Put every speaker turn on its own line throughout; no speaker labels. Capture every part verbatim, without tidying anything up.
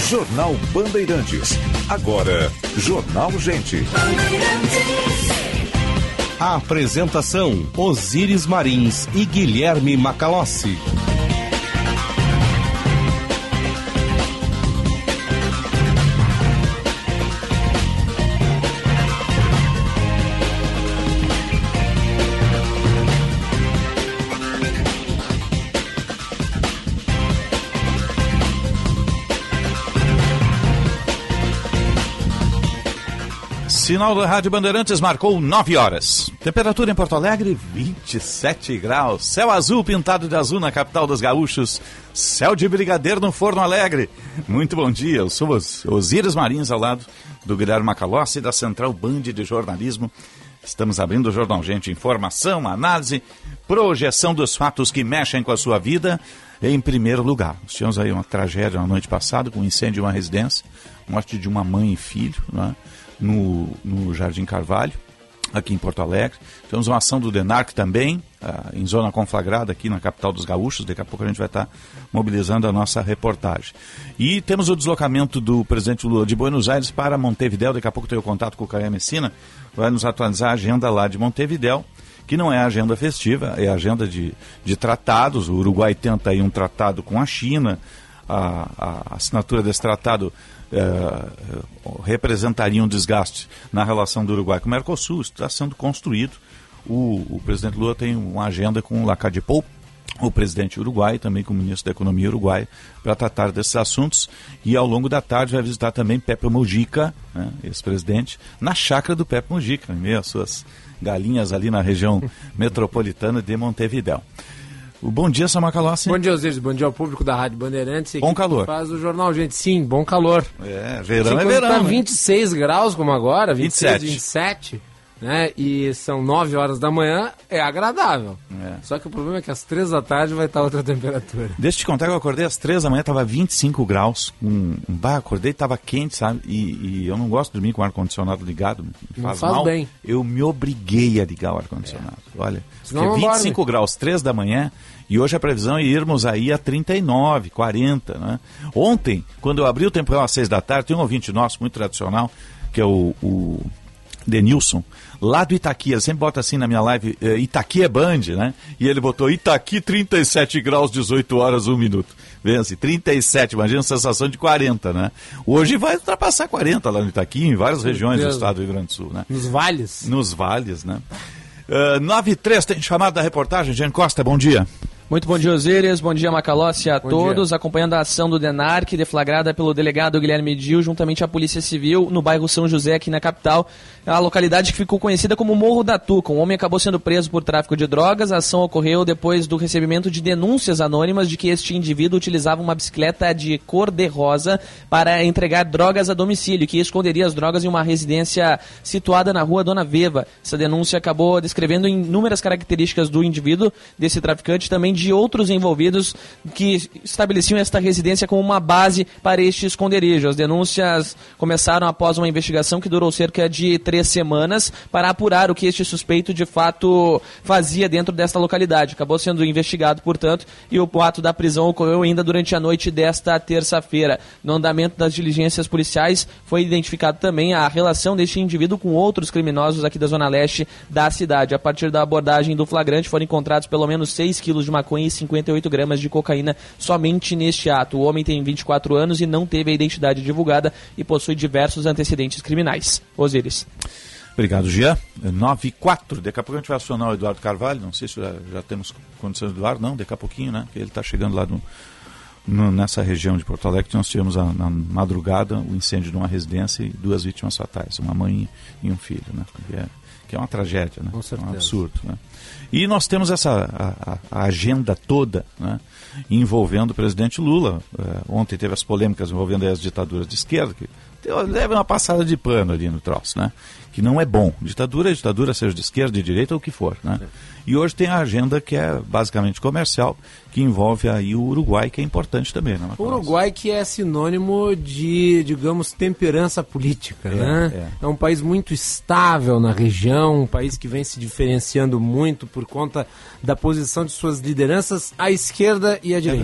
Jornal Bandeirantes. Agora, Jornal Gente.
A apresentação: Osíris Marins e Guilherme Macalossi.
Sinal da Rádio Bandeirantes marcou nove horas. Temperatura em Porto Alegre, vinte e sete graus. Céu azul pintado de azul na capital dos gaúchos. Céu de brigadeiro no Forno Alegre. Muito bom dia, eu sou os Osíris Marins, ao lado do Guilherme Macalossi, da Central Band de Jornalismo. Estamos abrindo o Jornal Gente. Informação, análise, projeção dos fatos que mexem com a sua vida. Em primeiro lugar, nós tivemos aí uma tragédia na noite passada, com um incêndio de uma residência, morte de uma mãe e filho, né? No, no Jardim Carvalho, aqui em Porto Alegre. Temos uma ação do DENARC também, uh, em zona conflagrada aqui na capital dos gaúchos. Daqui a pouco a gente vai estar mobilizando a nossa reportagem. E temos o deslocamento do presidente Lula de Buenos Aires para Montevidéu. Daqui a pouco tenho contato com o Caio Messina, vai nos atualizar a agenda lá de Montevidéu, que não é agenda festiva, é agenda de, de tratados. O Uruguai tenta aí um tratado com a China. A, a assinatura desse tratado uh, representaria um desgaste na relação do Uruguai com o Mercosul. Isso está sendo construído. O, o presidente Lula tem uma agenda com o Lacalle Pou, o presidente uruguai, também com o ministro da Economia uruguai, para tratar desses assuntos. E ao longo da tarde vai visitar também Pepe Mujica, né, ex-presidente, na chácara do Pepe Mujica, em meio às suas galinhas ali na região metropolitana de Montevidéu. Bom dia, Samuel Macalossi.
Bom dia, Osíris. Bom dia ao público da Rádio Bandeirantes.
Bom calor.
Faz o Jornal Gente. Sim, bom calor.
É, verão é verão.
Tá
né?
vinte e seis graus como agora, vinte e seis,
vinte e sete.
vinte e sete, né? E são nove horas da manhã, é agradável. É. Só que o problema é que às três da tarde vai estar outra temperatura.
Deixa eu te contar que eu acordei às três da manhã, tava vinte e cinco graus. Um, um bah, acordei, tava quente, sabe? E, e eu não gosto de dormir com o ar-condicionado ligado. Me faz,
faz
mal.
bem.
Eu me obriguei a ligar o ar-condicionado. É. Olha,
Senão
porque vinte e cinco graus, três da manhã. E hoje a previsão é irmos aí a trinta e nove, quarenta, né? Ontem, quando eu abri o temporal às seis da tarde, tem um ouvinte nosso muito tradicional, que é o, o Denilson, lá do Itaqui. Ele sempre bota assim na minha live, eh, Itaqui é Band, né? E ele botou Itaqui trinta e sete graus, dezoito horas, um minuto. Vence, trinta e sete, imagina a sensação de quarenta, né? Hoje vai ultrapassar quarenta lá no Itaqui, em várias regiões do estado do Rio Grande do Sul, né?
Nos vales.
Nos vales, né? Uh, nove e três, tem chamada da reportagem. Jean Costa, bom dia.
Muito bom dia, Osíris. Bom dia, Macalossi, a
bom
todos.
Dia.
Acompanhando a ação do DENARC, deflagrada pelo delegado Guilherme Dil, juntamente à Polícia Civil, no bairro São José, aqui na capital. A localidade que ficou conhecida como Morro da Tuca. Um homem acabou sendo preso por tráfico de drogas. A ação ocorreu depois do recebimento de denúncias anônimas de que este indivíduo utilizava uma bicicleta de cor de rosa para entregar drogas a domicílio, que esconderia as drogas em uma residência situada na rua Dona Veva. Essa denúncia acabou descrevendo inúmeras características do indivíduo, desse traficante, também de outros envolvidos que estabeleciam esta residência como uma base para este esconderijo. As denúncias começaram após uma investigação que durou cerca de três semanas para apurar o que este suspeito de fato fazia dentro desta localidade. Acabou sendo investigado, portanto, e o ato da prisão ocorreu ainda durante a noite desta terça-feira. No andamento das diligências policiais foi identificado também a relação deste indivíduo com outros criminosos aqui da zona leste da cidade. A partir da abordagem do flagrante foram encontrados pelo menos seis quilos de maconha e cinquenta e oito gramas de cocaína somente neste ato. O homem tem vinte e quatro anos e não teve a identidade divulgada e possui diversos antecedentes criminais. Osíris.
Obrigado, Jean. nove e quatro. Daqui a pouco a gente vai acionar o Eduardo Carvalho. Não sei se já, já temos condições do Eduardo. Não, daqui a pouquinho, né? Ele está chegando lá no, no, nessa região de Porto Alegre, que nós tivemos a, na madrugada o incêndio de uma residência e duas vítimas fatais, uma mãe e um filho, né? Que é, que é uma tragédia, né?
Com certeza.
É um absurdo, né? E nós temos essa a, a, a agenda toda, né, envolvendo o presidente Lula. Uh, ontem teve as polêmicas envolvendo as ditaduras de esquerda, que leva uma passada de pano ali no troço, né? Que não é bom. Ditadura é ditadura, seja de esquerda, de direita ou o que for, né? E hoje tem a agenda que é basicamente comercial, que envolve aí o Uruguai, que é importante também, né?
O Uruguai que é sinônimo de, digamos, temperança política,
é,
né?
É.
é um país muito estável na região, um país que vem se diferenciando muito por conta da posição de suas lideranças à esquerda e à direita.
É verdade.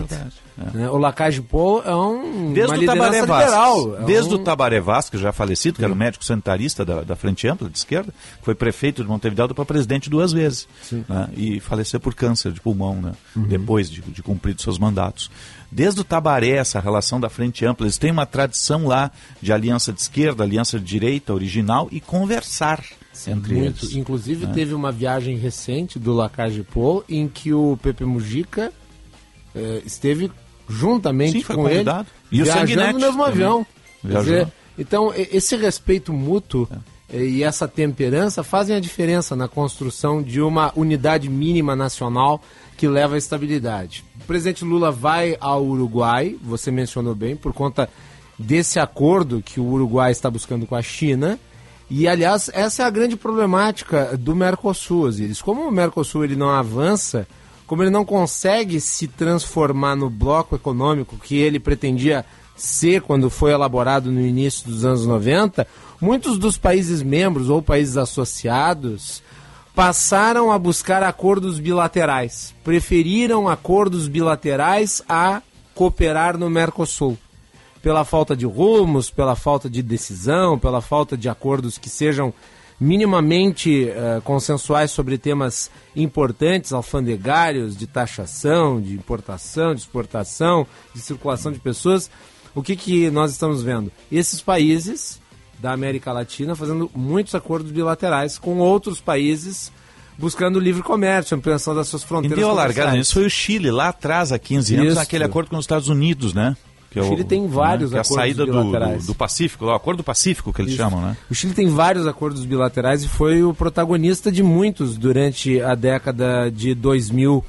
É.
Né? O Lacage Pou é um,
desde
uma
o
liderança
Tabaré
liberal. É
desde
um...
o Tabaré Vasques, já falecido, que Sim. era o médico sanitarista da, da Frente Ampla, de esquerda, foi prefeito de Montevidéu para presidente duas vezes. Né? E faleceu por câncer de pulmão, né? Uhum. depois de, de cumprir seus mandatos. Desde o Tabaré, essa relação da Frente Ampla, eles têm uma tradição lá de aliança de esquerda, aliança de direita original e conversar Sim, entre
muito.
eles.
Inclusive
né? teve
uma viagem recente do Lacage Pou em que o Pepe Mujica eh, esteve juntamente
Sim, foi
com
convidado.
ele,
e
viajando no mesmo avião.
Quer
dizer, então, esse respeito mútuo é. e essa temperança fazem a diferença na construção de uma unidade mínima nacional que leva à estabilidade. O presidente Lula vai ao Uruguai, você mencionou bem, por conta desse acordo que o Uruguai está buscando com a China. E, aliás, essa é a grande problemática do Mercosul, Osiris. Como o Mercosul ele não avança, como ele não consegue se transformar no bloco econômico que ele pretendia ser quando foi elaborado no início dos anos noventa, muitos dos países membros ou países associados passaram a buscar acordos bilaterais, preferiram acordos bilaterais a cooperar no Mercosul. Pela falta de rumos, pela falta de decisão, pela falta de acordos que sejam minimamente uh, consensuais sobre temas importantes, alfandegários, de taxação, de importação, de exportação, de circulação de pessoas. O que, que nós estamos vendo? Esses países da América Latina fazendo muitos acordos bilaterais com outros países buscando livre comércio, ampliação das suas fronteiras.
Quem deu a largada nisso foi o Chile, lá atrás, há quinze anos,
Isso.
naquele acordo com os Estados Unidos, né? Que
o Chile
é o,
tem vários
né,
acordos
que é a saída
bilaterais.
Do, do, do Pacífico, o Acordo do Pacífico que eles
Isso.
chamam, né?
O Chile tem vários acordos bilaterais e foi o protagonista de muitos durante a década de dois mil.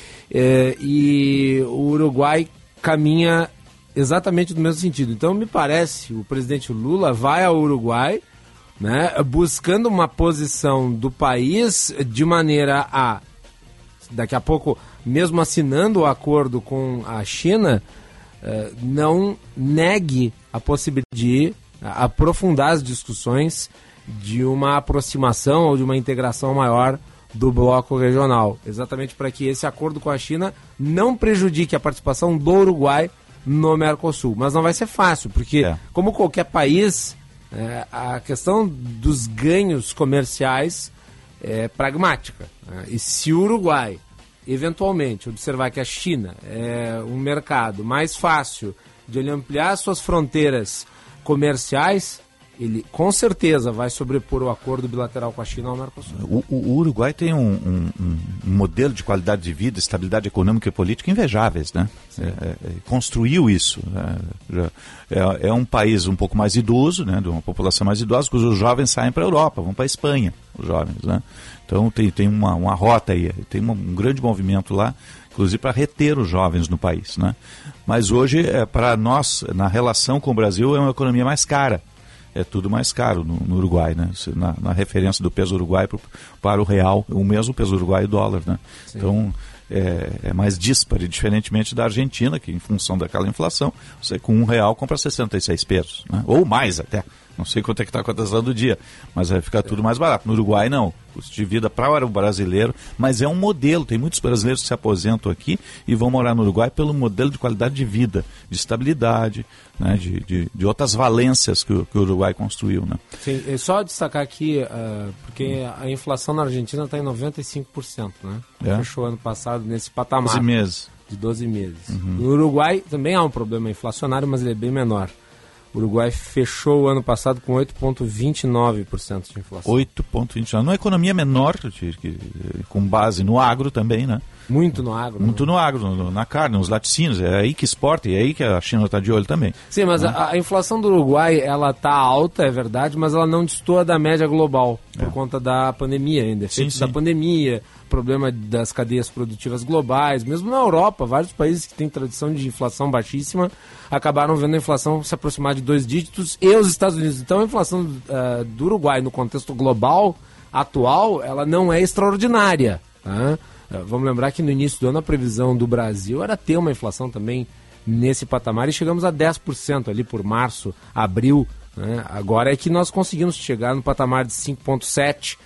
É, e o Uruguai caminha exatamente no mesmo sentido. Então, me parece, o presidente Lula vai ao Uruguai, né, buscando uma posição do país de maneira a, daqui a pouco, mesmo assinando o acordo com a China, Uh, não negue a possibilidade de aprofundar as discussões de uma aproximação ou de uma integração maior do bloco regional, exatamente para que esse acordo com a China não prejudique a participação do Uruguai no Mercosul. Mas não vai ser fácil, porque é. como qualquer país, é, a questão dos ganhos comerciais é pragmática, né? E se o Uruguai eventualmente observar que a China é um mercado mais fácil de ele ampliar suas fronteiras comerciais, ele com certeza vai sobrepor o acordo bilateral com a China ao Mercosul.
O, o Uruguai tem um, um, um modelo de qualidade de vida, estabilidade econômica e política invejáveis, né? É, é, construiu isso. Né? É, é um país um pouco mais idoso, né? De uma população mais idosa, cujos jovens saem para a Europa, vão para a Espanha, os jovens, né? Então tem, tem uma, uma rota aí, tem uma, um grande movimento lá, inclusive para reter os jovens no país, né? Mas hoje, é, para nós, na relação com o Brasil, é uma economia mais cara. É tudo mais caro no, no Uruguai, né? Na, na referência do peso uruguai pro, para o real, o mesmo peso uruguai e dólar, né? Sim. Então é, é mais díspare, diferentemente da Argentina, que em função daquela inflação, você com um real compra sessenta e seis pesos, né? Ou mais até. Não sei quanto é que está acontecendo do dia, mas vai ficar tudo mais barato. No Uruguai, não. Custo de vida para o brasileiro, mas é um modelo. Tem muitos brasileiros que se aposentam aqui e vão morar no Uruguai pelo modelo de qualidade de vida, de estabilidade, né, de, de, de outras valências que o, que o Uruguai construiu. Né?
Sim, é só destacar aqui, uh, porque a inflação na Argentina está em noventa e cinco por cento, né? É. Fechou ano passado nesse patamar.
doze meses.
De doze meses. Uhum. No Uruguai também há um problema inflacionário, mas ele é bem menor. O Uruguai fechou o ano passado com oito vírgula vinte e nove por cento de inflação.
oito vírgula vinte e nove por cento. Numa economia menor, de, de, com base no agro também, né?
Muito no agro.
Muito
né?
no agro, no, na carne, nos laticínios. É aí que exporta e é aí que a China está de olho também.
Sim, mas né? a, a inflação do Uruguai, ela está alta, é verdade, mas ela não destoa da média global, por é. conta da pandemia ainda. Efeitos da pandemia, problema das cadeias produtivas globais. Mesmo na Europa, vários países que têm tradição de inflação baixíssima acabaram vendo a inflação se aproximar de dois dígitos, e os Estados Unidos. Então a inflação uh, do Uruguai no contexto global atual, ela não é extraordinária, tá? Uh, vamos lembrar que no início do ano a previsão do Brasil era ter uma inflação também nesse patamar, e chegamos a dez por cento ali por março, abril, né? Agora é que nós conseguimos chegar no patamar de cinco vírgula sete por cento.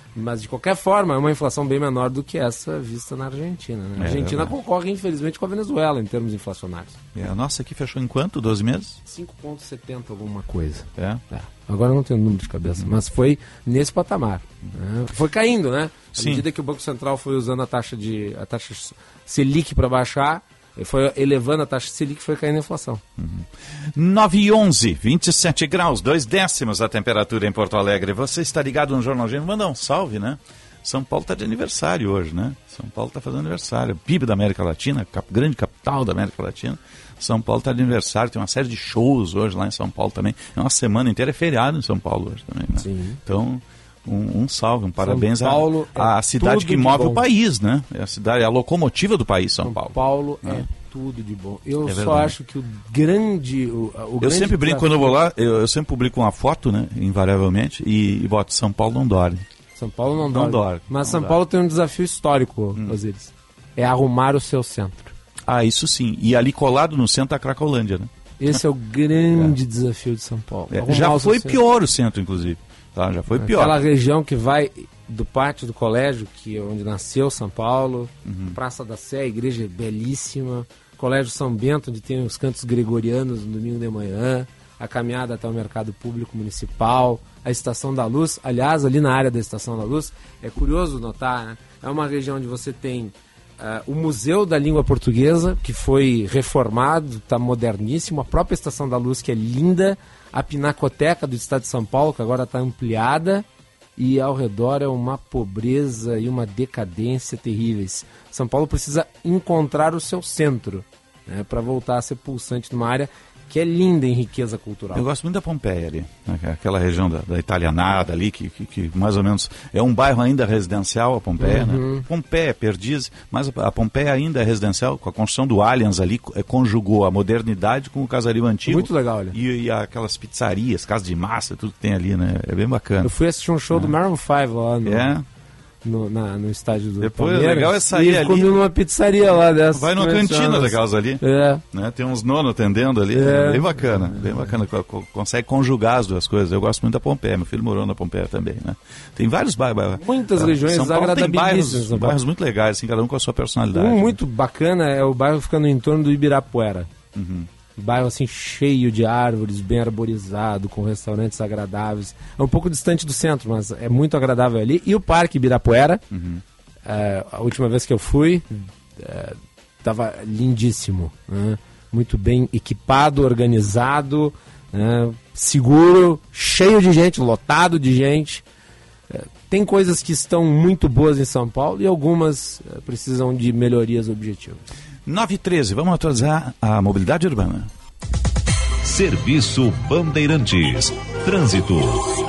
Mas, de qualquer forma, é uma inflação bem menor do que essa vista na Argentina. Né? A
É,
Argentina
é
concorre, infelizmente, com a Venezuela em termos inflacionários.
É, a nossa aqui fechou em quanto? doze meses?
cinco vírgula setenta alguma coisa.
É.
É. Agora eu não tenho o número de cabeça, uhum. mas foi nesse patamar. Né? Foi caindo, né? À
Sim.
medida que o Banco Central foi usando a taxa de a taxa Selic para baixar, foi elevando a taxa Selic, foi caindo a inflação.
Uhum. nove e onze, vinte e sete graus, dois décimos a temperatura em Porto Alegre. Você está ligado no Jornal Gente? Manda um salve, né? São Paulo está de aniversário hoje, né? São Paulo está fazendo aniversário. P I B da América Latina, cap, grande capital da América Latina. São Paulo está de aniversário, tem uma série de shows hoje lá em São Paulo também. É uma semana inteira, é feriado em São Paulo hoje também, né?
Sim.
Então, um, um salve, um parabéns
São Paulo
à
é
cidade que move
bom.
o país, né? É a cidade, é a locomotiva do país, São,
São
Paulo.
Paulo é
é
tudo de bom. Eu
é
só acho que o grande... O, o
eu
grande
sempre brinco, quando eu vou lá, eu, eu sempre publico uma foto, né? Invariavelmente, e, e boto São Paulo não dorme.
São Paulo não,
Não
dorme.
dorme,
Mas
não
São
dorme.
Paulo tem um desafio histórico, hum. Osiris. É arrumar o seu centro.
Ah, isso sim. E ali colado no centro a Cracolândia, né?
Esse é o grande é. desafio de São Paulo.
É, já foi pior o centro, inclusive. Tá? Já foi pior.
Aquela região que vai do pátio do colégio, que é onde nasceu São Paulo, uhum. Praça da Sé, a igreja é belíssima, Colégio São Bento, onde tem os cantos gregorianos no domingo de manhã, a caminhada até o mercado público municipal, a Estação da Luz. Aliás, ali na área da Estação da Luz, é curioso notar, né? É uma região onde você tem Uh, o Museu da Língua Portuguesa, que foi reformado, está moderníssimo, a própria Estação da Luz, que é linda, a Pinacoteca do Estado de São Paulo, que agora está ampliada, e ao redor é uma pobreza e uma decadência terríveis. São Paulo precisa encontrar o seu centro, né, para voltar a ser pulsante numa área que é linda em riqueza cultural.
Eu gosto muito da Pompeia ali, né? Aquela região da, da italianada ali, que, que, que mais ou menos é um bairro ainda residencial, a Pompeia, uhum. né? Pompeia, Perdizes, mas a, a Pompeia ainda é residencial, com a construção do Allianz ali, é, conjugou a modernidade com o casario antigo.
Muito legal, olha.
E, e aquelas pizzarias, casas de massa, tudo que tem ali, né? É bem bacana.
Eu fui assistir um show é. do Maroon cinco lá no...
É.
No, na, no estádio do
Depois,
Palmeiras.
Legal é sair
e
ali.
comi numa pizzaria lá dessa.
Vai numa cantina daquelas ali.
É.
Né? Tem uns nonos atendendo ali. É. Bem bacana. Bem bacana. Consegue conjugar as duas coisas. Eu gosto muito da Pompeia. Meu filho morou na Pompeia também. Né? Tem vários bairros.
Muitas regiões agradabilíssimas.
Bairros, bairros muito legais, assim, cada um com a sua personalidade.
Um
né?
muito bacana é o bairro ficando em torno do Ibirapuera.
Uhum.
Bairro assim cheio de árvores, bem arborizado, com restaurantes agradáveis. É um pouco distante do centro, mas é muito agradável ali. E o Parque Ibirapuera, uhum. é, a última vez que eu fui, estava é, lindíssimo. Né? Muito bem equipado, organizado, né? Seguro, cheio de gente, lotado de gente. É, tem coisas que estão muito boas em São Paulo e algumas é, precisam de melhorias objetivas.
nove e treze, vamos atualizar a mobilidade urbana.
Serviço Bandeirantes. Trânsito.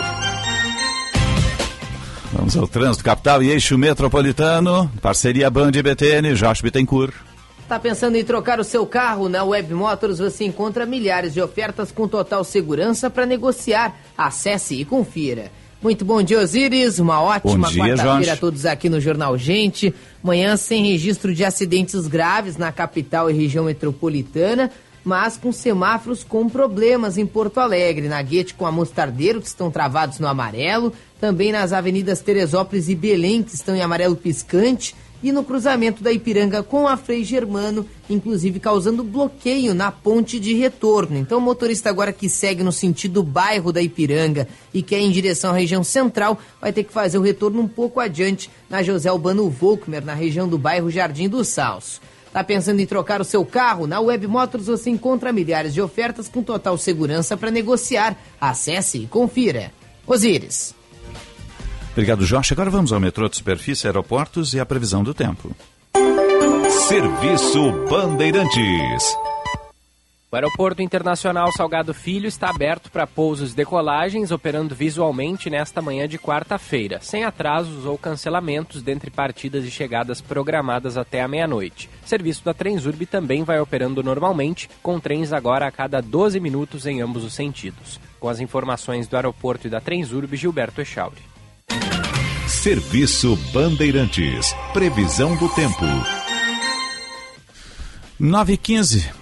Vamos ao trânsito, capital e eixo metropolitano. Parceria Band e B T N, Josh Bittencourt.
Tá pensando em trocar o seu carro? Na Web Motors você encontra milhares de ofertas com total segurança para negociar. Acesse e confira. Muito bom dia, Osiris. Uma ótima quarta-feira a todos aqui no Jornal Gente. Manhã sem registro de acidentes graves na capital e região metropolitana, mas com semáforos com problemas em Porto Alegre. Na Guete com a Mostardeiro, que estão travados no amarelo. Também nas avenidas Teresópolis e Belém, que estão em amarelo piscante. E no cruzamento da Ipiranga com a Frei Germano, inclusive causando bloqueio na ponte de retorno. Então o motorista agora que segue no sentido bairro da Ipiranga e quer ir em direção à região central, vai ter que fazer o retorno um pouco adiante na José Albano Volkmer, na região do bairro Jardim do Salso. Tá pensando em trocar o seu carro? Na Web Motors você encontra milhares de ofertas com total segurança para negociar. Acesse e confira. Osiris.
Obrigado, Jorge. Agora vamos ao metrô de superfície, aeroportos e a previsão do tempo.
Serviço Bandeirantes.
O Aeroporto Internacional Salgado Filho está aberto para pousos e decolagens, operando visualmente nesta manhã de quarta-feira, sem atrasos ou cancelamentos dentre partidas e chegadas programadas até a meia-noite. O serviço da Transurb também vai operando normalmente, com trens agora a cada doze minutos em ambos os sentidos. Com as informações do aeroporto e da Transurb, Gilberto Echauri.
Serviço Bandeirantes. Previsão do tempo.
nove e quinze.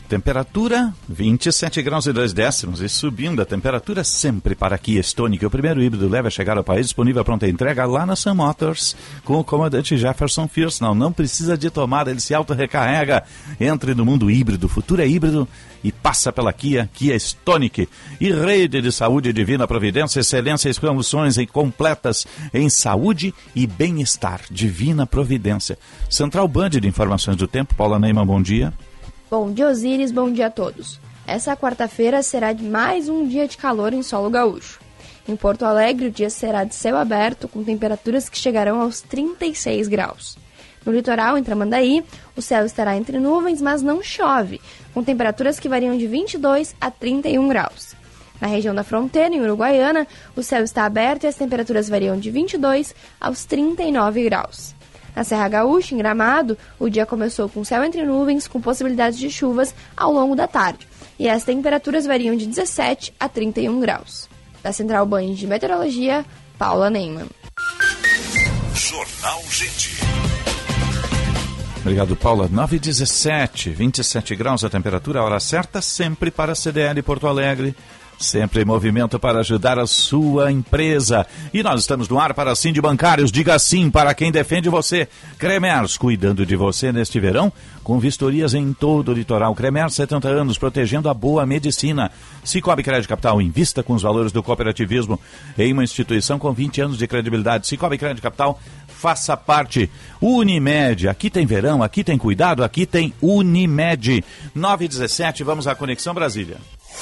Temperatura vinte e sete graus e dois décimos e subindo a temperatura sempre para Kia Stonic, o primeiro híbrido leve a chegar ao país, disponível a pronta entrega lá na Sun Motors com o comandante Jefferson First. Não, não precisa de tomada, ele se auto-recarrega. Entre no mundo híbrido, o futuro é híbrido e passa pela Kia, Kia Stonic. E rede de saúde Divina Providência, excelência e soluções completas em saúde e bem-estar. Divina Providência. Central Band de Informações do Tempo, Paula Neyman, bom dia.
Bom dia, Osíris, bom dia a todos. Essa quarta-feira será de mais um dia de calor em solo gaúcho. Em Porto Alegre, o dia será de céu aberto, com temperaturas que chegarão aos trinta e seis graus. No litoral, em Tramandaí, o céu estará entre nuvens, mas não chove, com temperaturas que variam de vinte e dois a trinta e um graus. Na região da fronteira, em Uruguaiana, o céu está aberto e as temperaturas variam de vinte e dois aos trinta e nove graus. Na Serra Gaúcha, em Gramado, o dia começou com céu entre nuvens, com possibilidades de chuvas ao longo da tarde. E as temperaturas variam de dezessete a trinta e um graus. Da Central Band de Meteorologia, Paula Neyman.
Jornal Gente.
Obrigado, Paula. nove e dezessete, vinte e sete graus a temperatura, a hora certa, sempre para a C D L Porto Alegre. Sempre em movimento para ajudar a sua empresa. E nós estamos no ar para Sim de Bancários. Diga sim para quem defende você. Cremers, cuidando de você neste verão, com vistorias em todo o litoral. Cremers, setenta anos, protegendo a boa medicina. Cicobi Crédito Capital, invista com os valores do cooperativismo em uma instituição com vinte anos de credibilidade. Cicobi Crédito Capital, faça parte. Unimed, aqui tem verão, aqui tem cuidado, aqui tem Unimed. nove e dezessete, vamos à Conexão Brasília.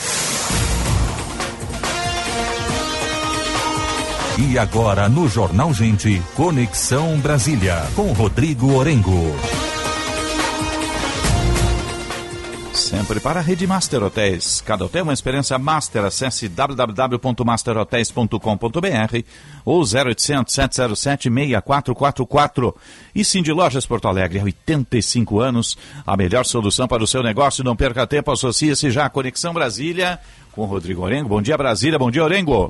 E agora no Jornal Gente, Conexão Brasília, com Rodrigo Orengo.
Sempre para a Rede Master Hotéis. Cada hotel é uma experiência master. Acesse w w w ponto master hotels ponto com ponto b r ou zero oitocentos, sete zero sete, seis quatro quatro quatro. E Cindy Lojas Porto Alegre, há oitenta e cinco anos, a melhor solução para o seu negócio. Não perca tempo, associe-se já à Conexão Brasília com Rodrigo Orengo. Bom dia, Brasília. Bom dia, Orengo.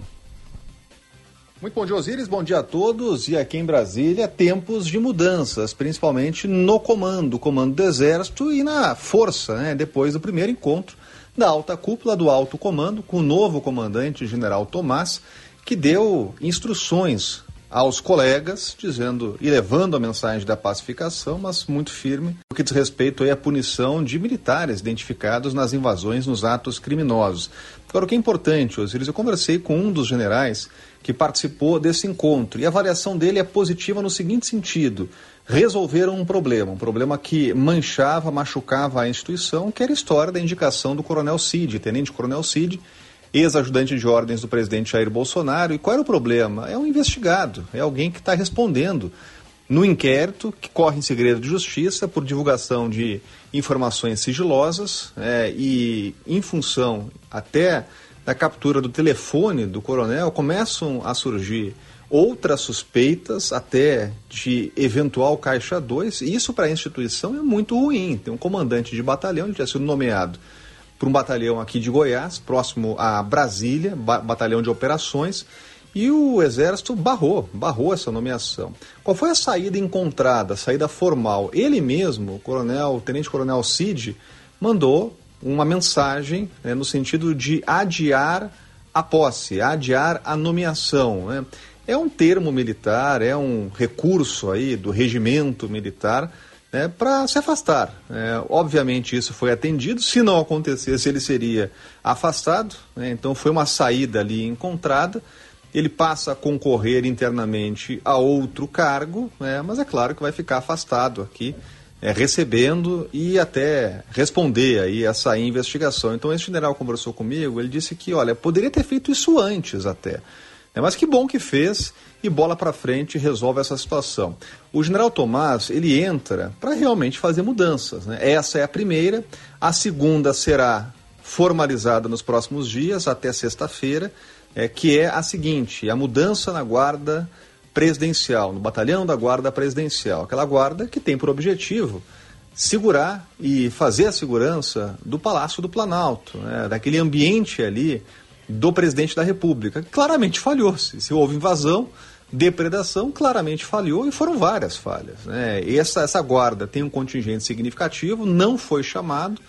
Muito bom dia, Osíris, bom dia a todos. E aqui em Brasília, tempos de mudanças, principalmente no comando, comando do Exército e na força, né? Depois do primeiro encontro da alta cúpula do alto comando com o novo comandante, general Tomás, que deu instruções aos colegas, dizendo e levando a mensagem da pacificação, mas muito firme, no que diz respeito aí à punição de militares identificados nas invasões, nos atos criminosos. Agora, o que é importante, Osíris, eu conversei com um dos generais que participou desse encontro, e a avaliação dele é positiva no seguinte sentido: resolveram um problema, um problema que manchava, machucava a instituição, que era a história da indicação do Coronel Cid, Tenente Coronel Cid, ex-ajudante de ordens do presidente Jair Bolsonaro. E qual era o problema? É um investigado, é alguém que está respondendo no inquérito que corre em segredo de justiça por divulgação de informações sigilosas, é, e em função até da captura do telefone do coronel, começam a surgir outras suspeitas até de eventual caixa dois, e isso para a instituição é muito ruim. Tem um comandante de batalhão, ele tinha sido nomeado por um batalhão aqui de Goiás, próximo a Brasília, ba- batalhão de operações, e o Exército barrou, barrou essa nomeação. Qual foi a saída encontrada, a saída formal? Ele mesmo, o coronel, o tenente-coronel Cid, mandou uma mensagem, né, no sentido de adiar a posse, adiar a nomeação, né? É um termo militar, é um recurso aí do regimento militar, né, para se afastar. É, obviamente isso foi atendido, se não acontecesse ele seria afastado, né? Então foi uma saída ali encontrada. Ele passa a concorrer internamente a outro cargo, né, mas é claro que vai ficar afastado aqui, É, recebendo e até responder aí essa investigação. Então esse general conversou comigo, ele disse que, olha, poderia ter feito isso antes até, né, mas que bom que fez, e bola para frente, resolve essa situação. O general Tomás, ele entra para realmente fazer mudanças, né? Essa é a primeira, a segunda será formalizada nos próximos dias, até sexta-feira, é, que é a seguinte: a mudança na guarda presidencial, no batalhão da guarda presidencial, aquela guarda que tem por objetivo segurar e fazer a segurança do Palácio do Planalto, né, daquele ambiente ali do presidente da República, que claramente falhou. Se, se houve invasão, depredação, claramente falhou, e foram várias falhas, né? E essa, essa guarda tem um contingente significativo, não foi chamado,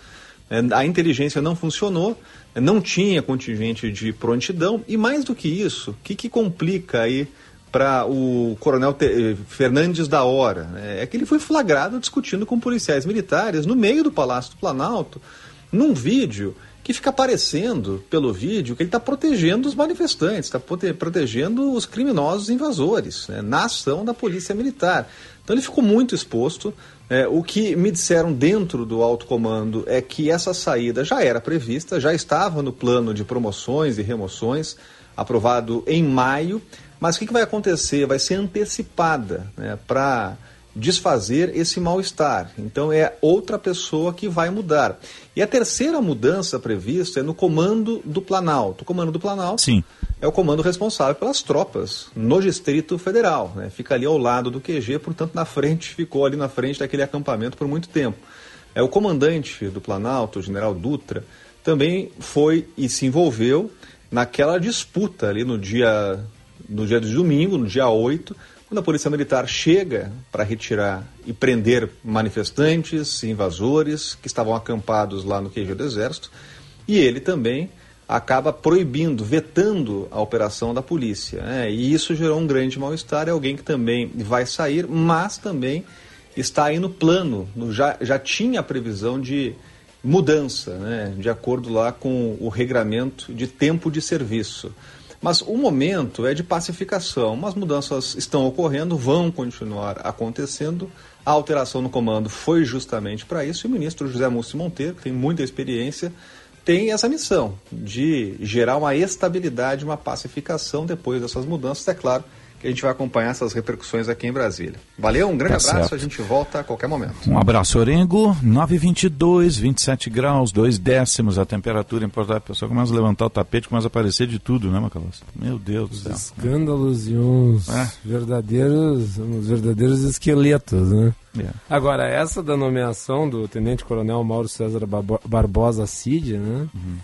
A inteligência não funcionou, não tinha contingente de prontidão e, mais do que isso, o que, que complica aí para o coronel Te- Fernandes da Hora? Né? É que ele foi flagrado discutindo com policiais militares no meio do Palácio do Planalto, num vídeo que fica aparecendo pelo vídeo que ele está protegendo os manifestantes, está prote- protegendo os criminosos invasores, né? Na ação da Polícia Militar. Então ele ficou muito exposto. É, o que me disseram dentro do alto comando é que essa saída já era prevista, já estava no plano de promoções e remoções, aprovado em maio, mas o que, que vai acontecer? Vai ser antecipada, né, para desfazer esse mal-estar. Então é outra pessoa que vai mudar. E a terceira mudança prevista é no comando do Planalto. O comando do Planalto
Sim.
é o comando responsável pelas tropas no Distrito Federal, né? Fica ali ao lado do Q G, portanto na frente, ficou ali na frente daquele acampamento por muito tempo. É, o comandante do Planalto, o general Dutra, também foi e se envolveu naquela disputa ali no dia, no dia de domingo, no dia oito, quando a Polícia Militar chega para retirar e prender manifestantes, invasores que estavam acampados lá no Q G do Exército, e ele também acaba proibindo, vetando a operação da polícia. Né? E isso gerou um grande mal-estar. É alguém que também vai sair, mas também está aí no plano, no, já, já tinha a previsão de mudança, né? De acordo lá com o regramento de tempo de serviço. Mas o momento é de pacificação, as mudanças estão ocorrendo, vão continuar acontecendo. A alteração no comando foi justamente para isso, e o ministro José Múcio Monteiro, que tem muita experiência, tem essa missão de gerar uma estabilidade, uma pacificação depois dessas mudanças. É claro que a gente vai acompanhar essas repercussões aqui em Brasília. Valeu, um grande tá abraço, certo. A gente volta a qualquer momento.
Um abraço, Orengo. nove e vinte e dois, vinte e sete graus, dois décimos a temperatura em Porto Alegre. A pessoa começa a levantar o tapete, começa a aparecer de tudo, né, Macalossi? Meu Deus do céu.
Escândalos e uns é. verdadeiros, uns verdadeiros esqueletos, né? Yeah. Agora, essa da nomeação do Tenente-Coronel Mauro César Barbosa Cid, né? Uhum.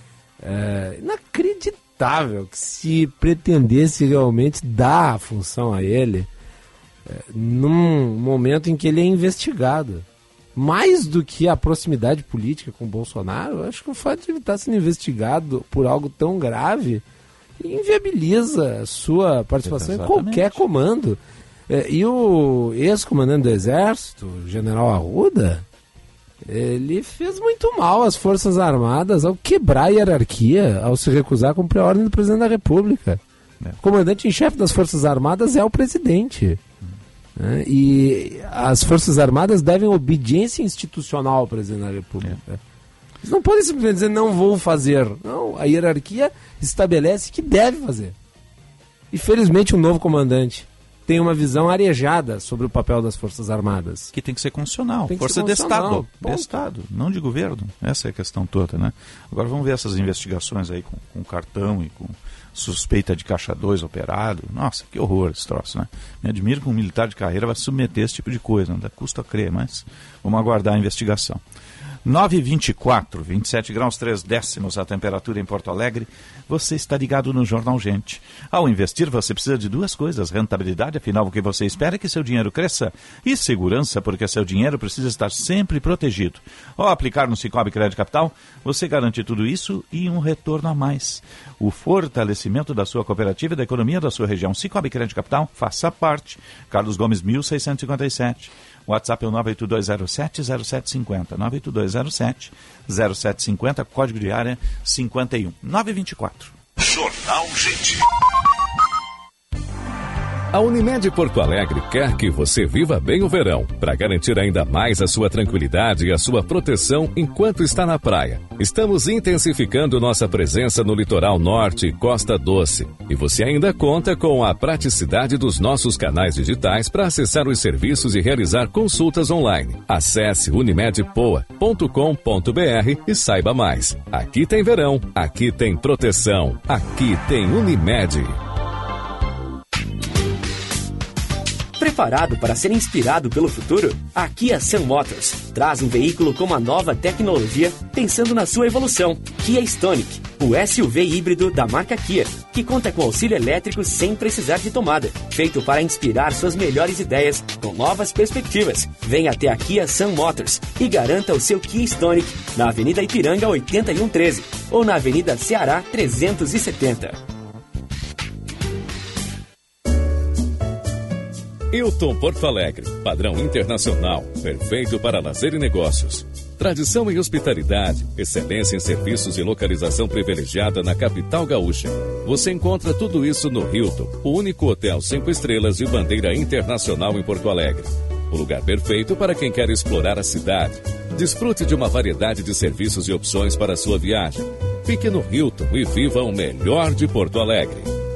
É inacreditável que se pretendesse realmente dar a função a ele é, num momento em que ele é investigado. Mais do que a proximidade política com o Bolsonaro, eu acho que o fato de ele estar sendo investigado por algo tão grave inviabiliza a sua participação Exatamente. Em qualquer comando. É, e o ex-comandante do Exército, o general Arruda, ele fez muito mal às Forças Armadas ao quebrar a hierarquia, ao se recusar a cumprir a ordem do presidente da República. É. O comandante em chefe das Forças Armadas é o presidente. Hum. É, e as Forças Armadas devem obediência institucional ao presidente da República. É. Eles não podem simplesmente dizer não vou fazer. Não, a hierarquia estabelece que deve fazer. E felizmente o novo comandante tem uma visão arejada sobre o papel das Forças Armadas.
Que tem que ser constitucional,
tem que
força
ser
de Estado,
de
Estado, não de governo. Essa é a questão toda, né? Agora vamos ver essas investigações aí com, com cartão e com suspeita de caixa dois operado. Nossa, que horror esse troço, né? Me admiro que um militar de carreira vai submeter esse tipo de coisa, não dá custo a crer, mas vamos aguardar a investigação. nove e vinte e quatro, vinte e sete graus, três décimos a temperatura em Porto Alegre. Você está ligado no Jornal Gente. Ao investir, você precisa de duas coisas: rentabilidade, afinal o que você espera é que seu dinheiro cresça, e segurança, porque seu dinheiro precisa estar sempre protegido. Ao aplicar no Sicoob Crédito Capital, você garante tudo isso e um retorno a mais. O fortalecimento da sua cooperativa e da economia da sua região. Sicoob Crédito Capital, faça parte. Carlos Gomes, mil seiscentos e cinquenta e sete. O WhatsApp é o nove oito dois zero sete zero sete cinco zero, nove oito dois zero sete zero sete cinco zero, código de área cinquenta e um. nove e vinte e quatro.
Jornal Gente.
A Unimed Porto Alegre quer que você viva bem o verão, para garantir ainda mais a sua tranquilidade e a sua proteção enquanto está na praia. Estamos intensificando nossa presença no litoral norte e Costa Doce. E você ainda conta com a praticidade dos nossos canais digitais para acessar os serviços e realizar consultas online. Acesse unimed poa ponto com ponto b r e saiba mais. Aqui tem verão, aqui tem proteção, aqui tem Unimed.
Preparado para ser inspirado pelo futuro? A Kia Sun Motors traz um veículo com uma nova tecnologia pensando na sua evolução. Kia Stonic, o S U V híbrido da marca Kia, que conta com auxílio elétrico sem precisar de tomada. Feito para inspirar suas melhores ideias com novas perspectivas. Venha até a Kia Sun Motors e garanta o seu Kia Stonic na Avenida Ipiranga oitenta e um treze ou na Avenida Ceará trezentos e setenta.
Hilton Porto Alegre, padrão internacional, perfeito para lazer e negócios. Tradição em hospitalidade, excelência em serviços e localização privilegiada na capital gaúcha. Você encontra tudo isso no Hilton, o único hotel cinco estrelas de bandeira internacional em Porto Alegre. O lugar perfeito para quem quer explorar a cidade. Desfrute de uma variedade de serviços e opções para a sua viagem. Fique no Hilton e viva o melhor de Porto Alegre.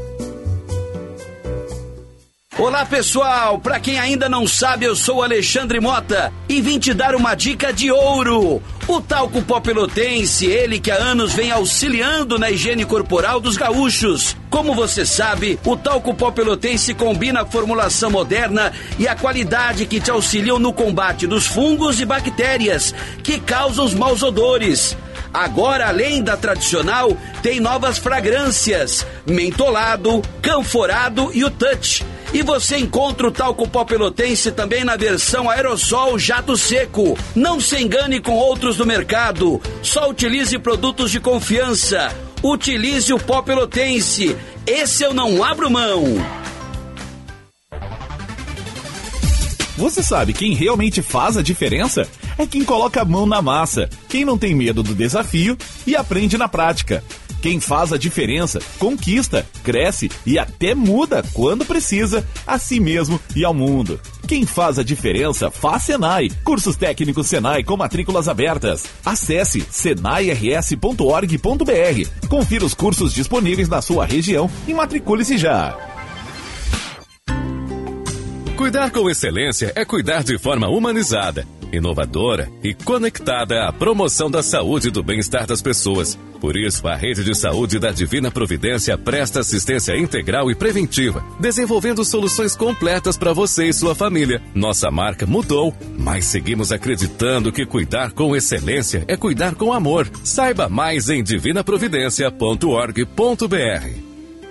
Olá pessoal, para quem ainda não sabe, eu sou Alexandre Mota e vim te dar uma dica de ouro. O talco pó pelotense, ele que há anos vem auxiliando na higiene corporal dos gaúchos. Como você sabe, o talco pó pelotense combina a formulação moderna e a qualidade que te auxiliam no combate dos fungos e bactérias que causam os maus odores. Agora, além da tradicional, tem novas fragrâncias, mentolado, canforado e o touch. E você encontra o talco pó pelotense também na versão aerossol jato seco. Não se engane com outros do mercado. Só utilize produtos de confiança. Utilize o pó pelotense. Esse eu não abro mão.
Você sabe quem realmente faz a diferença? É quem coloca a mão na massa, quem não tem medo do desafio e aprende na prática. Quem faz a diferença, conquista, cresce e até muda, quando precisa, a si mesmo e ao mundo. Quem faz a diferença, faz Senai. Cursos técnicos Senai com matrículas abertas. Acesse senai r s ponto org ponto b r. Confira os cursos disponíveis na sua região e matricule-se já.
Cuidar com excelência é cuidar de forma humanizada, inovadora e conectada à promoção da saúde e do bem-estar das pessoas. Por isso, a Rede de Saúde da Divina Providência presta assistência integral e preventiva, desenvolvendo soluções completas para você e sua família. Nossa marca mudou, mas seguimos acreditando que cuidar com excelência é cuidar com amor. Saiba mais em divina providência ponto org ponto b r.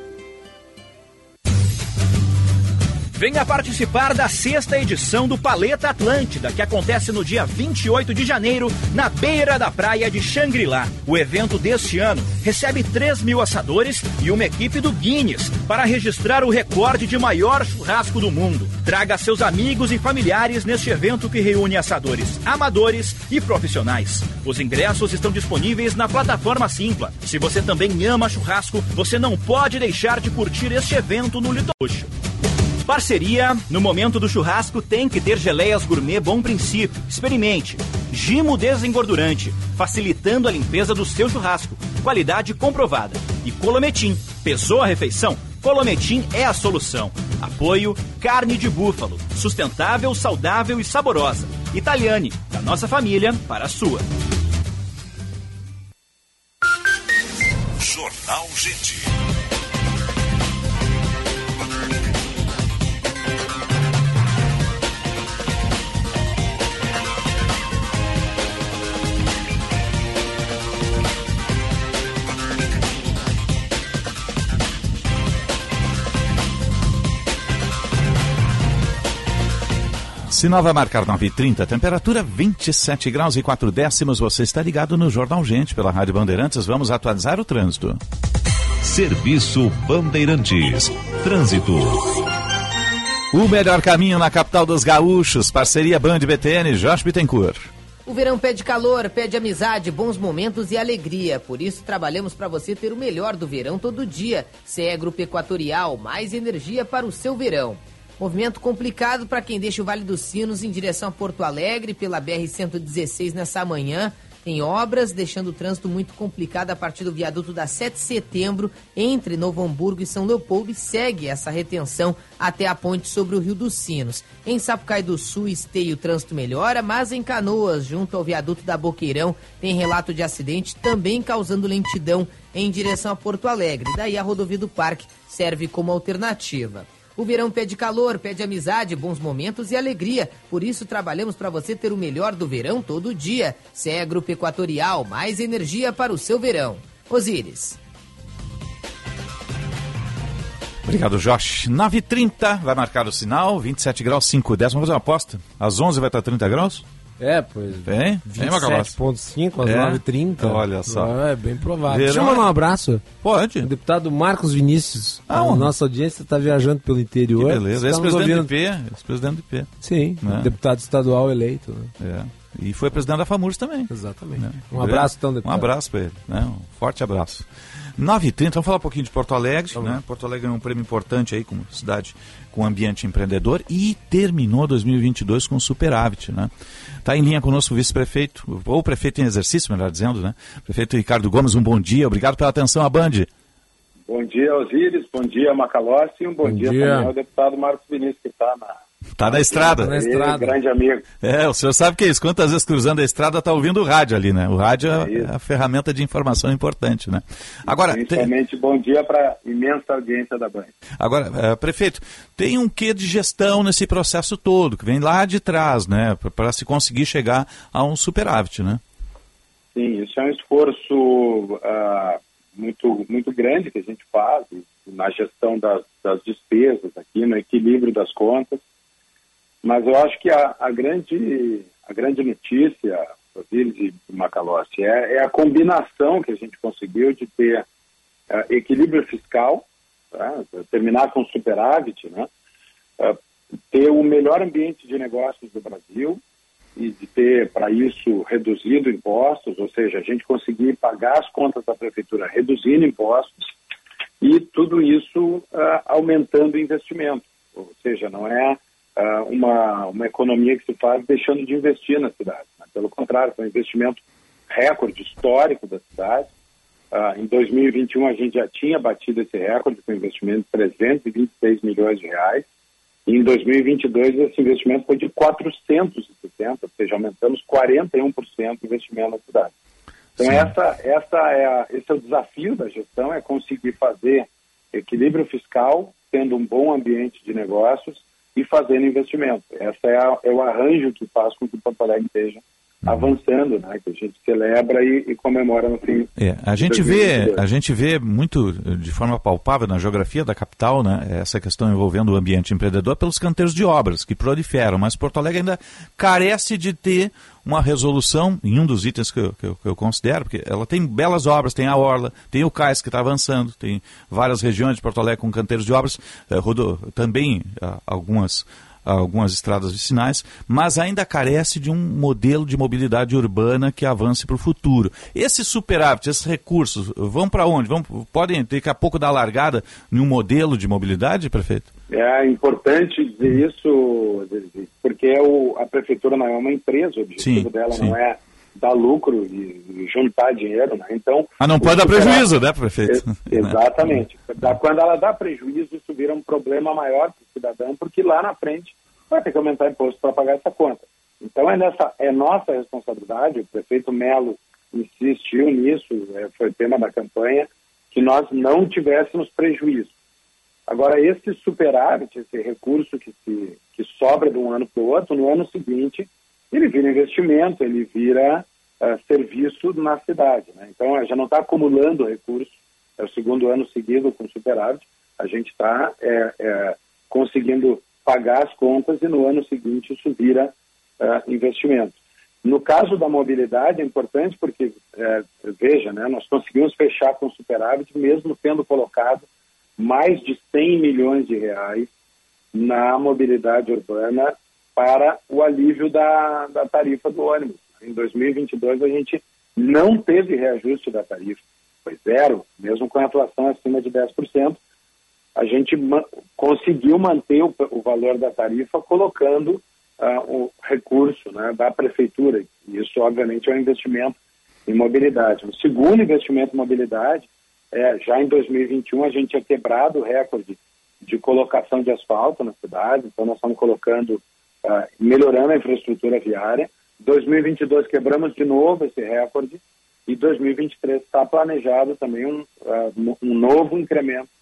Venha participar da sexta edição do Paleta Atlântida, que acontece no dia vinte e oito de janeiro, na beira da praia de Xangri-Lá. O evento deste ano recebe três mil assadores e uma equipe do Guinness para registrar o recorde de maior churrasco do mundo. Traga seus amigos e familiares neste evento que reúne assadores amadores e profissionais. Os ingressos estão disponíveis na plataforma Simpla. Se você também ama churrasco, você não pode deixar de curtir este evento no Litoúcho. Parceria, no momento do churrasco tem que ter geleias gourmet Bom Princípio. Experimente. Gimo desengordurante, facilitando a limpeza do seu churrasco. Qualidade comprovada. E Colometim. Pesou a refeição? Colometim é a solução. Apoio Carne de Búfalo. Sustentável, saudável e saborosa. Italiane, da nossa família para a sua.
Jornal Gente.
Sinal vai marcar nove e trinta, temperatura vinte e sete graus e quatro décimos. Você está ligado no Jornal Gente pela Rádio Bandeirantes. Vamos atualizar o trânsito.
Serviço Bandeirantes. Trânsito.
O melhor caminho na capital dos gaúchos. Parceria Band B T N, Josh Bittencourt.
O verão pede calor, pede amizade, bons momentos e alegria. Por isso, trabalhamos para você ter o melhor do verão todo dia. C E Grupo Equatorial, mais energia para o seu verão. Movimento complicado para quem deixa o Vale dos Sinos em direção a Porto Alegre pela B R cento e dezesseis nessa manhã. Tem obras, deixando o trânsito muito complicado a partir do viaduto da sete de setembro entre Novo Hamburgo e São Leopoldo, e segue essa retenção até a ponte sobre o Rio dos Sinos. Em Sapucaí do Sul, Esteio, o trânsito melhora, mas em Canoas, junto ao viaduto da Boqueirão, tem relato de acidente também causando lentidão em direção a Porto Alegre. Daí a rodovia do Parque serve como alternativa. O verão pede calor, pede amizade, bons momentos e alegria. Por isso, trabalhamos para você ter o melhor do verão todo dia. C E Grupo Equatorial, mais energia para o seu verão. Osíris.
Obrigado, Josh. nove e trinta, vai marcar o sinal, vinte e sete graus, cinco décimos. Vamos fazer uma aposta? Às onze vai estar trinta graus?
É, pois.
Vem?
vinte e sete vírgula cinco às
é.
nove e trinta.
Olha só.
É, bem provável.
Verão...
Deixa eu mandar um abraço.
Pode.
O deputado Marcos Vinícius.
Ah,
a nossa audiência está viajando pelo interior.
Que beleza. Ex-presidente do I P. Ex-presidente do I P.
Sim, né? Deputado estadual eleito. Né?
É. E foi presidente da FAMURS também.
Exatamente.
Né?
Um abraço, então, deputado.
Um abraço para ele. Né? Um forte abraço. nove e trinta, vamos falar um pouquinho de Porto Alegre. Né? Porto Alegre é um prêmio importante aí, como cidade com ambiente empreendedor, e terminou dois mil e vinte e dois com superávit. Né? Está em linha conosco o vice-prefeito, ou o prefeito em exercício, melhor dizendo, né? Prefeito Ricardo Gomes, um bom dia, obrigado pela atenção à Band.
Bom dia, Osíris, bom dia, Macalossi, e um bom, bom dia, dia também ao deputado Marcos Vinícius, que está na...
Tá na estrada.
Tá na estrada. Grande amigo.
É, o senhor sabe que é isso. Quantas vezes cruzando a estrada tá ouvindo o rádio ali, né? O rádio é, é a ferramenta de informação importante, né? Agora,
principalmente, tem... bom dia para a imensa audiência da Band.
Agora, é, prefeito, tem um quê de gestão nesse processo todo, que vem lá de trás, né? Para se conseguir chegar a um superávit, né?
Sim, isso é um esforço uh, muito, muito grande que a gente faz na gestão das, das despesas aqui, no equilíbrio das contas. Mas eu acho que a, a, grande, a grande notícia, Osíris e Macalossi, é, é a combinação que a gente conseguiu de ter uh, equilíbrio fiscal, tá? Terminar com superávit, né? uh, ter o melhor ambiente de negócios do Brasil e de ter, para isso, reduzido impostos, ou seja, a gente conseguir pagar as contas da prefeitura reduzindo impostos e tudo isso uh, aumentando o investimento. Ou seja, não é... Uh, uma, uma economia que se faz deixando de investir na cidade. Né? Pelo contrário, foi um investimento recorde histórico da cidade. Uh, em dois mil e vinte e um a gente já tinha batido esse recorde com investimento de trezentos e vinte e seis milhões de reais. E em dois mil e vinte e dois esse investimento foi de quatrocentos e sessenta, ou seja, aumentamos quarenta e um por cento do investimento na cidade. Então essa, essa é a, esse é o desafio da gestão, é conseguir fazer equilíbrio fiscal, tendo um bom ambiente de negócios e fazendo investimento. Esse é, a, é o arranjo que faz com que o Porto Alegre esteja avançando, né? Que a gente celebra e, e comemora no fim.
É, a gente vê, a gente vê muito de forma palpável na geografia da capital, né? Essa questão envolvendo o ambiente empreendedor pelos canteiros de obras que proliferam, mas Porto Alegre ainda carece de ter uma resolução em um dos itens que eu, que eu, que eu considero, porque ela tem belas obras, tem a Orla, tem o Cais que está avançando, tem várias regiões de Porto Alegre com canteiros de obras, eh, rodo, também ah, algumas algumas estradas vicinais, mas ainda carece de um modelo de mobilidade urbana que avance para o futuro. Esses superávit, esses recursos, vão para onde? Vão, podem daqui a pouco dar largada em um modelo de mobilidade, prefeito?
É importante dizer isso, porque é o, a prefeitura não é uma empresa, o objetivo sim, dela sim. não é dar lucro e juntar dinheiro, né? Então...
Ah, não pode dar prejuízo, né, prefeito?
É, exatamente. Quando ela dá prejuízo, isso vira um problema maior para o cidadão, porque lá na frente vai ter que aumentar imposto para pagar essa conta. Então é, nessa, é nossa responsabilidade, o prefeito Melo insistiu nisso, é, foi tema da campanha, que nós não tivéssemos prejuízo. Agora, esse superávit, esse recurso que, se, que sobra de um ano para o outro, no ano seguinte, ele vira investimento, ele vira uh, serviço na cidade. Né? Então, já não está acumulando recursos, é o segundo ano seguido com superávit, a gente está é, é, conseguindo pagar as contas e no ano seguinte isso vira uh, investimento. No caso da mobilidade é importante porque, é, veja, né, nós conseguimos fechar com superávit mesmo tendo colocado mais de cem milhões de reais na mobilidade urbana para o alívio da, da tarifa do ônibus. Em dois mil e vinte e dois a gente não teve reajuste da tarifa, foi zero, mesmo com a inflação acima de dez por cento. A gente ma- conseguiu manter o, o valor da tarifa colocando uh, o recurso, né, da prefeitura. E isso, obviamente, é um investimento em mobilidade. O segundo investimento em mobilidade, é, já em dois mil e vinte e um, a gente tinha quebrado o recorde de colocação de asfalto na cidade, então nós estamos colocando, uh, melhorando a infraestrutura viária. dois mil e vinte e dois quebramos de novo esse recorde e dois mil e vinte e três está planejado também um, uh, um novo incremento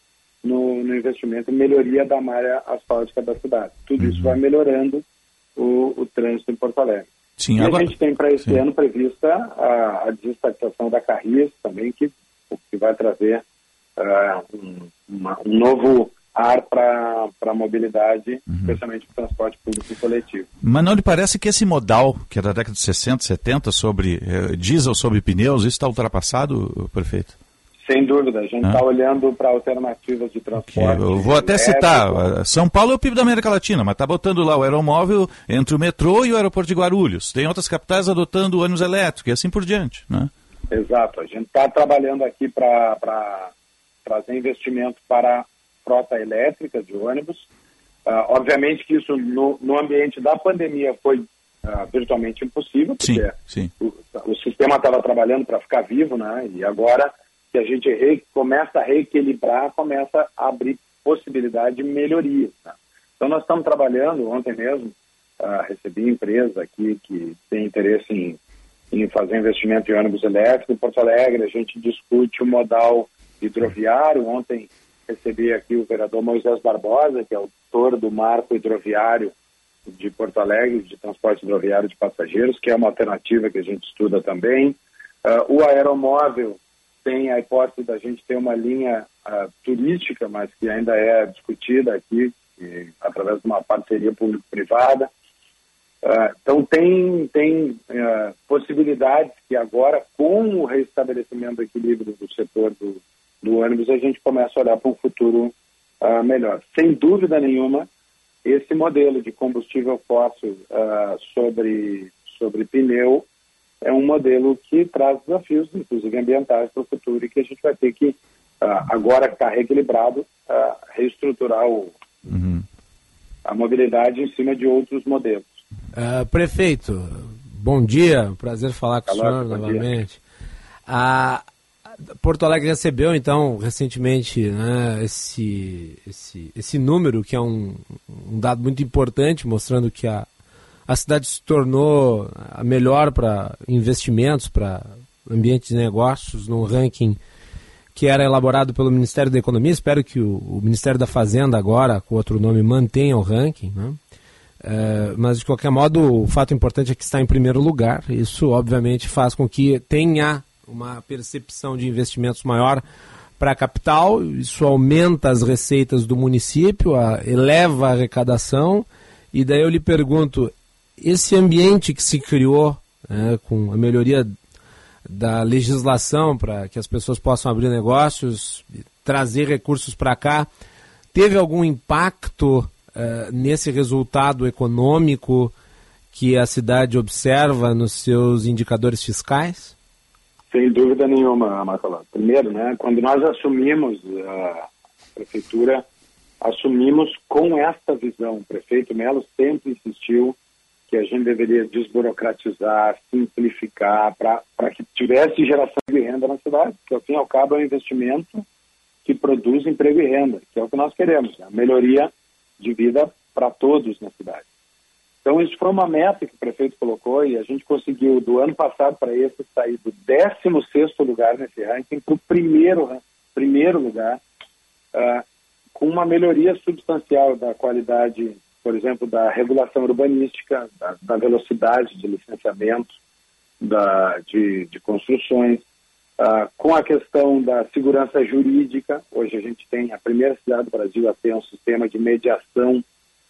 no, no investimento em melhoria da malha asfáltica da cidade. Tudo uhum. isso vai melhorando o, o trânsito em Porto Alegre.
Sim,
e
agora...
a gente tem para esse Sim. ano prevista a, a desestatização da Carris também, que, que vai trazer uh, um, uma, um novo ar para a mobilidade, uhum. especialmente para o transporte público e coletivo.
Mas não lhe parece que esse modal, que é da década de sessenta, setenta, sobre eh, diesel, sobre pneus, isso está ultrapassado, prefeito?
Sem dúvida, a gente está ah. olhando para alternativas de transporte.
Eu vou até citar, São Paulo é o P I B da América Latina, mas está botando lá o aeromóvel entre o metrô e o aeroporto de Guarulhos. Tem outras capitais adotando o ônibus elétrico e assim por diante, né?
Exato, a gente está trabalhando aqui para trazer investimento para frota elétrica de ônibus. Uh, obviamente que isso no, no ambiente da pandemia foi uh, virtualmente impossível, porque
sim, sim.
O, o sistema estava trabalhando para ficar vivo, né? E agora que a gente re, começa a reequilibrar, começa a abrir possibilidade de melhoria. Né? Então nós estamos trabalhando, ontem mesmo, uh, recebi empresa aqui que tem interesse em, em fazer investimento em ônibus elétrico em Porto Alegre, a gente discute o modal hidroviário. Ontem recebi aqui o vereador Moisés Barbosa, que é autor do marco hidroviário de Porto Alegre, de transporte hidroviário de passageiros, que é uma alternativa que a gente estuda também. Uh, o aeromóvel tem a hipótese da gente ter uma linha uh, turística, mas que ainda é discutida aqui, e, através de uma parceria público-privada. Uh, então tem, tem uh, possibilidades que agora, com o restabelecimento do equilíbrio do setor do do ônibus, a gente começa a olhar para um futuro uh, melhor. Sem dúvida nenhuma, esse modelo de combustível fóssil uh, sobre, sobre pneu é um modelo que traz desafios, inclusive ambientais, para o futuro, e que a gente vai ter que, uh, agora que está reequilibrado, uh, reestruturar o, uhum. a mobilidade em cima de outros modelos.
Uh, prefeito, bom dia, prazer falar com Calor, o senhor novamente. A Porto Alegre recebeu, então, recentemente, né, esse, esse, esse número, que é um, um dado muito importante, mostrando que a, a cidade se tornou a melhor para investimentos, para ambientes de negócios, num ranking que era elaborado pelo Ministério da Economia. Espero que o, o Ministério da Fazenda, agora, com outro nome, mantenha o ranking, né? É, mas, de qualquer modo, o fato importante é que está em primeiro lugar. Isso, obviamente, faz com que tenha uma percepção de investimentos maior para a capital. Isso aumenta as receitas do município, a, eleva a arrecadação. E daí eu lhe pergunto, esse ambiente que se criou, né, com a melhoria da legislação para que as pessoas possam abrir negócios, trazer recursos para cá, teve algum impacto uh, nesse resultado econômico que a cidade observa nos seus indicadores fiscais?
Sem dúvida nenhuma, Marcelo. Primeiro, né, quando nós assumimos a prefeitura, assumimos com esta visão. O prefeito Melo sempre insistiu que a gente deveria desburocratizar, simplificar, para que tivesse geração de renda na cidade, porque, ao fim e ao cabo, é um investimento que produz emprego e renda, que é o que nós queremos, né? A melhoria de vida para todos na cidade. Então, isso foi uma meta que o prefeito colocou e a gente conseguiu, do ano passado para esse, sair do décimo sexto lugar nesse ranking para o primeiro, primeiro lugar, uh, com uma melhoria substancial da qualidade, por exemplo, da regulação urbanística, da, da velocidade de licenciamento, da, de, de construções, uh, com a questão da segurança jurídica. Hoje a gente tem a primeira cidade do Brasil a ter um sistema de mediação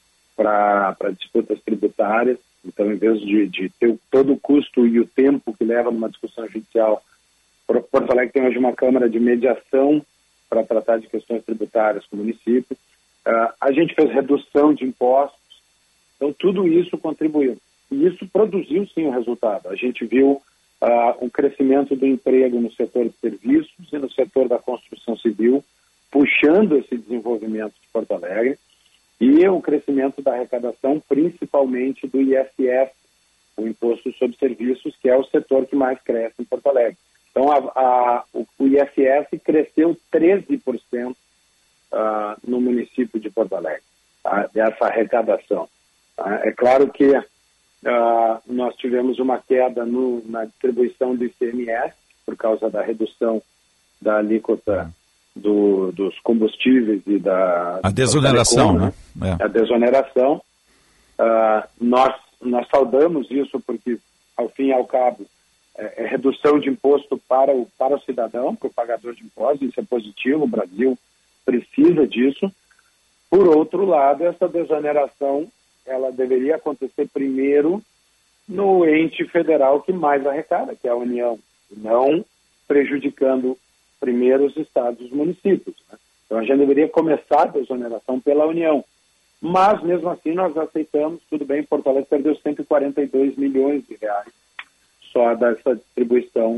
para disputas tributárias. Então, em vez de, de ter todo o custo e o tempo que leva numa discussão judicial, Porto Alegre tem hoje uma Câmara de Mediação para tratar de questões tributárias com o município. Uh, a gente fez redução de impostos. Então, tudo isso contribuiu. E isso produziu, sim, o resultado. A gente viu uh, um crescimento do emprego no setor de serviços e no setor da construção civil, puxando esse desenvolvimento de Porto Alegre, e o crescimento da arrecadação, principalmente do I S S, o Imposto sobre Serviços, que é o setor que mais cresce em Porto Alegre. Então, a, a, o, o I S S cresceu treze por cento uh, no município de Porto Alegre, tá? Dessa arrecadação. Tá? É claro que uh, nós tivemos uma queda no, na distribuição do I C M S, por causa da redução da alíquota do, dos combustíveis e da...
A desoneração,
da telecom,
né? É.
A desoneração. Uh, nós, nós saudamos isso porque, ao fim e ao cabo, é, é redução de imposto para o, para o cidadão, para o pagador de impostos, isso é positivo, o Brasil precisa disso. Por outro lado, essa desoneração, ela deveria acontecer primeiro no ente federal que mais arrecada, que é a União, não prejudicando primeiro os estados e os municípios, né? Então a gente deveria começar a desoneração pela União. Mas, mesmo assim, nós aceitamos, tudo bem, Porto Alegre perdeu cento e quarenta e dois milhões de reais só dessa distribuição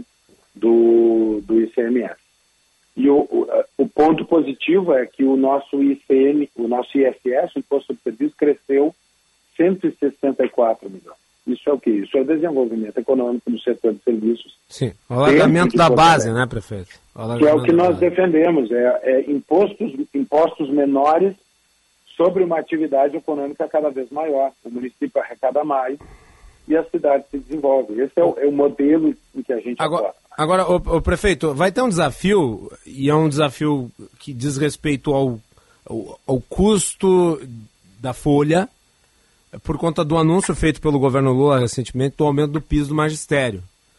do, do I C M S. E o, o, o ponto positivo é que o nosso I C M, o nosso I S S, o Imposto sobre Serviço, cresceu cento e sessenta e quatro milhões. Isso é o quê? Isso é o desenvolvimento econômico no setor de serviços.
Sim, o alargamento da base, né, prefeito?
Que é o que nós defendemos, é, é impostos, impostos menores sobre uma atividade econômica cada vez maior. O município arrecada mais e a cidade se desenvolve. Esse é o, é o modelo em que a gente
agora, atua. Agora, o, o prefeito, vai ter um desafio, e é um desafio que diz respeito ao, ao, ao custo da folha, por conta do anúncio feito pelo governo Lula recentemente do aumento do piso do magistério.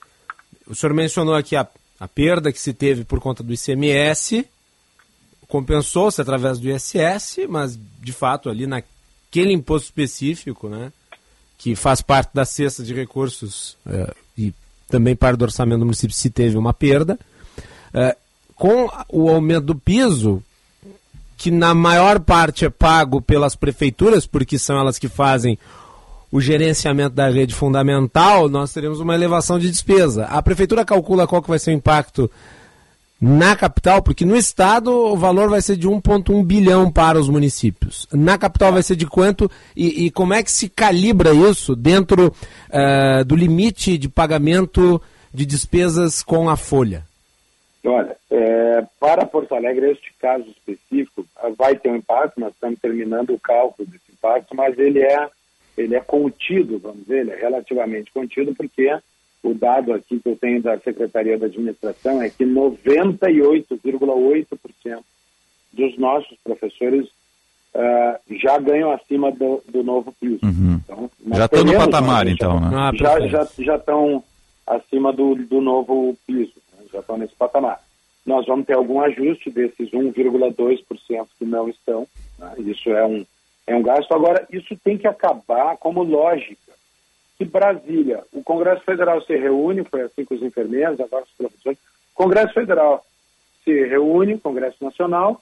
O senhor mencionou aqui a, a perda que se teve por conta do I C M S, compensou-se através do I S S, mas, de fato, ali naquele imposto específico, né, que faz parte da cesta de recursos é, e também parte do orçamento do município, se teve uma perda. É, com o aumento do piso, que na maior parte é pago pelas prefeituras, porque são elas que fazem o gerenciamento da rede fundamental, nós teremos uma elevação de despesa. A prefeitura calcula qual que vai ser o impacto na capital, porque no estado o valor vai ser de um vírgula um bilhão para os municípios. Na capital vai ser de quanto? E, e como é que se calibra isso dentro uh, do limite de pagamento de despesas com a folha?
Olha, é, para Porto Alegre, este caso específico vai ter um impacto, nós estamos terminando o cálculo desse impacto, mas ele é, ele é contido, vamos dizer, ele é relativamente contido, porque o dado aqui que eu tenho da Secretaria da Administração é que noventa e oito vírgula oito por cento dos nossos professores uh, já ganham acima do, do novo piso.
Uhum. Então, já estão no patamar, então, né?
Ah, já, já, já estão acima do, do novo piso. Já estão nesse patamar. Nós vamos ter algum ajuste desses um vírgula dois por cento que não estão, né? Isso é um, é um gasto. Agora, isso tem que acabar como lógica. Que Brasília, o Congresso Federal se reúne, foi assim com os enfermeiros, agora os professores, o Congresso Federal se reúne, o Congresso Nacional,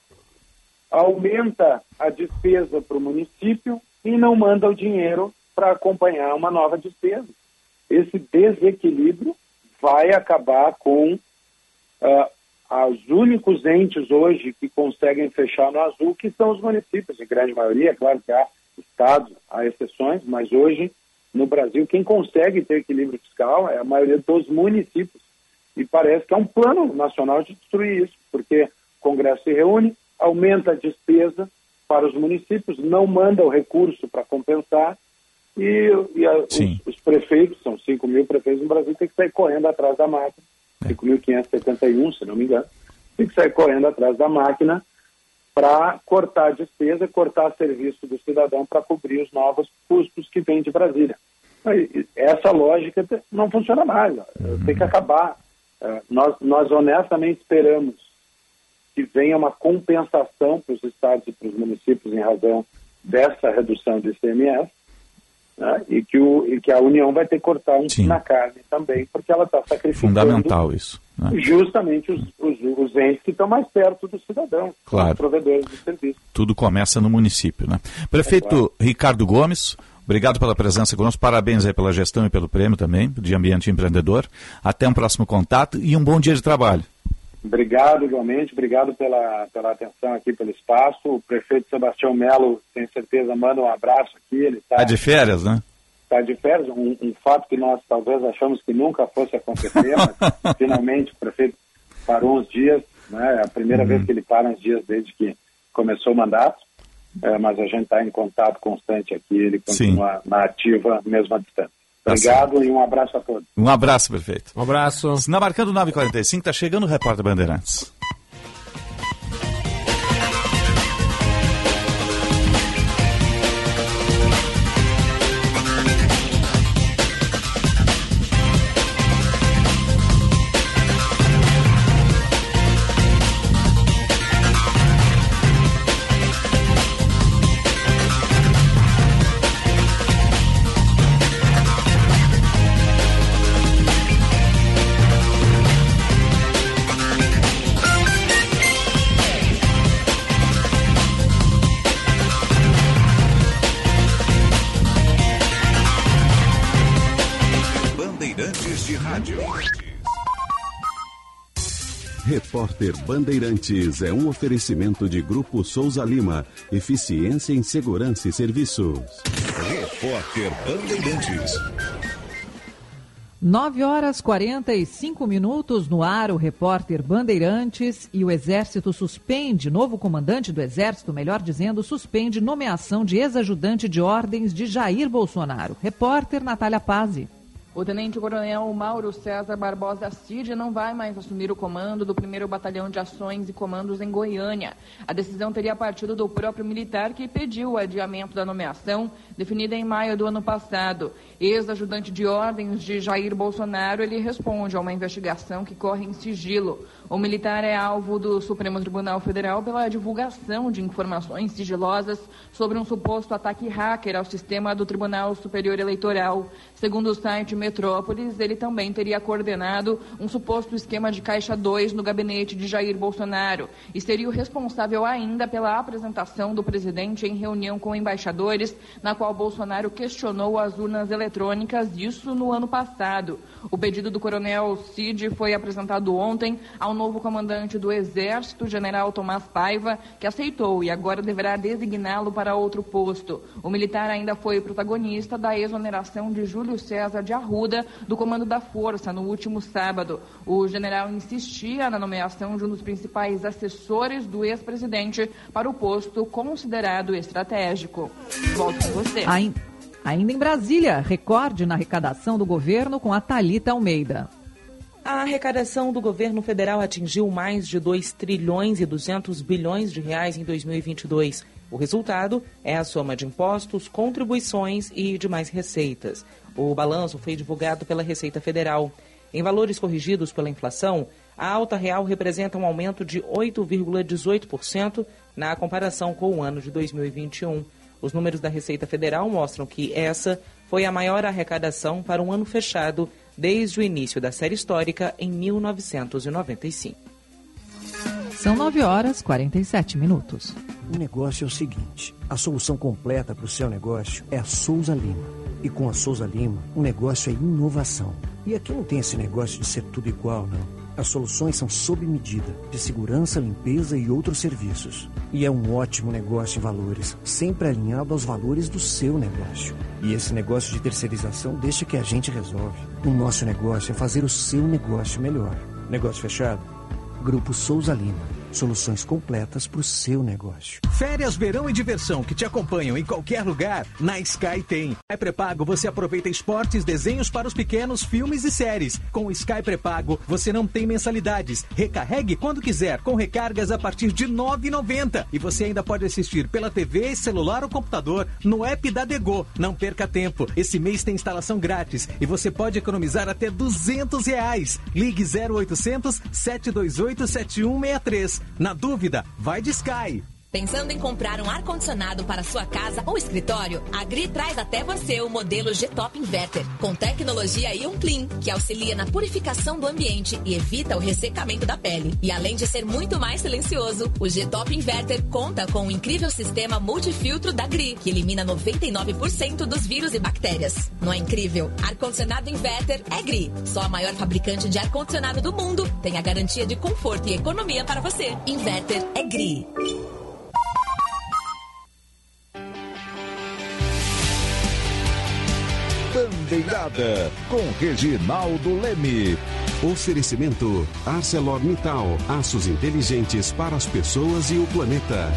aumenta a despesa para o município e não manda o dinheiro para acompanhar uma nova despesa. Esse desequilíbrio vai acabar com Uh, os únicos entes hoje que conseguem fechar no azul, que são os municípios, em grande maioria. É claro que há estados, há exceções, mas hoje, no Brasil, quem consegue ter equilíbrio fiscal é a maioria dos municípios. E parece que é um plano nacional de destruir isso, porque o Congresso se reúne, aumenta a despesa para os municípios, não manda o recurso para compensar, e, e a, os, os prefeitos, são cinco mil prefeitos no Brasil, tem que sair correndo atrás da máquina. cinco mil quinhentos e setenta e um, se não me engano, tem que sair correndo atrás da máquina para cortar a despesa, cortar serviço do cidadão para cobrir os novos custos que vêm de Brasília. Essa lógica não funciona mais, tem que acabar. Nós, nós honestamente esperamos que venha uma compensação para os estados e para os municípios em razão dessa redução do I C M S, né, e, que o, e que a União vai ter que cortar um Sim. na carne também, porque ela está sacrificando
fundamental isso, né?
Justamente os, os, os entes que estão mais perto do cidadão,
claro.
Os provedores de serviço.
Tudo começa no município, né? Prefeito é claro. Ricardo Gomes, obrigado pela presença conosco, parabéns aí pela gestão e pelo prêmio também, de Ambiente Empreendedor. Até um próximo contato e um bom dia de trabalho.
Obrigado, igualmente, obrigado pela, pela atenção aqui, pelo espaço. O prefeito Sebastião Melo, tenho certeza, manda um abraço aqui. Ele está
tá de férias, né?
Está de férias, um, um fato que nós talvez achamos que nunca fosse acontecer, mas finalmente o prefeito parou uns dias, né? É a primeira uhum. vez que ele para uns dias desde que começou o mandato, é, mas a gente está em contato constante aqui, ele continua Sim. na ativa, mesmo à distância. Obrigado e um abraço a todos.
Um abraço, prefeito.
Um abraço.
Na Marcando nove e quarenta e cinco, está chegando o Repórter Bandeirantes.
Repórter Bandeirantes é um oferecimento de Grupo Souza Lima. Eficiência em Segurança e Serviços.
Repórter Bandeirantes.
nove horas e quarenta e cinco minutos no ar, o Repórter Bandeirantes. E o Exército suspende, novo comandante do Exército, melhor dizendo, suspende nomeação de ex-ajudante de ordens de Jair Bolsonaro. Repórter Natália Pazzi.
O tenente-coronel Mauro César Barbosa Cid não vai mais assumir o comando do primeiro Batalhão de Ações e Comandos em Goiânia. A decisão teria partido do próprio militar que pediu o adiamento da nomeação, definida em maio do ano passado. Ex-ajudante de ordens de Jair Bolsonaro, ele responde a uma investigação que corre em sigilo. O militar é alvo do Supremo Tribunal Federal pela divulgação de informações sigilosas sobre um suposto ataque hacker ao sistema do Tribunal Superior Eleitoral. Segundo o site Metrópolis, ele também teria coordenado um suposto esquema de Caixa dois no gabinete de Jair Bolsonaro e seria o responsável ainda pela apresentação do presidente em reunião com embaixadores, na qual Bolsonaro questionou as urnas eletrônicas, isso no ano passado. O pedido do coronel Cid foi apresentado ontem ao novo comandante do Exército, general Tomás Paiva, que aceitou e agora deverá designá-lo para outro posto. O militar ainda foi protagonista da exoneração de Júlio César de Arruda do comando da Força no último sábado. O general insistia na nomeação de um dos principais assessores do ex-presidente para o posto considerado estratégico. Volto com você.
Ainda em Brasília, recorde na arrecadação do governo com a Thalita Almeida.
A arrecadação do governo federal atingiu mais de dois trilhões e duzentos bilhões de reais em dois mil e vinte e dois. O resultado é a soma de impostos, contribuições e demais receitas. O balanço foi divulgado pela Receita Federal. Em valores corrigidos pela inflação, a alta real representa um aumento de oito vírgula dezoito por cento na comparação com o ano de dois mil e vinte e um. Os números da Receita Federal mostram que essa foi a maior arrecadação para um ano fechado desde o início da série histórica em mil novecentos e noventa e cinco.
São nove horas e quarenta e sete minutos.
O negócio é o seguinte, a solução completa para o seu negócio é a Souza Lima. E com a Souza Lima, o negócio é inovação. E aqui não tem esse negócio de ser tudo igual, não. As soluções são sob medida, de segurança, limpeza e outros serviços. E é um ótimo negócio em valores, sempre alinhado aos valores do seu negócio. E esse negócio de terceirização deixa que a gente resolve. O nosso negócio é fazer o seu negócio melhor. Negócio fechado? Grupo Souza Lima. Soluções completas para o seu negócio.
Férias, verão e diversão que te acompanham em qualquer lugar, na Sky tem. É pré-pago, você aproveita esportes, desenhos para os pequenos, filmes e séries. Com o Sky pré-pago, você não tem mensalidades. Recarregue quando quiser, com recargas a partir de nove reais e noventa centavos. E você ainda pode assistir pela T V, celular ou computador no app da Dego. Não perca tempo, esse mês tem instalação grátis e você pode economizar até duzentos reais. Ligue zero oitocentos, sete dois oito, sete um seis três. Na dúvida, vai de Sky.
Pensando em comprar um ar-condicionado para sua casa ou escritório? A Gri traz até você o modelo G-Top Inverter, com tecnologia Ion Clean, que auxilia na purificação do ambiente e evita o ressecamento da pele. E além de ser muito mais silencioso, o G-Top Inverter conta com o incrível sistema multifiltro da Gri, que elimina noventa e nove por cento dos vírus e bactérias. Não é incrível? Ar-condicionado Inverter é Gri. Só a maior fabricante de ar-condicionado do mundo tem a garantia de conforto e economia para você. Inverter é Gri.
Bandeirada, com Reginaldo Leme.
Oferecimento ArcelorMittal, aços inteligentes para as pessoas e o planeta.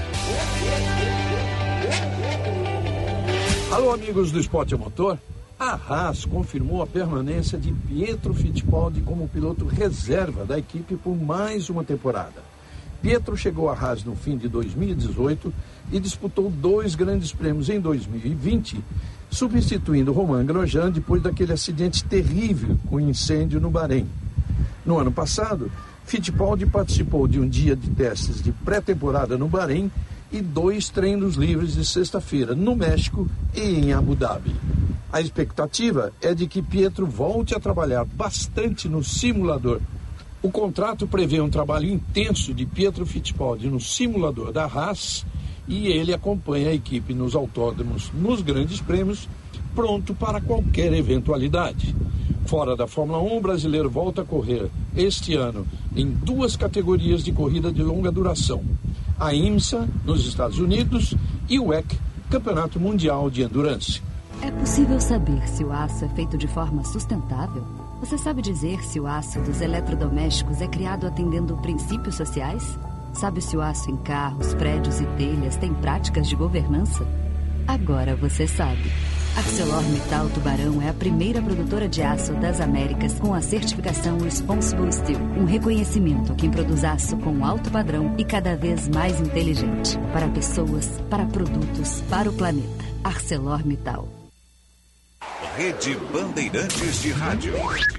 Alô, amigos do Esporte a Motor. A Haas confirmou a permanência de Pietro Fittipaldi como piloto reserva da equipe por mais uma temporada. Pietro chegou à Haas no fim de dois mil e dezoito e disputou dois grandes prêmios em dois mil e vinte, substituindo Romain Grosjean depois daquele acidente terrível com o incêndio no Bahrein. No ano passado, Fittipaldi participou de um dia de testes de pré-temporada no Bahrein e dois treinos livres de sexta-feira no México e em Abu Dhabi. A expectativa é de que Pietro volte a trabalhar bastante no simulador. O contrato prevê um trabalho intenso de Pietro Fittipaldi no simulador da Haas e ele acompanha a equipe nos autódromos, nos grandes prêmios, pronto para qualquer eventualidade. Fora da Fórmula um, o brasileiro volta a correr este ano em duas categorias de corrida de longa duração. A IMSA, nos Estados Unidos, e o W E C, Campeonato Mundial de Endurance.
É possível saber se o aço é feito de forma sustentável? Você sabe dizer se o aço dos eletrodomésticos é criado atendendo princípios sociais? Sabe se o aço em carros, prédios e telhas tem práticas de governança? Agora você sabe. ArcelorMittal Tubarão é a primeira produtora de aço das Américas com a certificação Responsible Steel, um reconhecimento a quem produz aço com alto padrão e cada vez mais inteligente. Para pessoas, para produtos, para o planeta. ArcelorMittal.
Rede Bandeirantes de Rádio.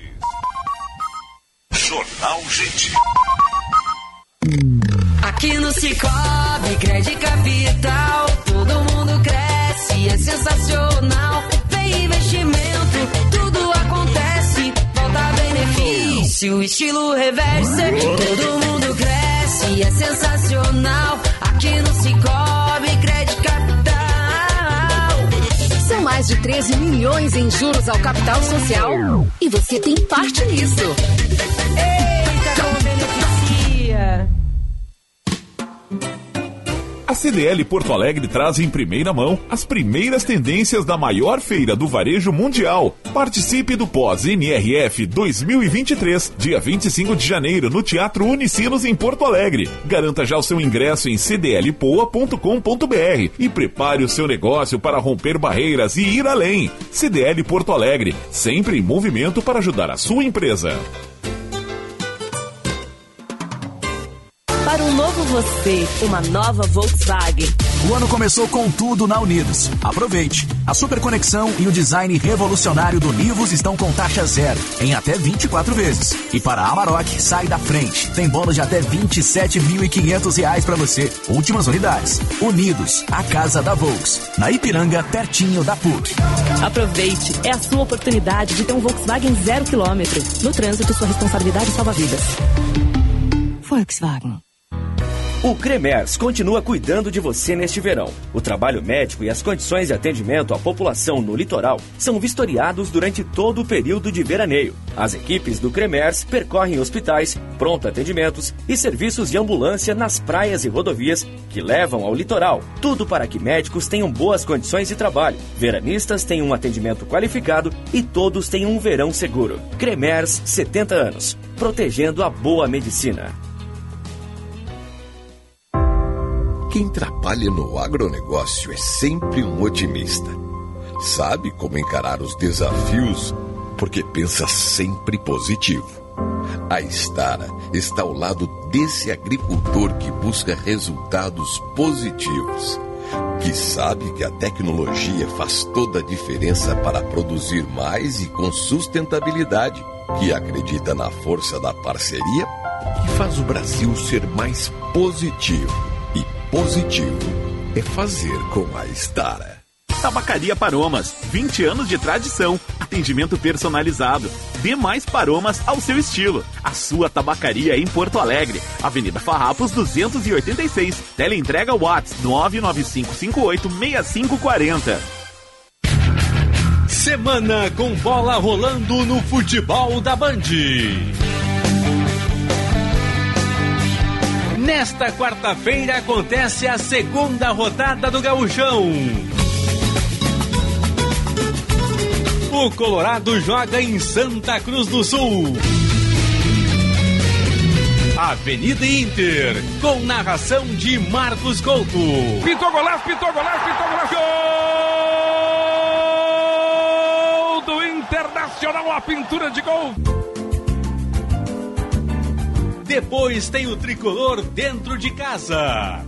Jornal Gente.
Aqui no Cicobi, Crédito Capital, todo mundo cresce, é sensacional. Vem investimento, tudo acontece, volta benefício, estilo reverso. Todo mundo cresce, é sensacional. Aqui no Cicobi, Crédito Capital.
São mais de treze milhões em juros ao capital social e você tem parte nisso.
Eita, como beneficia!
A C D L Porto Alegre traz em primeira mão as primeiras tendências da maior feira do varejo mundial. Participe do Pós-N R F dois mil e vinte e três, dia vinte e cinco de janeiro, no Teatro Unicinos, em Porto Alegre. Garanta já o seu ingresso em c d l poa ponto com ponto b r e prepare o seu negócio para romper barreiras e ir além. C D L Porto Alegre, sempre em movimento para ajudar a sua empresa.
Para um novo você, uma nova Volkswagen.
O ano começou com tudo na Unidos. Aproveite! A super conexão e o design revolucionário do Nivus estão com taxa zero, em até vinte e quatro vezes. E para a Amarok, sai da frente. Tem bônus de até vinte e sete mil e quinhentos reais para você. Últimas unidades. Unidos, a casa da Volks. Na Ipiranga, pertinho da P U C.
Aproveite! É a sua oportunidade de ter um Volkswagen zero quilômetro. No trânsito, sua responsabilidade salva vidas. Volkswagen.
O Cremers continua cuidando de você neste verão. O trabalho médico e as condições de atendimento à população no litoral são vistoriados durante todo o período de veraneio. As equipes do Cremers percorrem hospitais, pronto atendimentos e serviços de ambulância nas praias e rodovias que levam ao litoral. Tudo para que médicos tenham boas condições de trabalho, veranistas tenham um atendimento qualificado e todos tenham um verão seguro. Cremers, setenta anos, protegendo a boa medicina.
Quem trabalha no agronegócio é sempre um otimista. Sabe como encarar os desafios, porque pensa sempre positivo. A Stara está ao lado desse agricultor que busca resultados positivos, que sabe que a tecnologia faz toda a diferença para produzir mais e com sustentabilidade, que acredita na força da parceria, que faz o Brasil ser mais positivo. Positivo é fazer com a Stara.
Tabacaria Paromas, vinte anos de tradição, atendimento personalizado. Dê mais Paromas ao seu estilo. A sua tabacaria em Porto Alegre, Avenida Farrapos duzentos e oitenta e seis. Teleentrega WhatsApp nove nove cinco cinco oito seis cinco quatro zero.
Semana com bola rolando no futebol da Band. Nesta quarta-feira acontece a segunda rodada do Gauchão. O Colorado joga em Santa Cruz do Sul. Avenida Inter, com narração de Marcos Couto.
Pitou golaço, pitou golaço, pitou golaço. Gol do Internacional, a pintura de gol.
Depois tem o tricolor dentro de casa.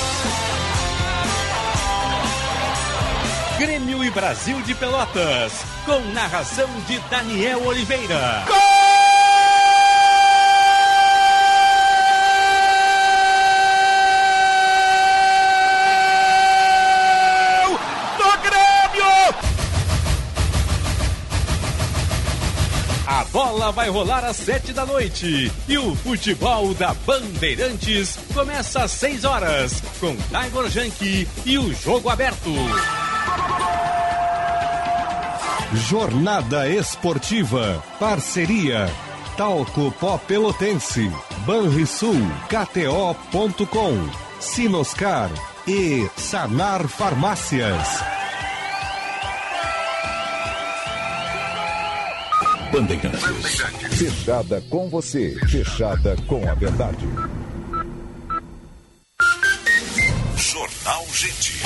Grêmio e Brasil de Pelotas, com narração de Daniel Oliveira. Gol
do Grêmio!
A bola vai rolar às sete da noite e o futebol da Bandeirantes começa às seis horas com Tiger Junk e o jogo aberto.
Jornada Esportiva. Parceria Talco Pó Pelotense, Banrisul, K T O ponto com, Sinoscar e Sanar Farmácias.
Bandeirantes.
Fechada com você, fechada com a verdade.
Jornal Gente.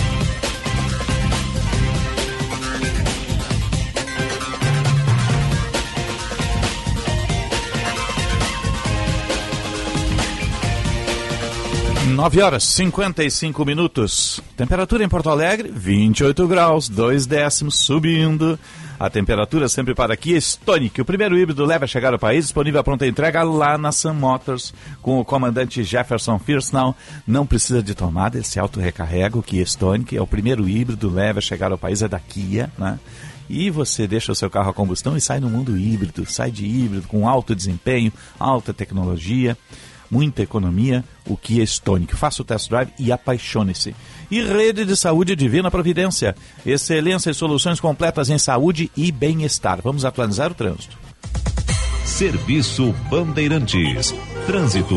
nove horas e cinquenta e cinco minutos. Temperatura em Porto Alegre, vinte e oito graus, dois décimos, subindo. A temperatura sempre para Kia Stonic. O primeiro híbrido leve a chegar ao país, disponível a pronta entrega lá na Sun Motors, com o comandante Jefferson Firstnall. Não precisa de tomada, ele se auto-recarrega. O Kia Stonic é o primeiro híbrido leve a chegar ao país, é da Kia, né? E você deixa o seu carro a combustão e sai no mundo híbrido. Sai de híbrido com alto desempenho, alta tecnologia, muita economia, o Kia Stonic. Faça o test drive e apaixone-se. E Rede de Saúde Divina Providência. Excelência e soluções completas em saúde e bem-estar. Vamos atualizar o trânsito.
Serviço Bandeirantes. Trânsito.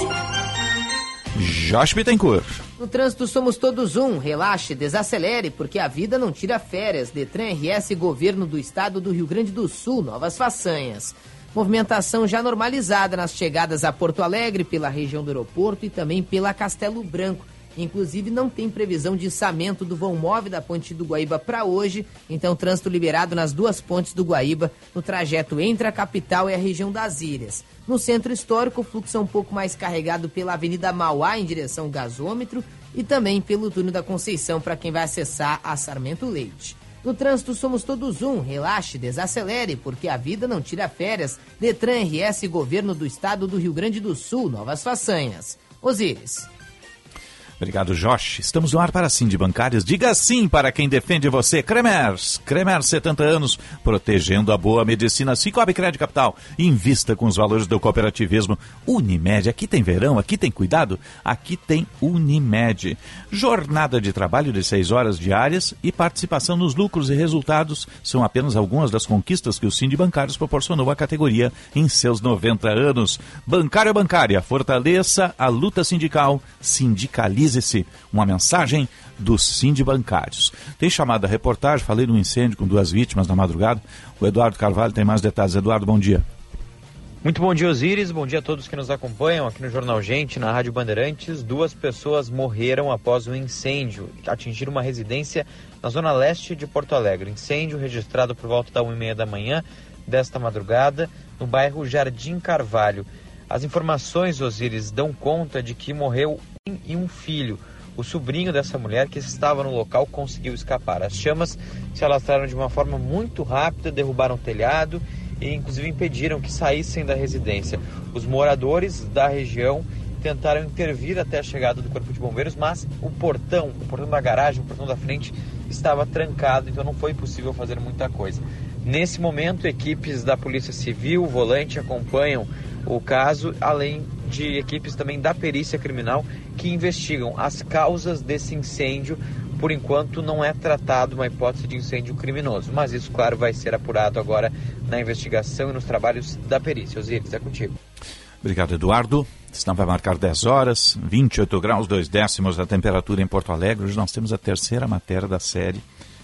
Josh Bittencourt.
No trânsito somos todos um. Relaxe, desacelere, porque a vida não tira férias. Detran R S Governo do Estado do Rio Grande do Sul. Novas façanhas. Movimentação já normalizada nas chegadas a Porto Alegre, pela região do aeroporto e também pela Castelo Branco. Inclusive, não tem previsão de içamento do vão móvel da Ponte do Guaíba para hoje, então trânsito liberado nas duas pontes do Guaíba, no trajeto entre a capital e a região das Ilhas. No centro histórico, o fluxo é um pouco mais carregado pela Avenida Mauá, em direção ao gasômetro, e também pelo túnel da Conceição, para quem vai acessar a Sarmento Leite. No trânsito somos todos um. Relaxe, desacelere, porque a vida não tira férias. Detran R S Governo do Estado do Rio Grande do Sul. Novas façanhas. Osíris.
Obrigado, Josh. Estamos no ar para Sim de Bancários. Diga sim para quem defende você. Cremers. Cremers, setenta anos, protegendo a boa medicina. Cicobi Crédito Capital. Invista com os valores do cooperativismo. Unimed. Aqui tem verão, aqui tem cuidado, aqui tem Unimed. Jornada de trabalho de seis horas diárias e participação nos lucros e resultados são apenas algumas das conquistas que o Sim de Bancários proporcionou à categoria em seus noventa anos. Bancário Bancária. Fortaleça a luta sindical. Sindicalize uma mensagem do Sind Bancários. Tem chamada reportagem, falei de um incêndio com duas vítimas na madrugada. O Eduardo Carvalho tem mais detalhes. Eduardo, bom dia.
Muito bom dia, Osíris. Bom dia a todos que nos acompanham aqui no Jornal Gente, na Rádio Bandeirantes. Duas pessoas morreram após um incêndio que atingiu uma residência na zona leste de Porto Alegre. Incêndio registrado por volta da uma e meia da manhã desta madrugada, no bairro Jardim Carvalho. As informações, Osíris, dão conta de que morreu e um filho. O sobrinho dessa mulher que estava no local conseguiu escapar. As chamas se alastraram de uma forma muito rápida, derrubaram o telhado e inclusive impediram que saíssem da residência. Os moradores da região tentaram intervir até a chegada do Corpo de Bombeiros, mas o portão, o portão da garagem, o portão da frente estava trancado, então não foi possível fazer muita coisa. Nesse momento, equipes da Polícia Civil, Volante, acompanham o caso, além de equipes também da perícia criminal que investigam as causas desse incêndio. Por enquanto não é tratado uma hipótese de incêndio criminoso, mas isso, claro, vai ser apurado agora na investigação e nos trabalhos da perícia. Osíris, é contigo.
Obrigado, Eduardo. Senão vai marcar dez horas, vinte e oito graus, dois décimos a temperatura em Porto Alegre. Hoje nós temos a terceira matéria da série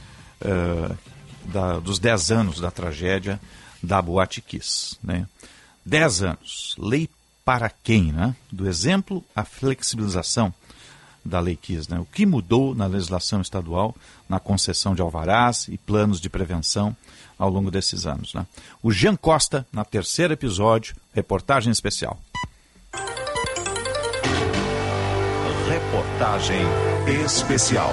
uh, da, dos dez anos da tragédia da Boate Kiss, né? dez anos, lei para quem, né? Do exemplo à flexibilização da Lei Kiss, né? O que mudou na legislação estadual, na concessão de alvarás e planos de prevenção ao longo desses anos, né? O Jean Costa, na terceiro episódio, reportagem especial.
Reportagem especial.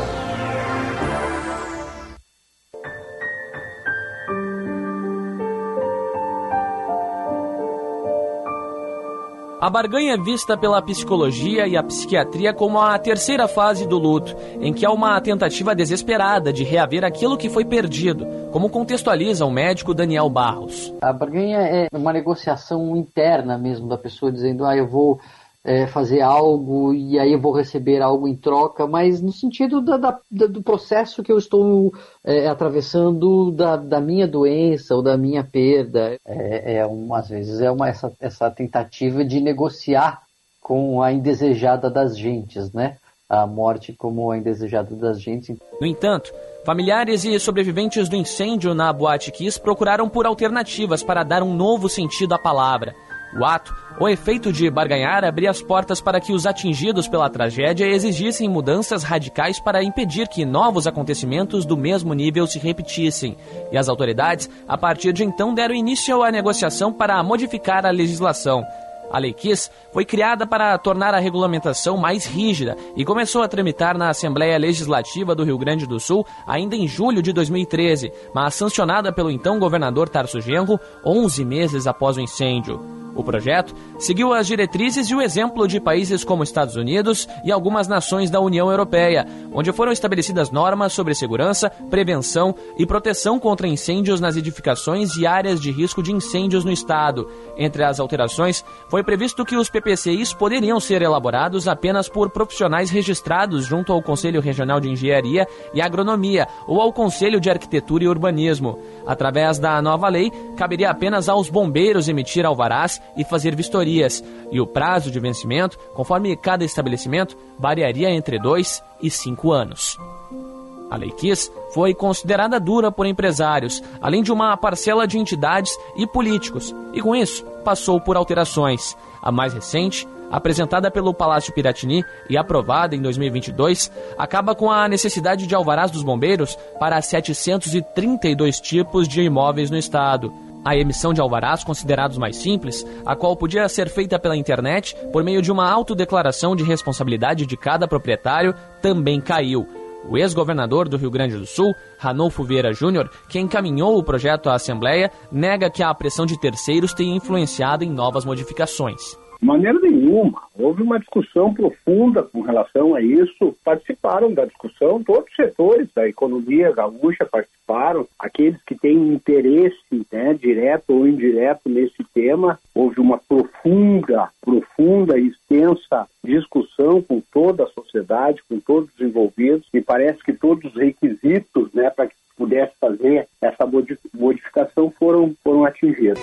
A barganha é vista pela psicologia e a psiquiatria como a terceira fase do luto, em que há uma tentativa desesperada de reaver aquilo que foi perdido, como contextualiza o médico Daniel Barros.
A barganha é uma negociação interna mesmo da pessoa, dizendo, ah, eu vou é, fazer algo e aí eu vou receber algo em troca, mas no sentido da, da, do processo que eu estou é, atravessando da, da minha doença ou da minha perda. É, é uma, às vezes é uma, essa, essa tentativa de negociar com a indesejada das gentes, né? A morte como a indesejada das gentes.
No entanto, familiares e sobreviventes do incêndio na Boate Kiss procuraram por alternativas para dar um novo sentido à palavra. O ato, o efeito de barganhar, abria as portas para que os atingidos pela tragédia exigissem mudanças radicais para impedir que novos acontecimentos do mesmo nível se repetissem. E as autoridades, a partir de então, deram início à negociação para modificar a legislação. A Lei Kiss foi criada para tornar a regulamentação mais rígida e começou a tramitar na Assembleia Legislativa do Rio Grande do Sul ainda em julho de dois mil e treze, mas sancionada pelo então governador Tarso Genro onze meses após o incêndio. O projeto seguiu as diretrizes e o exemplo de países como Estados Unidos e algumas nações da União Europeia, onde foram estabelecidas normas sobre segurança, prevenção e proteção contra incêndios nas edificações e áreas de risco de incêndios no estado. Entre as alterações, foi previsto que os P P C Is poderiam ser elaborados apenas por profissionais registrados junto ao Conselho Regional de Engenharia e Agronomia ou ao Conselho de Arquitetura e Urbanismo. Através da nova lei, caberia apenas aos bombeiros emitir alvarás e fazer vistorias, e o prazo de vencimento, conforme cada estabelecimento, variaria entre dois e cinco anos. A Lei Kiss foi considerada dura por empresários, além de uma parcela de entidades e políticos, e com isso passou por alterações. A mais recente, apresentada pelo Palácio Piratini e aprovada em dois mil e vinte e dois, acaba com a necessidade de alvarás dos bombeiros para setecentos e trinta e dois tipos de imóveis no estado. A emissão de alvarás considerados mais simples, a qual podia ser feita pela internet por meio de uma autodeclaração de responsabilidade de cada proprietário, também caiu. O ex-governador do Rio Grande do Sul, Ranolfo Vieira Júnior, que encaminhou o projeto à Assembleia, nega que a pressão de terceiros tenha influenciado em novas modificações.
De maneira nenhuma. Houve uma discussão profunda com relação a isso. Participaram da discussão todos os setores da economia gaúcha, participaram. Aqueles que têm interesse, né, direto ou indireto nesse tema. Houve uma profunda, profunda e extensa discussão com toda a sociedade, com todos os envolvidos. Me parece que todos os requisitos, né, para que pudesse fazer essa modificação foram, foram atingidos.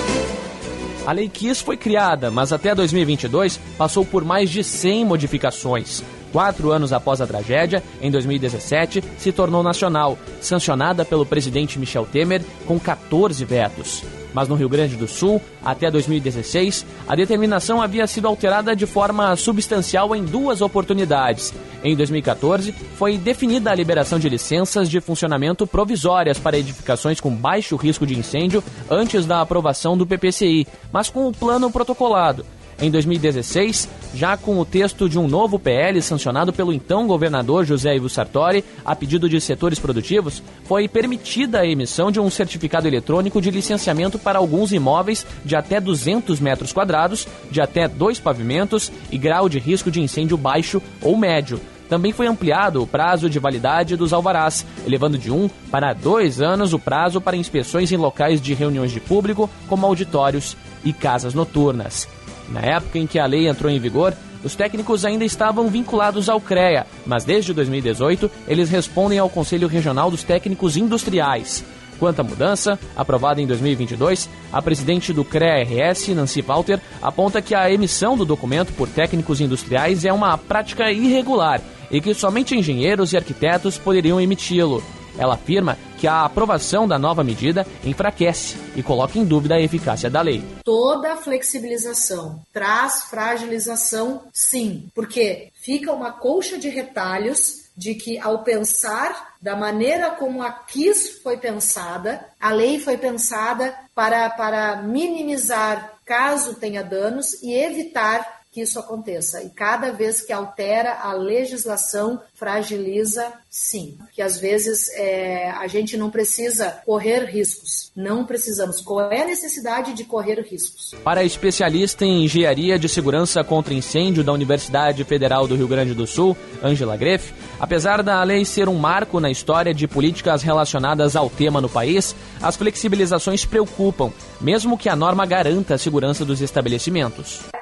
A Lei Kiss foi criada, mas até dois mil e vinte e dois passou por mais de cem modificações. Quatro anos após a tragédia, em dois mil e dezessete, se tornou nacional, sancionada pelo presidente Michel Temer, com quatorze vetos. Mas no Rio Grande do Sul, até dois mil e dezesseis, a determinação havia sido alterada de forma substancial em duas oportunidades. Em dois mil e quatorze, foi definida a liberação de licenças de funcionamento provisórias para edificações com baixo risco de incêndio antes da aprovação do P P C I, mas com o plano protocolado. Em dois mil e dezesseis, já com o texto de um novo P L sancionado pelo então governador José Ivo Sartori, a pedido de setores produtivos, foi permitida a emissão de um certificado eletrônico de licenciamento para alguns imóveis de até duzentos metros quadrados, de até dois pavimentos e grau de risco de incêndio baixo ou médio. Também foi ampliado o prazo de validade dos alvarás, elevando de um para dois anos o prazo para inspeções em locais de reuniões de público, como auditórios e casas noturnas. Na época em que a lei entrou em vigor, os técnicos ainda estavam vinculados ao CREA, mas desde dois mil e dezoito eles respondem ao Conselho Regional dos Técnicos Industriais. Quanto à mudança, aprovada em dois mil e vinte e dois, a presidente do CREA-R S, Nancy Walter, aponta que a emissão do documento por técnicos industriais é uma prática irregular e que somente engenheiros e arquitetos poderiam emiti-lo. Ela afirma que a aprovação da nova medida enfraquece e coloca em dúvida a eficácia da lei.
Toda flexibilização traz fragilização, sim, porque fica uma colcha de retalhos de que, ao pensar da maneira como a Kiss foi pensada, a lei foi pensada para, para minimizar caso tenha danos e evitar que isso aconteça. E cada vez que altera a legislação, fragiliza, sim. Que às vezes é, a gente não precisa correr riscos. Não precisamos. Qual é a necessidade de correr riscos?
Para a especialista em engenharia de segurança contra incêndio da Universidade Federal do Rio Grande do Sul, Ângela Greff, apesar da lei ser um marco na história de políticas relacionadas ao tema no país, as flexibilizações preocupam, mesmo que a norma garanta a segurança dos estabelecimentos.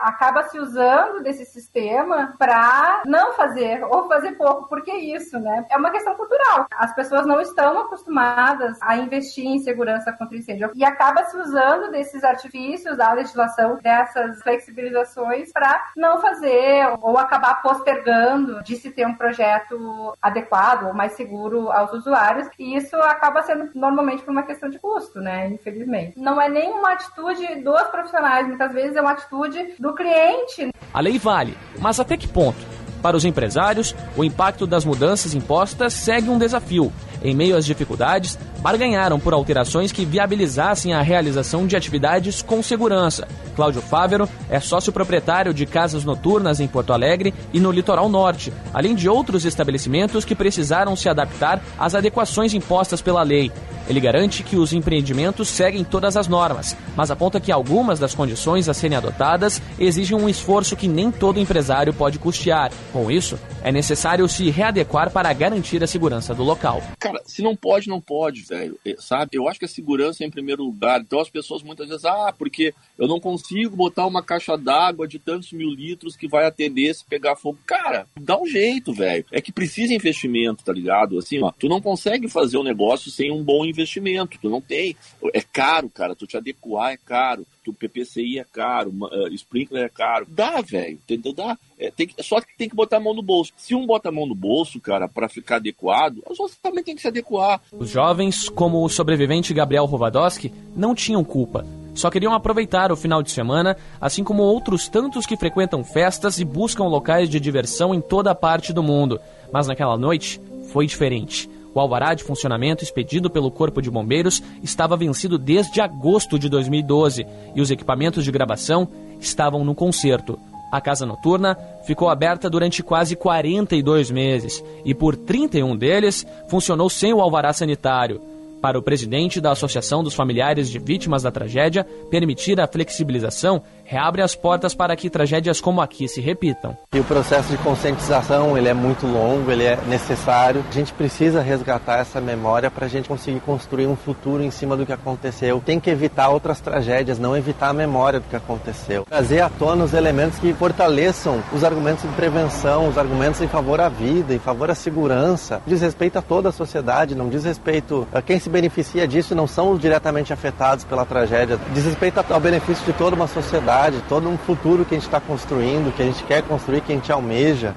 acaba se usando desse sistema para não fazer, ou fazer pouco. Por que isso, né? É uma questão cultural. As pessoas não estão acostumadas a investir em segurança contra incêndio e acaba se usando desses artifícios da legislação, dessas flexibilizações para não fazer ou acabar postergando de se ter um projeto adequado ou mais seguro aos usuários, e isso acaba sendo normalmente por uma questão de custo, né? Infelizmente. Não é nem uma atitude dos profissionais, muitas vezes é uma atitude do cliente.
A lei vale, mas até que ponto? Para os empresários, o impacto das mudanças impostas segue um desafio. Em meio às dificuldades, barganharam por alterações que viabilizassem a realização de atividades com segurança. Cláudio Fávero é sócio proprietário de casas noturnas em Porto Alegre e no Litoral Norte, além de outros estabelecimentos que precisaram se adaptar às adequações impostas pela lei. Ele garante que os empreendimentos seguem todas as normas, mas aponta que algumas das condições a serem adotadas exigem um esforço que nem todo empresário pode custear. Com isso, é necessário se readequar para garantir a segurança do local.
Cara, se não pode, não pode, velho, sabe? Eu acho que a segurança é em primeiro lugar. Então as pessoas muitas vezes, ah, porque eu não consigo botar uma caixa d'água de tantos mil litros que vai atender se pegar fogo. Cara, dá um jeito, velho. É que precisa investimento, tá ligado? Assim, ó, tu não consegue fazer um negócio sem um bom investimento. Tu não tem. É caro, cara. Tu te adequar é caro. Tu P P C I é caro. Uh, sprinkler é caro. Dá, velho. Entendeu? Dá. É, tem que, só que tem que botar a mão no bolso. Se um bota a mão no bolso, cara, pra ficar adequado, os outros também tem que se adequar.
Os jovens, como o sobrevivente Gabriel Rovadowski, não tinham culpa. Só queriam aproveitar o final de semana, assim como outros tantos que frequentam festas e buscam locais de diversão em toda a parte do mundo. Mas naquela noite foi diferente. O alvará de funcionamento expedido pelo Corpo de Bombeiros estava vencido desde agosto de dois mil e doze e os equipamentos de gravação estavam no conserto. A casa noturna ficou aberta durante quase quarenta e dois meses e por trinta e um deles funcionou sem o alvará sanitário. Para o presidente da Associação dos Familiares de Vítimas da Tragédia, permitir a flexibilização reabre as portas para que tragédias como aqui se repitam.
E o processo de conscientização, ele é muito longo, ele é necessário. A gente precisa resgatar essa memória para a gente conseguir construir um futuro em cima do que aconteceu. Tem que evitar outras tragédias, não evitar a memória do que aconteceu. Trazer à tona os elementos que fortaleçam os argumentos de prevenção, os argumentos em favor à vida, em favor à segurança. Diz respeito a toda a sociedade, não diz respeito a quem se beneficia disso, não são os diretamente afetados pela tragédia. Diz respeito ao benefício de toda uma sociedade, todo um futuro que a gente está construindo, que a gente quer construir, que a gente almeja.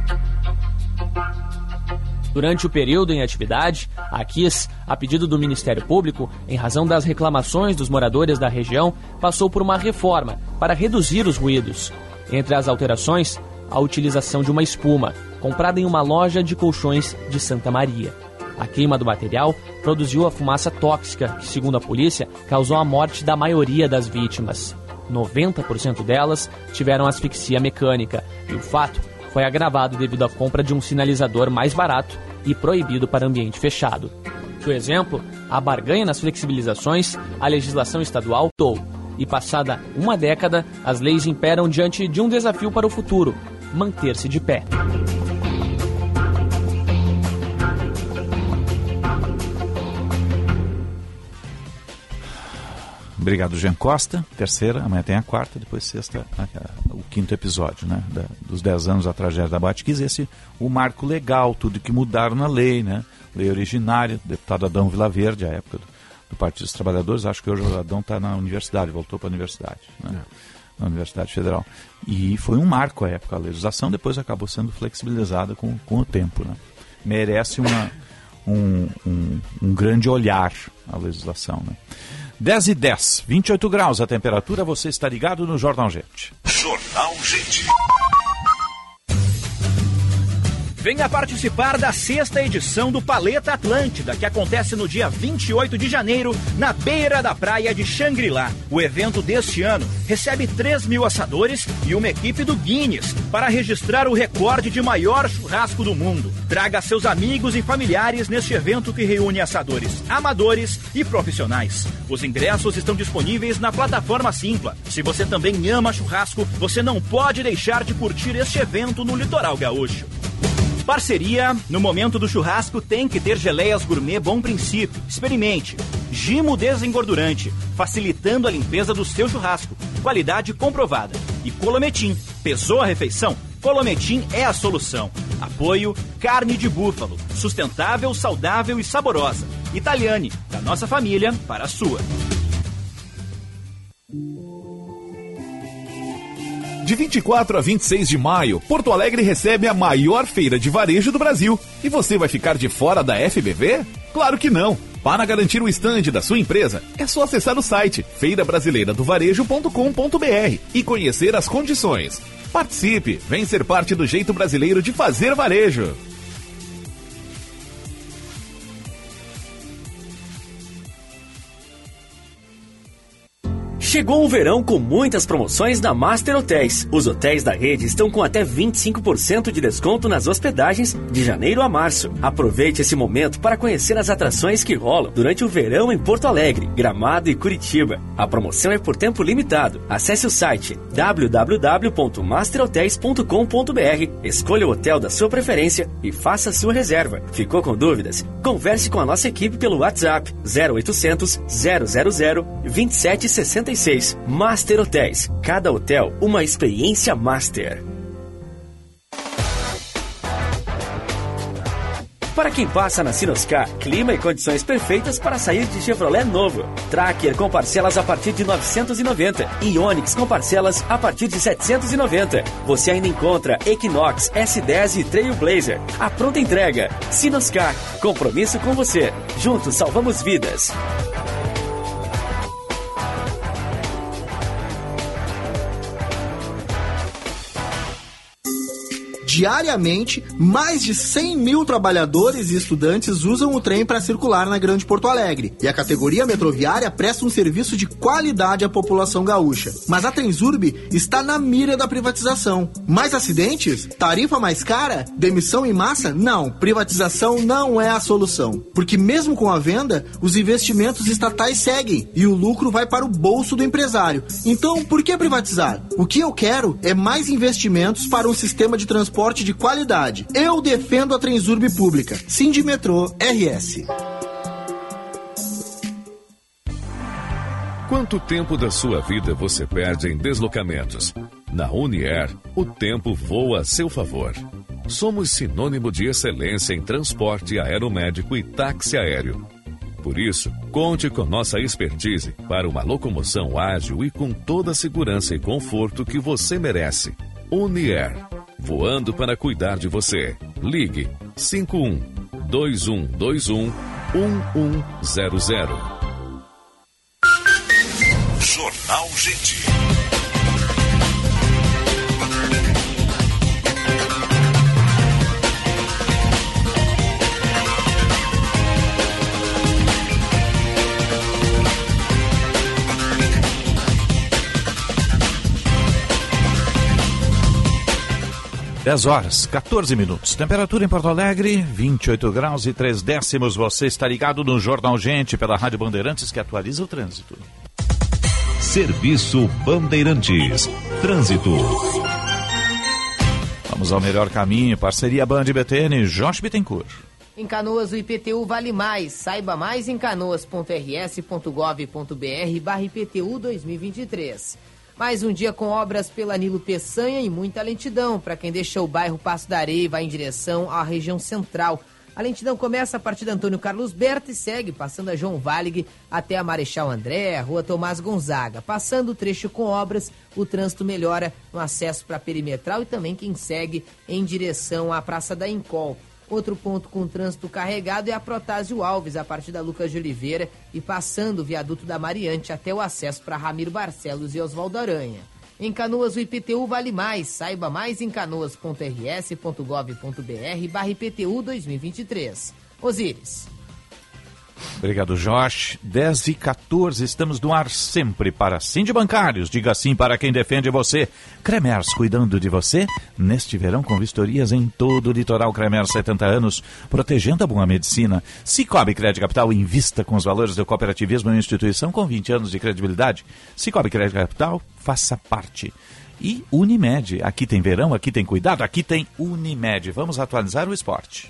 Durante o período em atividade, a Kiss, a pedido do Ministério Público, em razão das reclamações dos moradores da região, passou por uma reforma para reduzir os ruídos. Entre as alterações, a utilização de uma espuma, comprada em uma loja de colchões de Santa Maria. A queima do material produziu a fumaça tóxica que, segundo a polícia, causou a morte da maioria das vítimas. noventa por cento delas tiveram asfixia mecânica e o fato foi agravado devido à compra de um sinalizador mais barato e proibido para ambiente fechado. Por exemplo, a barganha nas flexibilizações, a legislação estadual tou e, passada uma década, as leis imperam diante de um desafio para o futuro: manter-se de pé.
Obrigado, Jean Costa. Terceira, amanhã tem a quarta, depois sexta, a, a, o quinto episódio, né? Da, dos dez anos da tragédia da Boate Kiss. Esse, o marco legal, tudo que mudaram na lei, né? Lei originária, deputado Adão Vilaverde, à época do, do Partido dos Trabalhadores. Acho que hoje o Adão está na universidade, voltou para a universidade, né? É. Na Universidade Federal. E foi um marco à época a legislação, depois acabou sendo flexibilizada com, com o tempo, né? Merece uma, um, um, um grande olhar a legislação, né? dez e dez, vinte e oito graus a temperatura, você está ligado no Jornal Gente.
Jornal Gente.
Venha participar da sexta edição do Paleta Atlântida, que acontece no dia vinte e oito de janeiro, na beira da praia de Xangri-Lá. O evento deste ano recebe três mil assadores e uma equipe do Guinness para registrar o recorde de maior churrasco do mundo. Traga seus amigos e familiares neste evento que reúne assadores amadores e profissionais. Os ingressos estão disponíveis na plataforma Simpla. Se você também ama churrasco, você não pode deixar de curtir este evento no Litoral Gaúcho. Parceria, no momento do churrasco tem que ter geleias gourmet Bom Princípio. Experimente. Gimo desengordurante, facilitando a limpeza do seu churrasco. Qualidade comprovada. E Colometim. Pesou a refeição? Colometim é a solução. Apoio carne de búfalo. Sustentável, saudável e saborosa. Italiane, da nossa família para a sua.
De vinte e quatro a vinte e seis de maio, Porto Alegre recebe a maior feira de varejo do Brasil. E você vai ficar de fora da F B V? Claro que não! Para garantir o estande da sua empresa, é só acessar o site feira brasileira do varejo ponto com ponto b r e conhecer as condições. Participe, vem ser parte do jeito brasileiro de fazer varejo.
Chegou o verão com muitas promoções na Master Hotéis. Os hotéis da rede estão com até vinte e cinco por cento de desconto nas hospedagens de janeiro a março. Aproveite esse momento para conhecer as atrações que rolam durante o verão em Porto Alegre, Gramado e Curitiba. A promoção é por tempo limitado. Acesse o site w w w ponto master hotels ponto com ponto b r, escolha o hotel da sua preferência e faça a sua reserva. Ficou com dúvidas? Converse com a nossa equipe pelo WhatsApp zero oitocentos, zero zero zero, vinte e sete sessenta e seis. Master Hotéis. Cada hotel, uma experiência master. Para quem passa na Sinoscar, clima e condições perfeitas para sair de Chevrolet novo. Tracker com parcelas a partir de novecentos e noventa e Onix com parcelas a partir de setecentos e noventa. Você ainda encontra Equinox, S dez e Trailblazer. A pronta entrega. Sinoscar. Compromisso com você. Juntos salvamos vidas.
Diariamente, mais de cem mil trabalhadores e estudantes usam o trem para circular na Grande Porto Alegre. E a categoria metroviária presta um serviço de qualidade à população gaúcha. Mas a Transurb está na mira da privatização. Mais acidentes? Tarifa mais cara? Demissão em massa? Não, privatização não é a solução. Porque mesmo com a venda, os investimentos estatais seguem e o lucro vai para o bolso do empresário. Então, por que privatizar? O que eu quero é mais investimentos para um sistema de transporte de qualidade. Eu defendo a Transurb pública. Sindimetrô R S.
Quanto tempo da sua vida você perde em deslocamentos? Na Unier, o tempo voa a seu favor. Somos sinônimo de excelência em transporte aeromédico e táxi aéreo. Por isso, conte com nossa expertise para uma locomoção ágil e com toda a segurança e conforto que você merece. Unier. Voando para cuidar de você. Ligue cinco um, dois um dois um, um um zero zero.
Jornal Gente.
dez horas, quatorze minutos. Temperatura em Porto Alegre, vinte e oito graus e três décimos. Você está ligado no Jornal Gente pela Rádio Bandeirantes, que atualiza o trânsito.
Serviço Bandeirantes. Trânsito.
Vamos ao melhor caminho. Parceria Band B T N, Josh Bittencourt.
Em Canoas, o I P T U vale mais. Saiba mais em canoas ponto r s ponto gov ponto b r barra I P T U dois mil e vinte e três. Mais um dia com obras pela Nilo Peçanha e muita lentidão para quem deixa o bairro Passo da Areia e vai em direção à região central. A lentidão começa a partir da Antônio Carlos Berta e segue passando a João Valig até a Marechal André, a Rua Tomás Gonzaga. Passando o trecho com obras, o trânsito melhora no acesso para a Perimetral e também quem segue em direção à Praça da Encol. Outro ponto com trânsito carregado é a Protásio Alves, a partir da Lucas de Oliveira e passando o viaduto da Mariante até o acesso para Ramiro Barcelos e Oswaldo Aranha. Em Canoas, o I P T U vale mais. Saiba mais em canoas ponto r s ponto gov ponto b r barra I P T U dois mil e vinte e três. Osíris.
Obrigado, Josh. dez e quatorze, estamos no ar sempre para Sim de Bancários. Diga sim para quem defende você. Cremers, cuidando de você neste verão com vistorias em todo o litoral. Cremers, setenta anos, protegendo a boa medicina. Cicobi Crédito Capital, invista com os valores do cooperativismo em uma instituição com vinte anos de credibilidade. Cicobi Crédito Capital, faça parte. E Unimed, aqui tem verão, aqui tem cuidado, aqui tem Unimed. Vamos atualizar o esporte.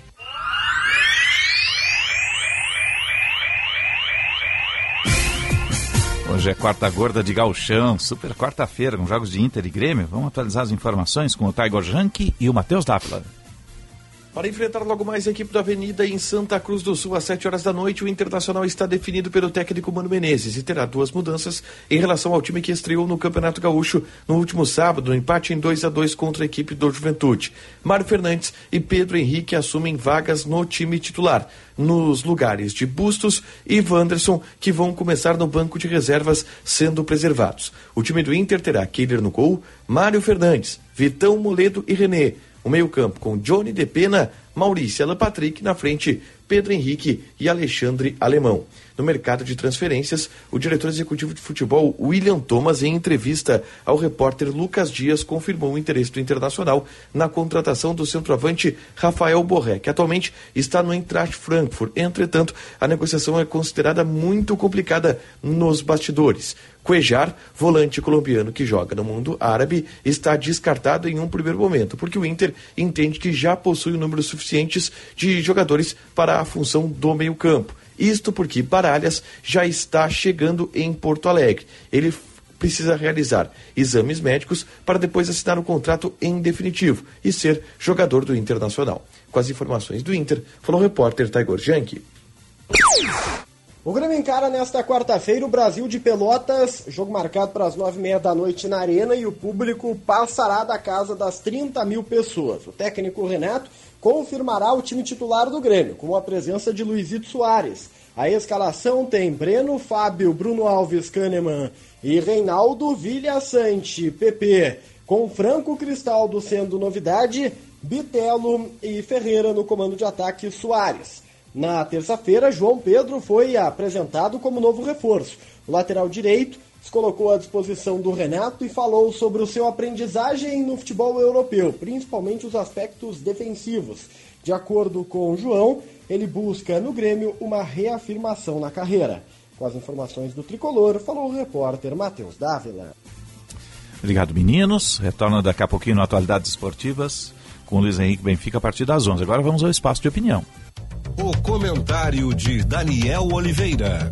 Hoje é quarta gorda de gauchão, super quarta-feira, com jogos de Inter e Grêmio. Vamos atualizar as informações com o Tiger Janke e o Matheus Dávila.
Para enfrentar logo mais a equipe da Avenida em Santa Cruz do Sul, às sete horas da noite, o Internacional está definido pelo técnico Mano Menezes e terá duas mudanças em relação ao time que estreou no Campeonato Gaúcho no último sábado, no empate em dois a dois contra a equipe do Juventude. Mário Fernandes e Pedro Henrique assumem vagas no time titular, nos lugares de Bustos e Wanderson, que vão começar no banco de reservas sendo preservados. O time do Inter terá Keiler no gol, Mário Fernandes, Vitão, Moledo e René. O meio-campo com Johnny de Pena, Maurício Alan Patrick na frente, Pedro Henrique e Alexandre Alemão. No mercado de transferências, o diretor executivo de futebol, William Thomas, em entrevista ao repórter Lucas Dias, confirmou o interesse do Internacional na contratação do centroavante Rafael Borré, que atualmente está no Eintracht Frankfurt. Entretanto, a negociação é considerada muito complicada nos bastidores. Cuejar, volante colombiano que joga no mundo árabe, está descartado em um primeiro momento, porque o Inter entende que já possui números suficientes de jogadores para a função do meio-campo. Isto porque Baralhas já está chegando em Porto Alegre. Ele precisa realizar exames médicos para depois assinar um contrato em definitivo e ser jogador do Internacional. Com as informações do Inter, falou o repórter Tiger Janke.
O Grêmio encara nesta quarta-feira o Brasil de Pelotas, jogo marcado para as nove e meia da noite na Arena, e o público passará da casa das trinta mil pessoas. O técnico Renato confirmará o time titular do Grêmio, com a presença de Luizito Soares. A escalação tem Breno, Fábio, Bruno Alves, Kahneman e Reinaldo, Vilhaçante, P P, com Franco Cristaldo sendo novidade, Bitelo e Ferreira no comando de ataque, Soares. Na terça-feira, João Pedro foi apresentado como novo reforço. O lateral direito se colocou à disposição do Renato e falou sobre o seu aprendizagem no futebol europeu, principalmente os aspectos defensivos. De acordo com o João, ele busca no Grêmio uma reafirmação na carreira. Com as informações do Tricolor, falou o repórter Matheus Dávila.
Obrigado, meninos. Retorna daqui a pouquinho no Atualidades Esportivas com o Luiz Henrique Benfica a partir das onze. Agora vamos ao espaço de opinião.
O comentário de Daniel Oliveira.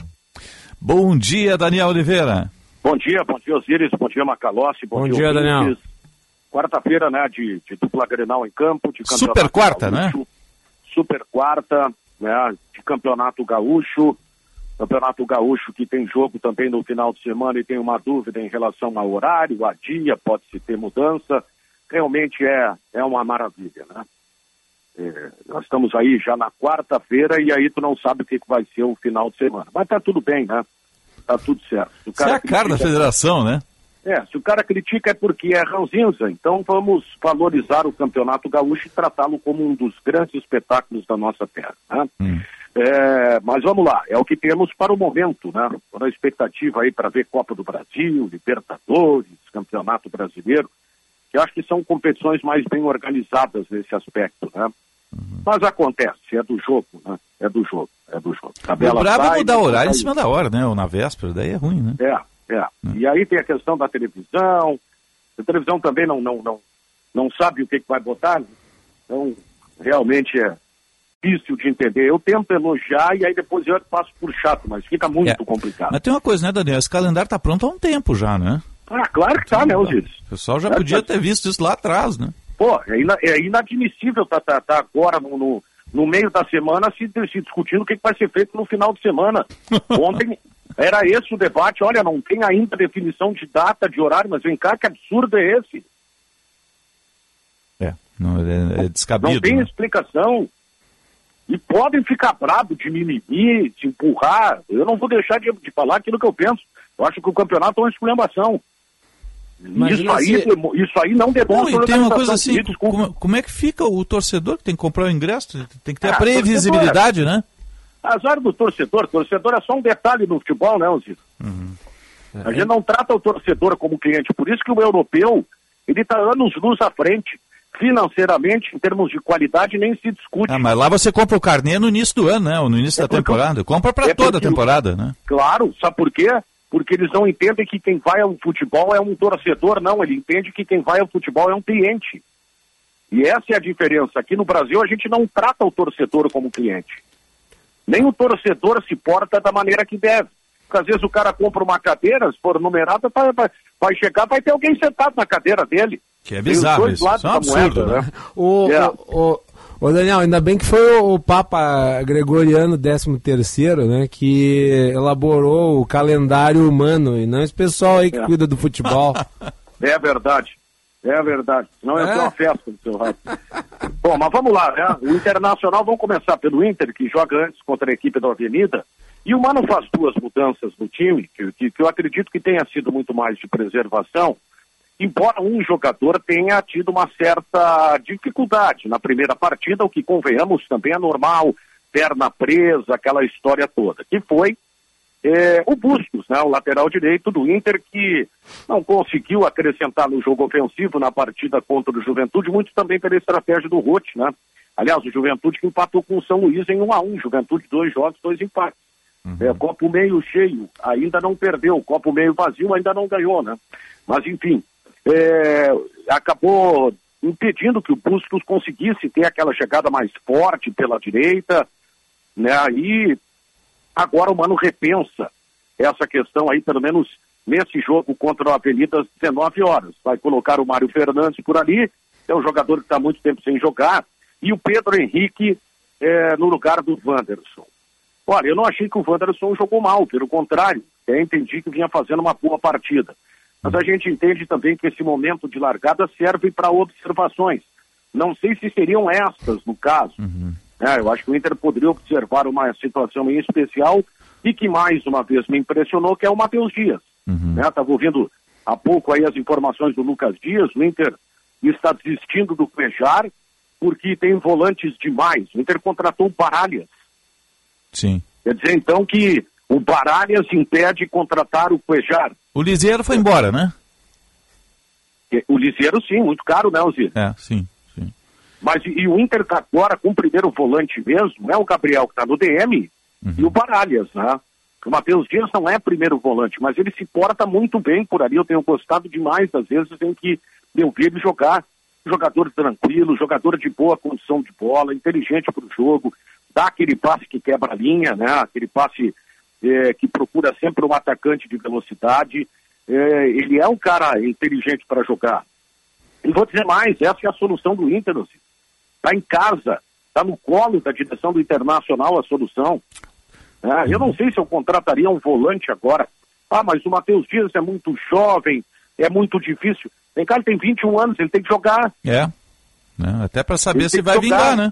Bom dia, Daniel Oliveira.
Bom dia, bom dia, Osiris, bom dia, Macalossi, bom,
bom
dia,
dia Daniel.
Quarta-feira, né, de, de dupla Grenal em campo, de campeonato
Super quarta,
gaúcho,
né?
Super quarta, né, de campeonato gaúcho, campeonato gaúcho que tem jogo também no final de semana e tem uma dúvida em relação ao horário, a dia, pode-se ter mudança, realmente é, é uma maravilha, né? É, nós estamos aí já na quarta-feira e aí tu não sabe o que, que vai ser o final de semana. Mas tá tudo bem, né? Tá tudo certo. O
cara Isso é a cara da federação, né?
É, se o cara critica é porque é ranzinza. Então vamos valorizar o Campeonato Gaúcho e tratá-lo como um dos grandes espetáculos da nossa terra, né? Hum. É, mas vamos lá, é o que temos para o momento, né? Toda a expectativa aí para ver Copa do Brasil, Libertadores, Campeonato Brasileiro, que eu acho que são competições mais bem organizadas nesse aspecto, né? Uhum. Mas acontece, é do jogo, né? É do jogo, é do jogo.
O brabo é mudar horário em cima da hora, né? Ou na véspera, daí é ruim, né?
É, é. Uhum. E aí tem a questão da televisão, a televisão também não, não, não, não sabe o que, que vai botar, né? Então realmente é difícil de entender. Eu tento elogiar e aí depois eu passo por chato, mas fica muito é. complicado.
Mas tem uma coisa, né, Daniel? Esse calendário tá pronto há um tempo já, né?
Ah, claro que tá, né, Osiris?
O pessoal já é, podia ter visto isso lá atrás, né?
Pô, é, ina, é inadmissível tá, tá, tá agora no, no, no meio da semana se, se discutindo o que, que vai ser feito no final de semana. Ontem era esse o debate, olha, não tem ainda definição de data, de horário, mas vem cá, que absurdo é esse?
É, não, é, é descabido.
Não tem
né?
explicação. E podem ficar bravos de mimimi, de empurrar. Eu não vou deixar de, de falar aquilo que eu penso. Eu acho que o campeonato é uma exclamação. Isso aí, se... isso aí não demonstra...
Não, e tem uma coisa assim, como, como é que fica o torcedor que tem que comprar o ingresso? Tem que ter ah, a previsibilidade, torcedor, né?
Azar do torcedor. Torcedor é só um detalhe no futebol, né, Osiris? Uhum. É. A gente não trata o torcedor como cliente. Por isso que o europeu, ele está anos-luz à frente. Financeiramente, em termos de qualidade, nem se discute.
Ah, mas lá você compra o carnê no início do ano, né? Ou no início é da temporada. Compra para é toda a temporada, né?
Claro, sabe por quê? Porque eles não entendem que quem vai ao futebol é um torcedor, não. Ele entende que quem vai ao futebol é um cliente. E essa é a diferença. Aqui no Brasil, a gente não trata o torcedor como cliente. Nem o torcedor se porta da maneira que deve. Porque às vezes o cara compra uma cadeira, se for numerada, vai, vai, vai chegar, vai ter alguém sentado na cadeira dele.
Que é bizarro isso. Isso é um absurdo,
moeda, né? né? O, é. o, o, o Daniel, ainda bem que foi o, o Papa Gregoriano décimo terceiro, né, que elaborou o calendário humano, e não esse pessoal aí que é. cuida do futebol.
É verdade. É verdade. Não é, é uma festa do seu rato. Bom, mas vamos lá, né? O Internacional, vamos começar pelo Inter, que joga antes contra a equipe da Avenida. E o Mano faz duas mudanças no time, que, que, que eu acredito que tenha sido muito mais de preservação, embora um jogador tenha tido uma certa dificuldade na primeira partida, o que, convenhamos, também é normal, perna presa, aquela história toda, que foi é, o Bustos, né, o lateral direito do Inter, que não conseguiu acrescentar no jogo ofensivo na partida contra o Juventude, muito também pela estratégia do Roth, né? Aliás, o Juventude que empatou com o São Luís em um a um, Juventude dois jogos, dois empates. Uhum. É, copo meio cheio, ainda não perdeu, copo meio vazio, ainda não ganhou, né? Mas, enfim, é, acabou impedindo que o Bustos conseguisse ter aquela chegada mais forte pela direita, né? E agora o Mano repensa essa questão aí, pelo menos nesse jogo contra a Avenida às dezenove horas. Vai colocar o Mário Fernandes por ali, é um jogador que está há muito tempo sem jogar, e o Pedro Henrique é, no lugar do Wanderson. Olha, eu não achei que o Wanderson jogou mal, pelo contrário, até entendi que vinha fazendo uma boa partida. Mas a gente entende também que esse momento de largada serve para observações. Não sei se seriam estas, no caso. Uhum. É, eu acho que o Inter poderia observar uma situação em especial e que mais uma vez me impressionou, que é o Matheus Dias. Uhum. Né? Estava ouvindo há pouco aí as informações do Lucas Dias. O Inter está desistindo do Cuejar porque tem volantes demais. O Inter contratou o Baralhas.
Sim.
Quer dizer, então, que o Baralhas impede contratar o Cuejar.
O Liseiro foi embora, né?
O Liseiro, sim, muito caro, né, Ozir?
É, sim, sim.
Mas e, e o Inter agora com o primeiro volante mesmo, é o Gabriel que está no D M, uhum. e o Baralhas, né? O Matheus Dias não é primeiro volante, mas ele se porta muito bem por ali. Eu tenho gostado demais das vezes em que eu vi ele jogar. Jogador tranquilo, jogador de boa condição de bola, inteligente para o jogo, dá aquele passe que quebra a linha, né? Aquele passe é, que procura sempre um atacante de velocidade. É, ele é um cara inteligente para jogar. E vou dizer mais, essa é a solução do Inter. Está em casa, está no colo da direção do Internacional a solução. É, eu não sei se eu contrataria um volante agora. Ah, mas o Matheus Dias é muito jovem, é muito difícil. Tem cara, ele tem vinte e um anos, ele tem que jogar.
É, né? Até para saber se vai vingar, né?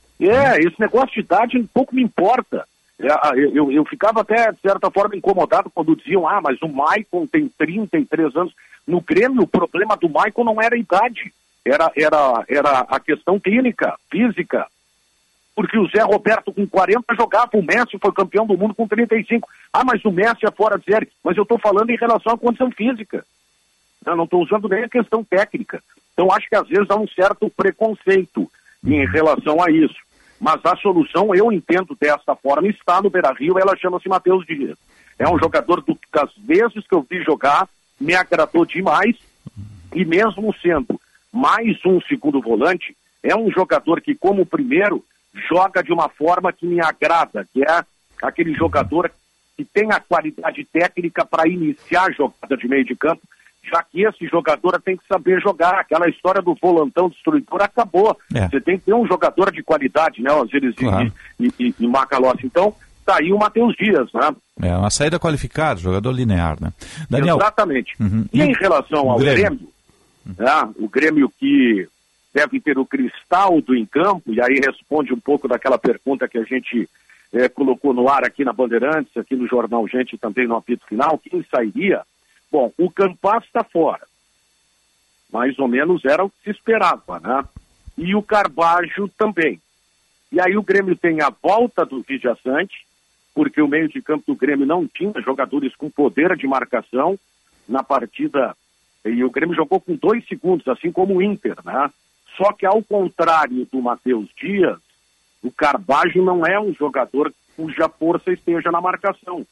É, esse negócio de idade pouco me importa. Eu, eu, eu ficava até, de certa forma, incomodado quando diziam, ah, mas o Maicon tem trinta e três anos. No Grêmio, o problema do Maicon não era a idade, era, era, era a questão clínica, física. Porque o Zé Roberto com quarenta jogava, o Messi foi campeão do mundo com trinta e cinco. Ah, mas o Messi é fora de série. Mas eu estou falando em relação à condição física. Eu não estou usando nem a questão técnica. Então acho que às vezes há um certo preconceito em relação a isso. Mas a solução, eu entendo desta forma, está no Beira-Rio, ela chama-se Matheus Dias. É um jogador do, das vezes que eu vi jogar, me agradou demais, e mesmo sendo mais um segundo volante, é um jogador que, como primeiro, joga de uma forma que me agrada, que é aquele jogador que tem a qualidade técnica para iniciar a jogada de meio de campo, já que esse jogador tem que saber jogar. Aquela história do volantão destruidor acabou. É. Você tem que ter um jogador de qualidade, né, Osiris claro. e, e, e, e Macalossi. Então, tá aí o Matheus Dias, né?
É, uma saída qualificada, jogador linear, né? Daniel.
Exatamente. Uhum. E, e em relação ao Grêmio, Grêmio né, o Grêmio que deve ter o Cristaldo em campo, e aí responde um pouco daquela pergunta que a gente é, colocou no ar aqui na Bandeirantes, aqui no Jornal Gente, também no apito final, quem sairia? Bom, o Campas está fora. Mais ou menos era o que se esperava, né? E o Carbajo também. E aí o Grêmio tem a volta do Vidiaçante, porque o meio de campo do Grêmio não tinha jogadores com poder de marcação na partida. E o Grêmio jogou com dois segundos, assim como o Inter, né? Só que ao contrário do Matheus Dias, o Carbajo não é um jogador cuja força esteja na marcação.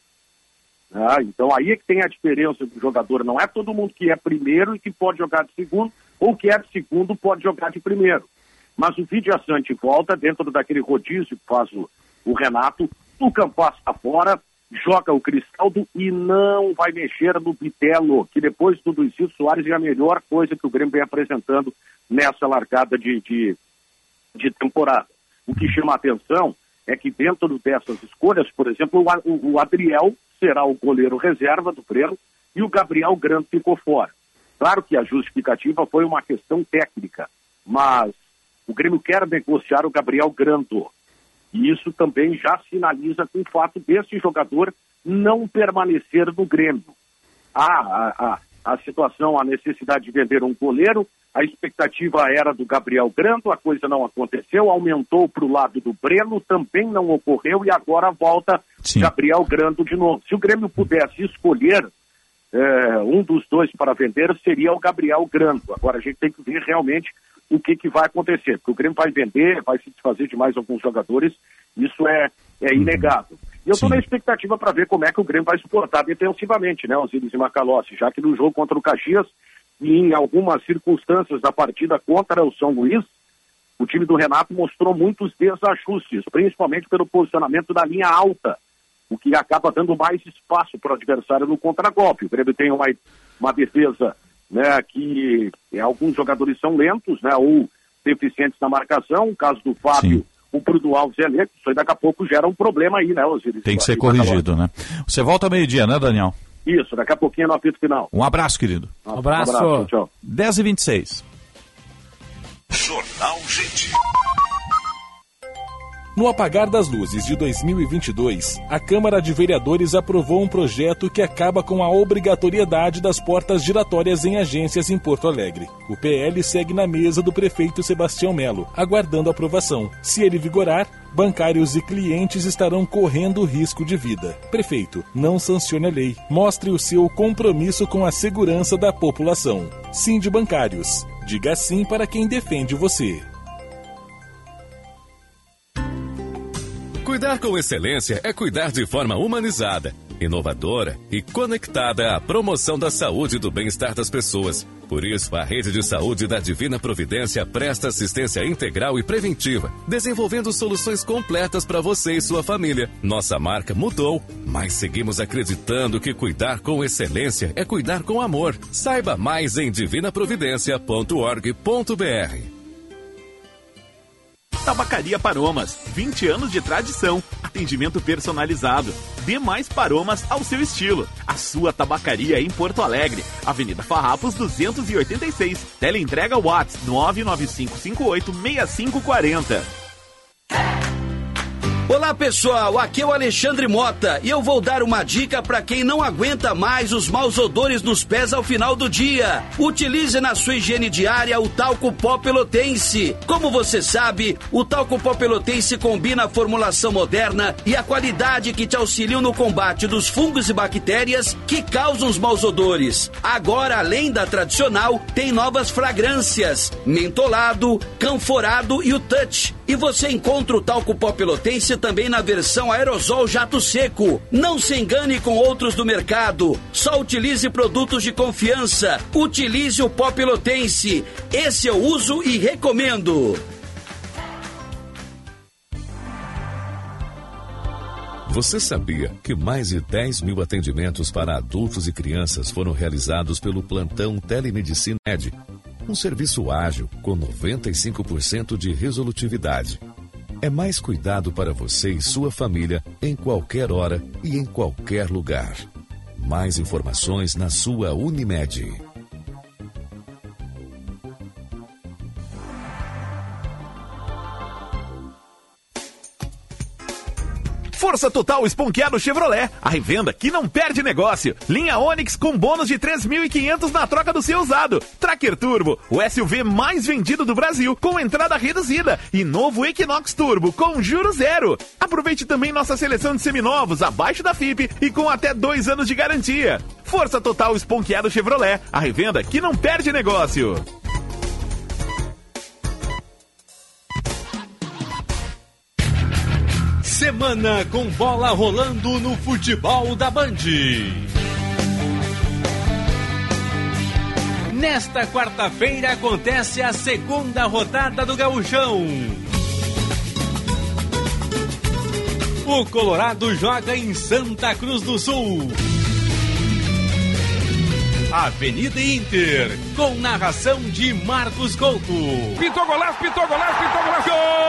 Ah, então aí é que tem a diferença do jogador. Não é todo mundo que é primeiro e que pode jogar de segundo, ou que é de segundo pode jogar de primeiro. Mas o Vidiaçante volta dentro daquele rodízio que faz o, o Renato, o Campas está fora, joga o Cristaldo e não vai mexer no Bitelo, que depois do Luizito Soares é a melhor coisa que o Grêmio vem apresentando nessa largada de, de, de temporada. O que chama a atenção é que dentro dessas escolhas, por exemplo, o, o Adriel será o goleiro reserva do Grêmio e o Gabriel Grando ficou fora. Claro que a justificativa foi uma questão técnica, mas o Grêmio quer negociar o Gabriel Grando. E isso também já sinaliza com o fato desse jogador não permanecer no Grêmio. Há a, a, a situação, a necessidade de vender um goleiro, a expectativa era do Gabriel Grando, a coisa não aconteceu, aumentou para o lado do Breno, também não ocorreu e agora volta Sim. Gabriel Grando de novo. Se o Grêmio pudesse escolher é, um dos dois para vender, seria o Gabriel Grando. Agora a gente tem que ver realmente o que, que vai acontecer, porque o Grêmio vai vender, vai se desfazer de mais alguns jogadores, isso é, é inegável. E eu estou na expectativa para ver como é que o Grêmio vai suportar defensivamente, né, Osiris e Macalossi, já que no jogo contra o Caxias e em algumas circunstâncias da partida contra o São Luís, o time do Renato mostrou muitos desajustes, principalmente pelo posicionamento da linha alta, o que acaba dando mais espaço para o adversário no contragolpe. O Grêmio tem uma, uma defesa, né, que alguns jogadores são lentos, né, ou deficientes na marcação, o caso do Fábio, Sim. o Bruno Alves é lento, isso aí daqui a pouco gera um problema aí, né, Osiris?
Tem que ser corrigido, né? Você volta ao meio-dia, né, Daniel?
Isso, daqui a pouquinho no apito final.
Um abraço, querido.
Um abraço. Um abraço, tchau.
dez e vinte e seis.
Jornal Gente.
No apagar das luzes de dois mil e vinte e dois, a Câmara de Vereadores aprovou um projeto que acaba com a obrigatoriedade das portas giratórias em agências em Porto Alegre. O P L segue na mesa do prefeito Sebastião Melo, aguardando aprovação. Se ele vigorar, bancários e clientes estarão correndo risco de vida. Prefeito, não sancione a lei. Mostre o seu compromisso com a segurança da população. Sindi Bancários. Diga sim para quem defende você.
Cuidar com excelência é cuidar de forma humanizada, inovadora e conectada à promoção da saúde e do bem-estar das pessoas. Por isso, a Rede de Saúde da Divina Providência presta assistência integral e preventiva, desenvolvendo soluções completas para você e sua família. Nossa marca mudou, mas seguimos acreditando que cuidar com excelência é cuidar com amor. Saiba mais em divina providência ponto org ponto br.
Tabacaria Paromas, vinte anos de tradição, atendimento personalizado. Dê mais Paromas ao seu estilo. A sua tabacaria em Porto Alegre, Avenida Farrapos duzentos e oitenta e seis. Teleentrega WhatsApp nove nove cinco cinco oito seis cinco quatro zero.
Olá pessoal, aqui é o Alexandre Mota e eu vou dar uma dica para quem não aguenta mais os maus odores nos pés ao final do dia. Utilize na sua higiene diária o talco pó pelotense. Como você sabe, o talco pó pelotense combina a formulação moderna e a qualidade que te auxiliam no combate dos fungos e bactérias que causam os maus odores. Agora, além da tradicional, tem novas fragrâncias, mentolado, canforado e o touch. E você encontra o talco pó pelotense também na versão aerosol jato seco. Não se engane com outros do mercado. Só utilize produtos de confiança. Utilize o pó pelotense. Esse eu uso e recomendo.
Você sabia que mais de dez mil atendimentos para adultos e crianças foram realizados pelo Plantão Telemedicina Ed? Um serviço ágil com noventa e cinco por cento de resolutividade. É mais cuidado para você e sua família em qualquer hora e em qualquer lugar. Mais informações na sua Unimed.
Força Total Esponqueado Chevrolet, a revenda que não perde negócio. Linha Onix com bônus de três mil e quinhentos na troca do seu usado. Tracker Turbo, o S U V mais vendido do Brasil, com entrada reduzida. E novo Equinox Turbo, com juros zero. Aproveite também nossa seleção de seminovos, abaixo da F I P e com até dois anos de garantia. Força Total Esponqueado Chevrolet, a revenda que não perde negócio.
Semana com bola rolando no futebol da Band. Nesta quarta-feira acontece a segunda rodada do Gauchão. O Colorado joga em Santa Cruz do Sul. Avenida Inter, com narração de Marcos Couto.
Pitou golaço, pitou golaço, pitou golaço.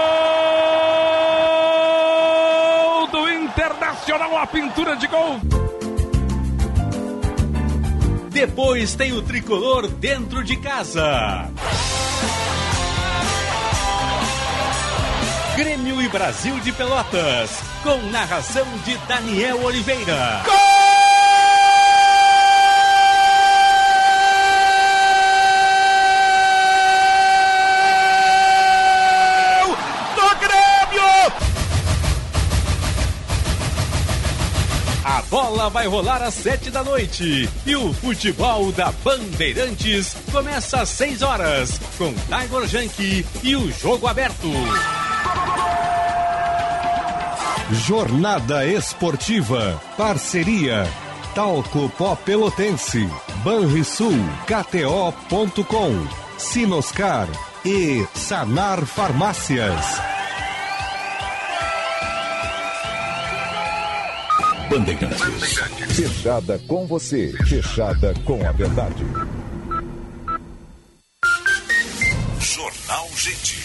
Gol do Internacional, a pintura de gol.
Depois tem o tricolor dentro de casa. Grêmio e Brasil de Pelotas, com narração de Daniel Oliveira. Gol! A bola vai rolar às sete da noite e o futebol da Bandeirantes começa às seis horas com Tiger Junk e o jogo aberto.
Jornada Esportiva, parceria Talco Pó Pelotense, Banrisul, K T O ponto com, Sinoscar e Sanar Farmácias.
Bandeirantes. Fechada com você, fechada com a verdade. Jornal Gente.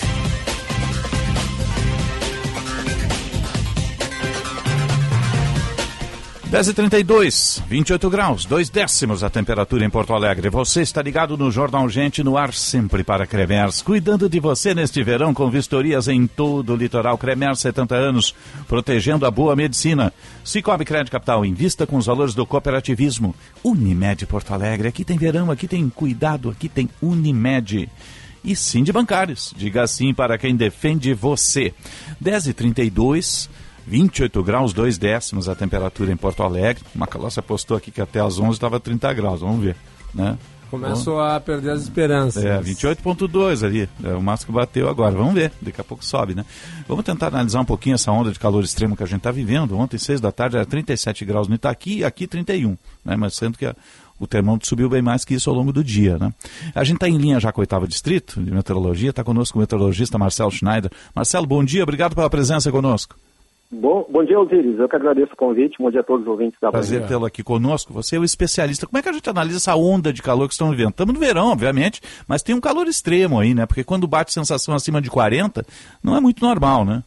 dez e trinta e dois, vinte e oito graus, dois décimos a temperatura em Porto Alegre. Você está ligado no Jornal Gente, no ar sempre para Cremers. Cuidando de você neste verão com vistorias em todo o litoral. Cremers, setenta anos, protegendo a boa medicina. Cicobi Crédito Capital, invista com os valores do cooperativismo. Unimed Porto Alegre, aqui tem verão, aqui tem cuidado, aqui tem Unimed. E sim de bancários, diga sim para quem defende você. dez e trinta e dois, vinte e oito graus, dois décimos a temperatura em Porto Alegre. Macalossi postou aqui que até às onze estava trinta graus, vamos ver, né?
Começou Bom, a perder as esperanças.
É, vinte e oito ponto dois ali, é o máximo que bateu agora, vamos ver, daqui a pouco sobe, né? Vamos tentar analisar um pouquinho essa onda de calor extremo que a gente está vivendo. Ontem, seis da tarde, era trinta e sete graus no Itaqui e aqui trinta e um, né? Mas sendo que a, o termômetro subiu bem mais que isso ao longo do dia, né? A gente está em linha já com o oitavo distrito de meteorologia, está conosco o meteorologista Marcelo Schneider. Marcelo, bom dia, obrigado pela presença conosco.
Bom, bom dia, Osiris. Eu que agradeço o convite. Bom dia a todos os ouvintes da Band.
Prazer tê-lo aqui conosco. Você é o especialista. Como é que a gente analisa essa onda de calor que estão vivendo? Estamos no verão, obviamente, mas tem um calor extremo aí, né? Porque quando bate sensação acima de quarenta, não é muito normal, né?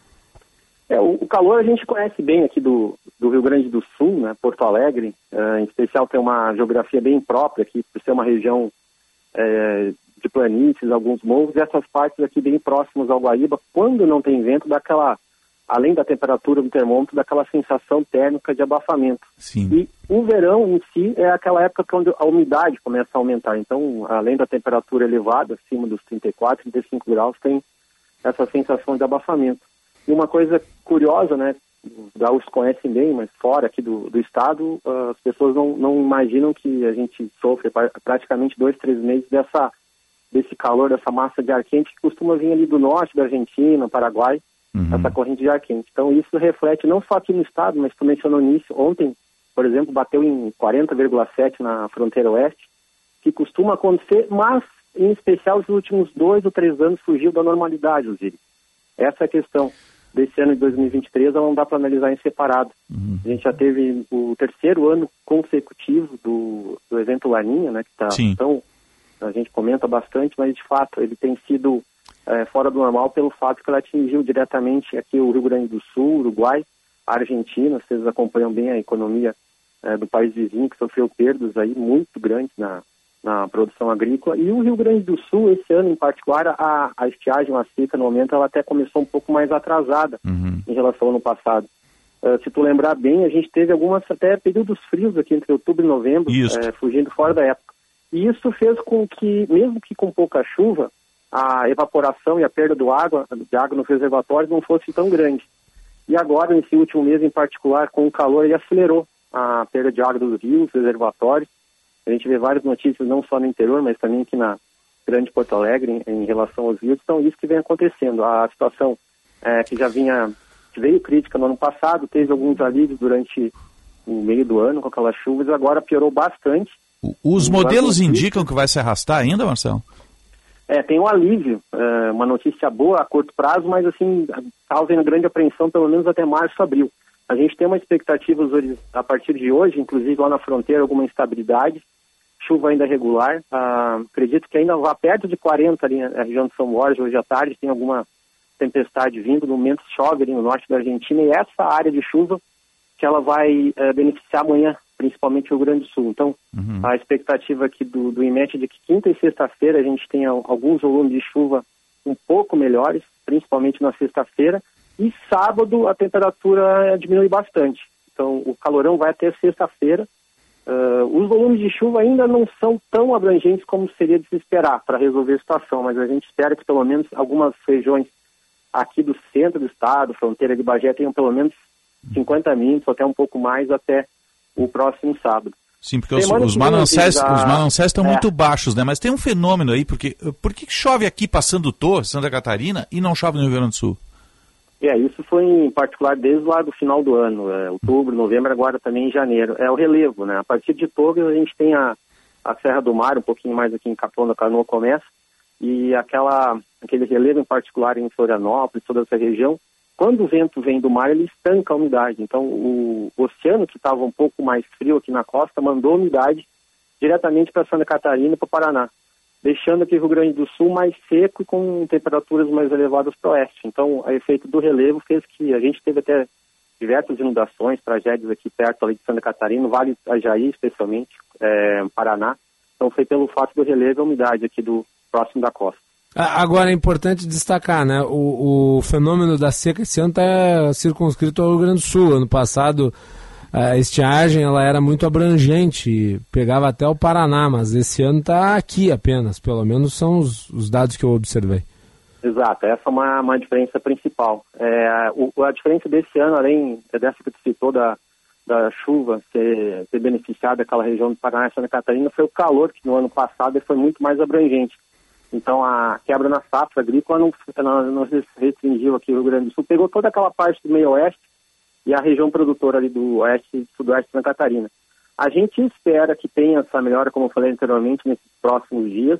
É, o, o calor a gente conhece bem aqui do, do Rio Grande do Sul, né? Porto Alegre, uh, em especial tem uma geografia bem própria aqui, por ser uma região é, de planícies, alguns morros, e essas partes aqui bem próximas ao Guaíba, quando não tem vento, dá aquela... além da temperatura do termômetro, daquela sensação térmica de abafamento.
Sim.
E o verão em si é aquela época onde a umidade começa a aumentar. Então, além da temperatura elevada, acima dos trinta e quatro, trinta e cinco graus, tem essa sensação de abafamento. E uma coisa curiosa, né, os gaúchos conhecem bem, mas fora aqui do, do estado, uh, as pessoas não, não imaginam que a gente sofre praticamente dois, três meses dessa, desse calor, dessa massa de ar quente que costuma vir ali do norte da Argentina, Paraguai, Uhum. essa corrente de ar quente. Então isso reflete não só aqui no estado, mas tu mencionou nisso, ontem, por exemplo, bateu em quarenta vírgula sete na fronteira oeste, que costuma acontecer, mas em especial os últimos dois ou três anos fugiu da normalidade, Osiris. Essa é a questão desse ano de dois mil e vinte e três, não dá para analisar em separado. Uhum. A gente já teve o terceiro ano consecutivo do, do evento Laninha, né, que tá, então, a gente comenta bastante, mas de fato ele tem sido É, fora do normal pelo fato que ela atingiu diretamente aqui o Rio Grande do Sul, Uruguai, a Argentina. Vocês acompanham bem a economia é, do país vizinho, que sofreu perdas aí muito grandes na, na produção agrícola. E o Rio Grande do Sul, esse ano em particular, a, a estiagem, a seca no momento, ela até começou um pouco mais atrasada uhum. em relação ao ano passado. Uh, se tu lembrar bem, a gente teve algumas até períodos frios aqui entre outubro e novembro, é, fugindo fora da época. E isso fez com que, mesmo que com pouca chuva, a evaporação e a perda do água, de água nos reservatórios não fosse tão grande. E agora, nesse último mês em particular, com o calor, ele acelerou a perda de água dos rios, reservatórios. A gente vê várias notícias, não só no interior, mas também aqui na Grande Porto Alegre, em, em relação aos rios. Então, isso que vem acontecendo. A situação é, que já vinha, que veio crítica no ano passado, teve alguns alívios durante o meio do ano com aquelas chuvas, agora piorou bastante.
Os modelos indicam que vai se arrastar ainda, Marcelo?
É, tem um alívio, é, uma notícia boa a curto prazo, mas assim, causa uma grande apreensão pelo menos até março, abril. A gente tem uma expectativa a partir de hoje, inclusive lá na fronteira, alguma instabilidade, chuva ainda regular. Ah, acredito que ainda vá perto de quarenta ali na região de São Borja. Hoje à tarde tem alguma tempestade vindo, no momento chove ali no norte da Argentina, e essa área de chuva que ela vai eh, beneficiar amanhã, principalmente o Rio Grande do Sul. Então, uhum. a expectativa aqui do, do IMET é de que quinta e sexta-feira a gente tenha alguns volumes de chuva um pouco melhores, principalmente na sexta-feira, e sábado a temperatura diminui bastante. Então, o calorão vai até sexta-feira. Uh, os volumes de chuva ainda não são tão abrangentes como seria de se esperar para resolver a situação, mas a gente espera que pelo menos algumas regiões aqui do centro do estado, fronteira de Bagé, tenham pelo menos cinquenta milímetros, até um pouco mais, até o próximo sábado.
Sim, porque os, os mananciais a... os mananciais estão é. muito baixos, né? Mas tem um fenômeno aí, porque por que chove aqui passando Torres, Santa Catarina, e não chove no Rio Grande do Sul?
É, isso foi em particular desde lá do final do ano, é, outubro, novembro, agora também em janeiro. É o relevo, né? A partir de Torres a gente tem a, a Serra do Mar, um pouquinho mais aqui em Capão da Canoa começa, e aquela, aquele relevo em particular em Florianópolis, toda essa região, quando o vento vem do mar, ele estanca a umidade. Então, o, o oceano, que estava um pouco mais frio aqui na costa, mandou umidade diretamente para Santa Catarina e para o Paraná, deixando aqui o Rio Grande do Sul mais seco e com temperaturas mais elevadas para o oeste. Então, o efeito do relevo fez que a gente teve até diversas inundações, tragédias aqui perto ali de Santa Catarina, no Vale do Itajaí, especialmente, é, Paraná. Então, foi pelo fato do relevo e a umidade aqui do próximo da costa.
Agora, é importante destacar, né? O, o fenômeno da seca esse ano está circunscrito ao Rio Grande do Sul. Ano passado, a estiagem ela era muito abrangente, pegava até o Paraná, mas esse ano está aqui apenas, pelo menos são os, os dados que eu observei.
Exato, essa é uma, uma diferença principal. É, o, a diferença desse ano, além dessa que tu citou da, da chuva ter, ter beneficiado aquela região do Paraná e Santa Catarina, foi o calor, que no ano passado foi muito mais abrangente. Então, a quebra na safra agrícola não, não, não restringiu aqui o Rio Grande do Sul, pegou toda aquela parte do meio oeste e a região produtora ali do oeste e sudoeste de Santa Catarina. A gente espera que tenha essa melhora, como eu falei anteriormente, nesses próximos dias.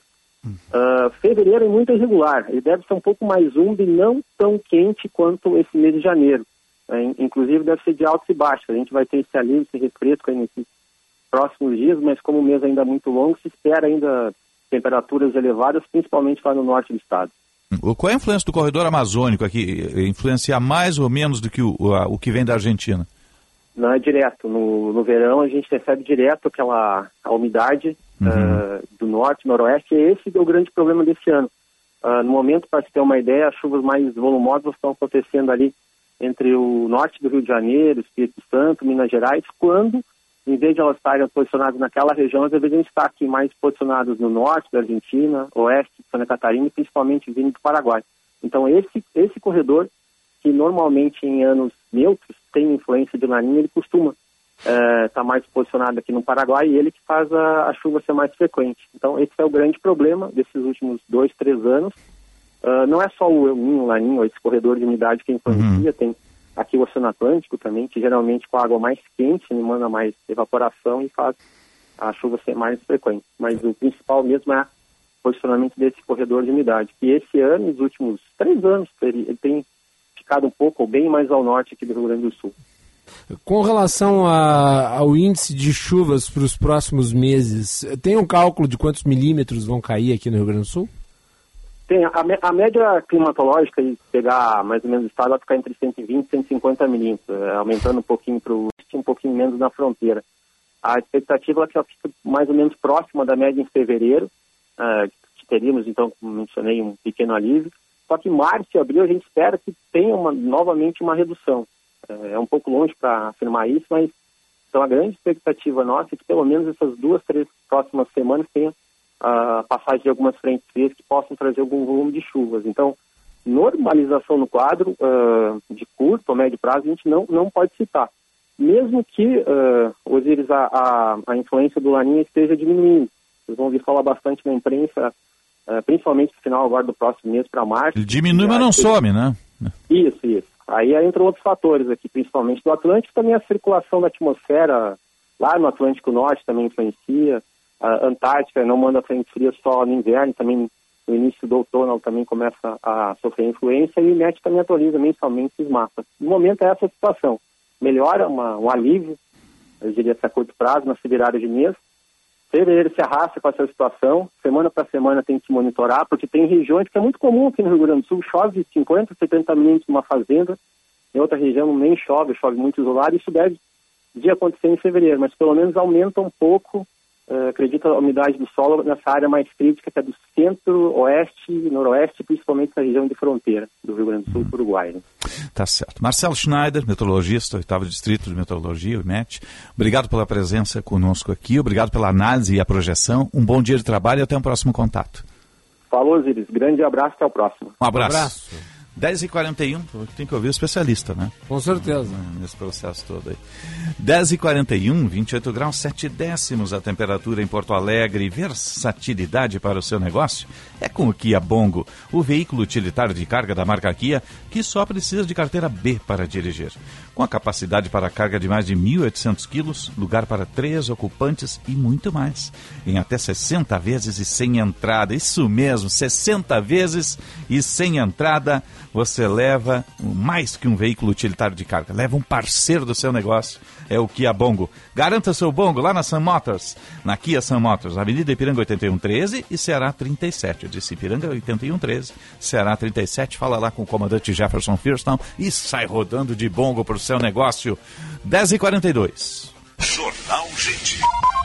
Uh, fevereiro é muito irregular, ele deve ser um pouco mais úmido e não tão quente quanto esse mês de janeiro. É, inclusive deve ser de altos e baixos. A gente vai ter esse alívio, esse refresco aí nesses próximos dias, mas como o mês ainda é muito longo, se espera ainda temperaturas elevadas, principalmente lá no norte do estado.
Qual é a influência do corredor amazônico aqui? Influencia mais ou menos do que o, o, o que vem da Argentina?
Não é direto. No, no verão a gente recebe direto aquela a umidade uhum. uh, do norte, noroeste, e esse é o grande problema desse ano. Uh, no momento, para se ter uma ideia, as chuvas mais volumosas estão acontecendo ali entre o norte do Rio de Janeiro, Espírito Santo, Minas Gerais, quando em vez de elas estarem posicionadas naquela região, elas deveriam estar aqui mais posicionadas no norte da Argentina, oeste de Santa Catarina e principalmente vindo do Paraguai. Então esse, esse corredor, que normalmente em anos neutros tem influência de laninha, ele costuma estar é, tá mais posicionado aqui no Paraguai e ele que faz a, a chuva ser mais frequente. Então esse é o grande problema desses últimos dois, três anos. Uh, não é só o El Niño, o Laninho, esse corredor de umidade que influencia, uhum. tem aqui o Oceano Atlântico também, que geralmente com a água mais quente, ele manda mais evaporação e faz a chuva ser mais frequente. Mas o principal mesmo é o posicionamento desse corredor de umidade, que esse ano, nos últimos três anos, ele tem ficado um pouco ou bem mais ao norte aqui do Rio Grande do Sul.
Com relação a, ao índice de chuvas para os próximos meses, tem um cálculo de quantos milímetros vão cair aqui no Rio Grande do Sul?
Tem, a, a média climatológica, e pegar mais ou menos o estado, vai ficar entre cento e vinte e cento e cinquenta milímetros, aumentando um pouquinho para o um pouquinho menos na fronteira. A expectativa é que ela fique mais ou menos próxima da média em fevereiro, uh, que teríamos, então, como mencionei, um pequeno alívio. Só que março e abril a gente espera que tenha uma, novamente uma redução. Uh, é um pouco longe para afirmar isso, mas então a grande expectativa nossa é que pelo menos essas duas, três próximas semanas tenha a passagem de algumas frentes frias que possam trazer algum volume de chuvas. Então, normalização no quadro uh, de curto ou médio prazo a gente não, não pode citar. Mesmo que, uh, Osíris, a, a, a influência do Laninha esteja diminuindo. Vocês vão ouvir falar bastante na imprensa, uh, principalmente no final agora do próximo mês para março.
Ele diminui, mas não que... some, né?
Isso, isso. Aí entram outros fatores aqui, principalmente do Atlântico, também a circulação da atmosfera lá no Atlântico Norte também influencia. A Antártica não manda frente fria só no inverno, também no início do outono ela também começa a sofrer influência e o I M E T também atualiza mensalmente os mapas. No momento é essa a situação. Melhora, uma, um alívio, eu diria que a curto prazo, na virada de mês. Fevereiro se arrasta com essa situação, semana para semana tem que monitorar, porque tem regiões que é muito comum aqui no Rio Grande do Sul, chove cinquenta, setenta milímetros numa fazenda, em outra região nem chove, chove muito isolado, isso deve de acontecer em fevereiro, mas pelo menos aumenta um pouco, uh, acredito, a umidade do solo nessa área mais crítica, que é do centro, oeste e noroeste, principalmente na região de fronteira do Rio Grande do Sul e do Uruguai. Né?
Tá certo. Marcelo Schneider, meteorologista, oitavo Distrito de Meteorologia, o I M E T. Obrigado pela presença conosco aqui, obrigado pela análise e a projeção. Um bom dia de trabalho e até um próximo contato.
Falou, Ziris. Grande abraço, até o próximo.
Um abraço.
Um abraço.
dez e quarenta e um, tem que ouvir o especialista, né?
Com certeza.
Nesse processo todo aí. dez e quarenta e um, vinte e oito graus, sete décimos a temperatura em Porto Alegre. Versatilidade para o seu negócio é com o Kia Bongo, o veículo utilitário de carga da marca Kia, que só precisa de carteira B para dirigir. Com a capacidade para carga de mais de mil e oitocentos quilos, lugar para três ocupantes e muito mais. Em até sessenta vezes e sem entrada. Isso mesmo, sessenta vezes e sem entrada. Você leva mais que um veículo utilitário de carga, leva um parceiro do seu negócio, é o Kia Bongo. Garanta seu Bongo lá na Sun Motors, na Kia Sun Motors, Avenida Ipiranga oitenta e um treze e Ceará trinta e sete. Eu disse Ipiranga oitenta e um treze, Ceará trinta e sete. Fala lá com o comandante Jefferson Firstone e sai rodando de Bongo para o seu negócio. dez e quarenta e dois.
Jornal Gente.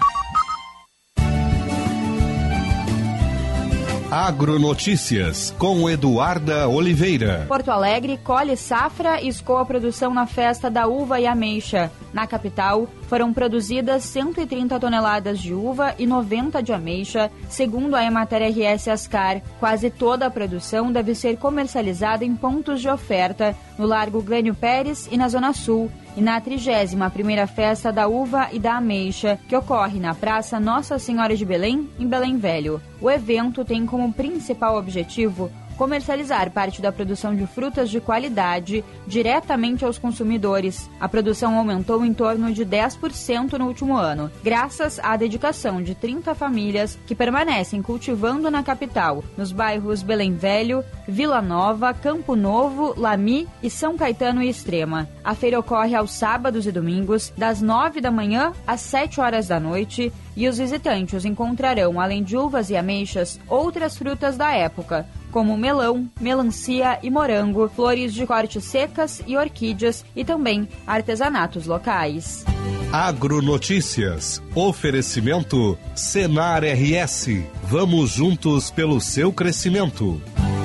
Agronotícias, com Eduarda Oliveira.
Porto Alegre colhe safra e escoa a produção na festa da uva e ameixa. Na capital, foram produzidas cento e trinta toneladas de uva e noventa de ameixa, segundo a Emater R S Ascar. Quase toda a produção deve ser comercializada em pontos de oferta, no Largo Glênio Pérez e na Zona Sul, e na trigésima primeira Festa da Uva e da Ameixa, que ocorre na Praça Nossa Senhora de Belém, em Belém Velho. O evento tem como principal objetivo comercializar parte da produção de frutas de qualidade diretamente aos consumidores. A produção aumentou em torno de dez por cento no último ano, graças à dedicação de trinta famílias que permanecem cultivando na capital, nos bairros Belém Velho, Vila Nova, Campo Novo, Lami e São Caetano e Extrema. A feira ocorre aos sábados e domingos, das nove da manhã às sete horas da noite, e os visitantes encontrarão, além de uvas e ameixas, outras frutas da época, como melão, melancia e morango, flores de corte secas e orquídeas e também artesanatos locais.
Agronotícias. Oferecimento Senar R S. Vamos juntos pelo seu crescimento.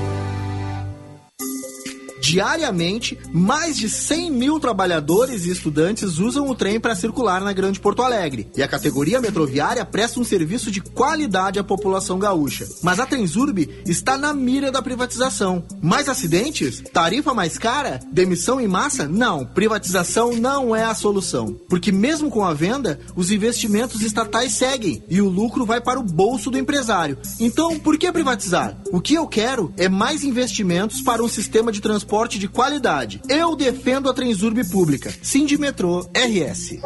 Diariamente, mais de cem mil trabalhadores e estudantes usam o trem para circular na Grande Porto Alegre. E a categoria metroviária presta um serviço de qualidade à população gaúcha. Mas a Transurb está na mira da privatização. Mais acidentes? Tarifa mais cara? Demissão em massa? Não, privatização não é a solução. Porque mesmo com a venda, os investimentos estatais seguem e o lucro vai para o bolso do empresário. Então, por que privatizar? O que eu quero é mais investimentos para um sistema de transporte de qualidade. Eu defendo a Transurb pública. Sindimetrô R S.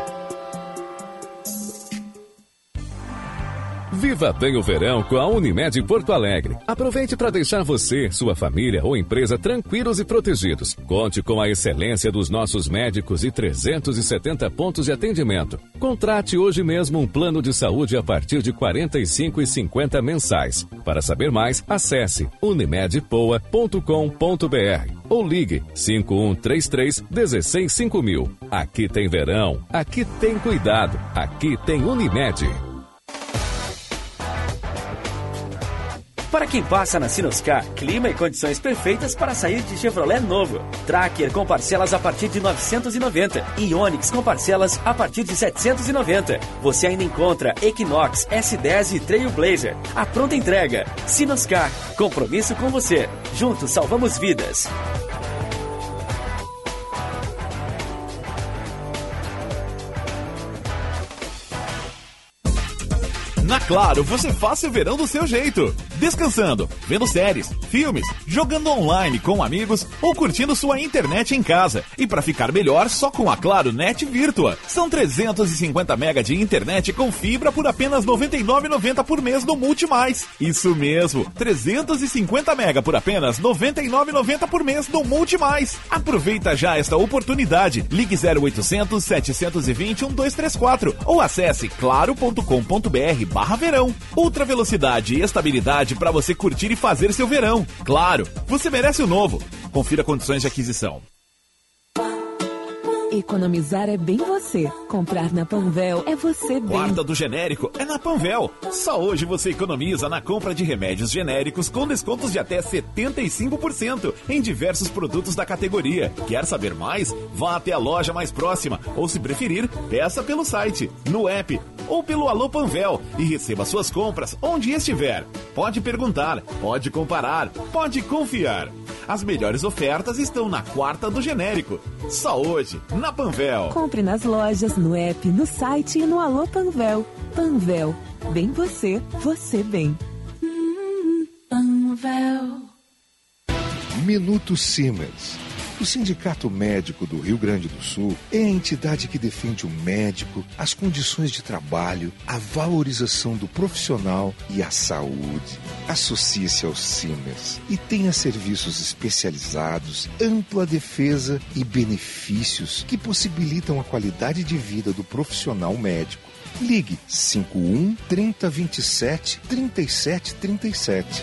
Viva bem o verão com a Unimed Porto Alegre. Aproveite para deixar você, sua família ou empresa tranquilos e protegidos. Conte com a excelência dos nossos médicos e trezentos e setenta pontos de atendimento. Contrate hoje mesmo um plano de saúde a partir de quarenta e cinco reais e cinquenta centavos mensais. Para saber mais, acesse unimed poa ponto com ponto b r ou ligue cinco um três três um seis cinco mil. Aqui tem verão, aqui tem cuidado, aqui tem Unimed.
Para quem passa na Sinoscar, clima e condições perfeitas para sair de Chevrolet novo. Tracker com parcelas a partir de novecentos e noventa e Onix com parcelas a partir de setecentos e noventa. Você ainda encontra Equinox, S dez e Trailblazer. A pronta entrega. Sinoscar, compromisso com você. Juntos salvamos vidas.
Na Claro, você faz seu verão do seu jeito. Descansando, vendo séries, filmes, jogando online com amigos ou curtindo sua internet em casa. E para ficar melhor, só com a Claro Net Virtua. São trezentos e cinquenta mega de internet com fibra por apenas noventa e nove reais e noventa centavos por mês no Multimais. Isso mesmo, trezentos e cinquenta mega por apenas noventa e nove reais e noventa centavos por mês no Multimais. Aproveita já esta oportunidade. Ligue zero oitocentos, setecentos e vinte, um dois três quatro ou acesse claro ponto com ponto br barra verão. Ultra velocidade e estabilidade para você curtir e fazer seu verão. Claro, você merece o novo. Confira condições de aquisição.
Economizar é bem você. Comprar na Panvel é você bem.
Quarta do genérico é na Panvel. Só hoje você economiza na compra de remédios genéricos com descontos de até setenta e cinco por cento em diversos produtos da categoria. Quer saber mais? Vá até a loja mais próxima ou, se preferir, peça pelo site, no app ou pelo Alô Panvel e receba suas compras onde estiver. Pode perguntar, pode comparar, pode confiar. As melhores ofertas estão na Quarta do Genérico. Só hoje, na Panvel.
Compre nas lojas, no app, no site e no Alô Panvel. Panvel. Bem você, você bem. Hum, Panvel.
Minuto Siemens. O Sindicato Médico do Rio Grande do Sul é a entidade que defende o médico, as condições de trabalho, a valorização do profissional e a saúde. Associe-se ao Siemens e tenha serviços especializados, ampla defesa e benefícios que possibilitam a qualidade de vida do profissional médico. Ligue cinco um, trinta, vinte e sete, trinta e sete, trinta e sete.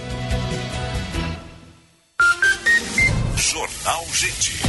Jornal Gente.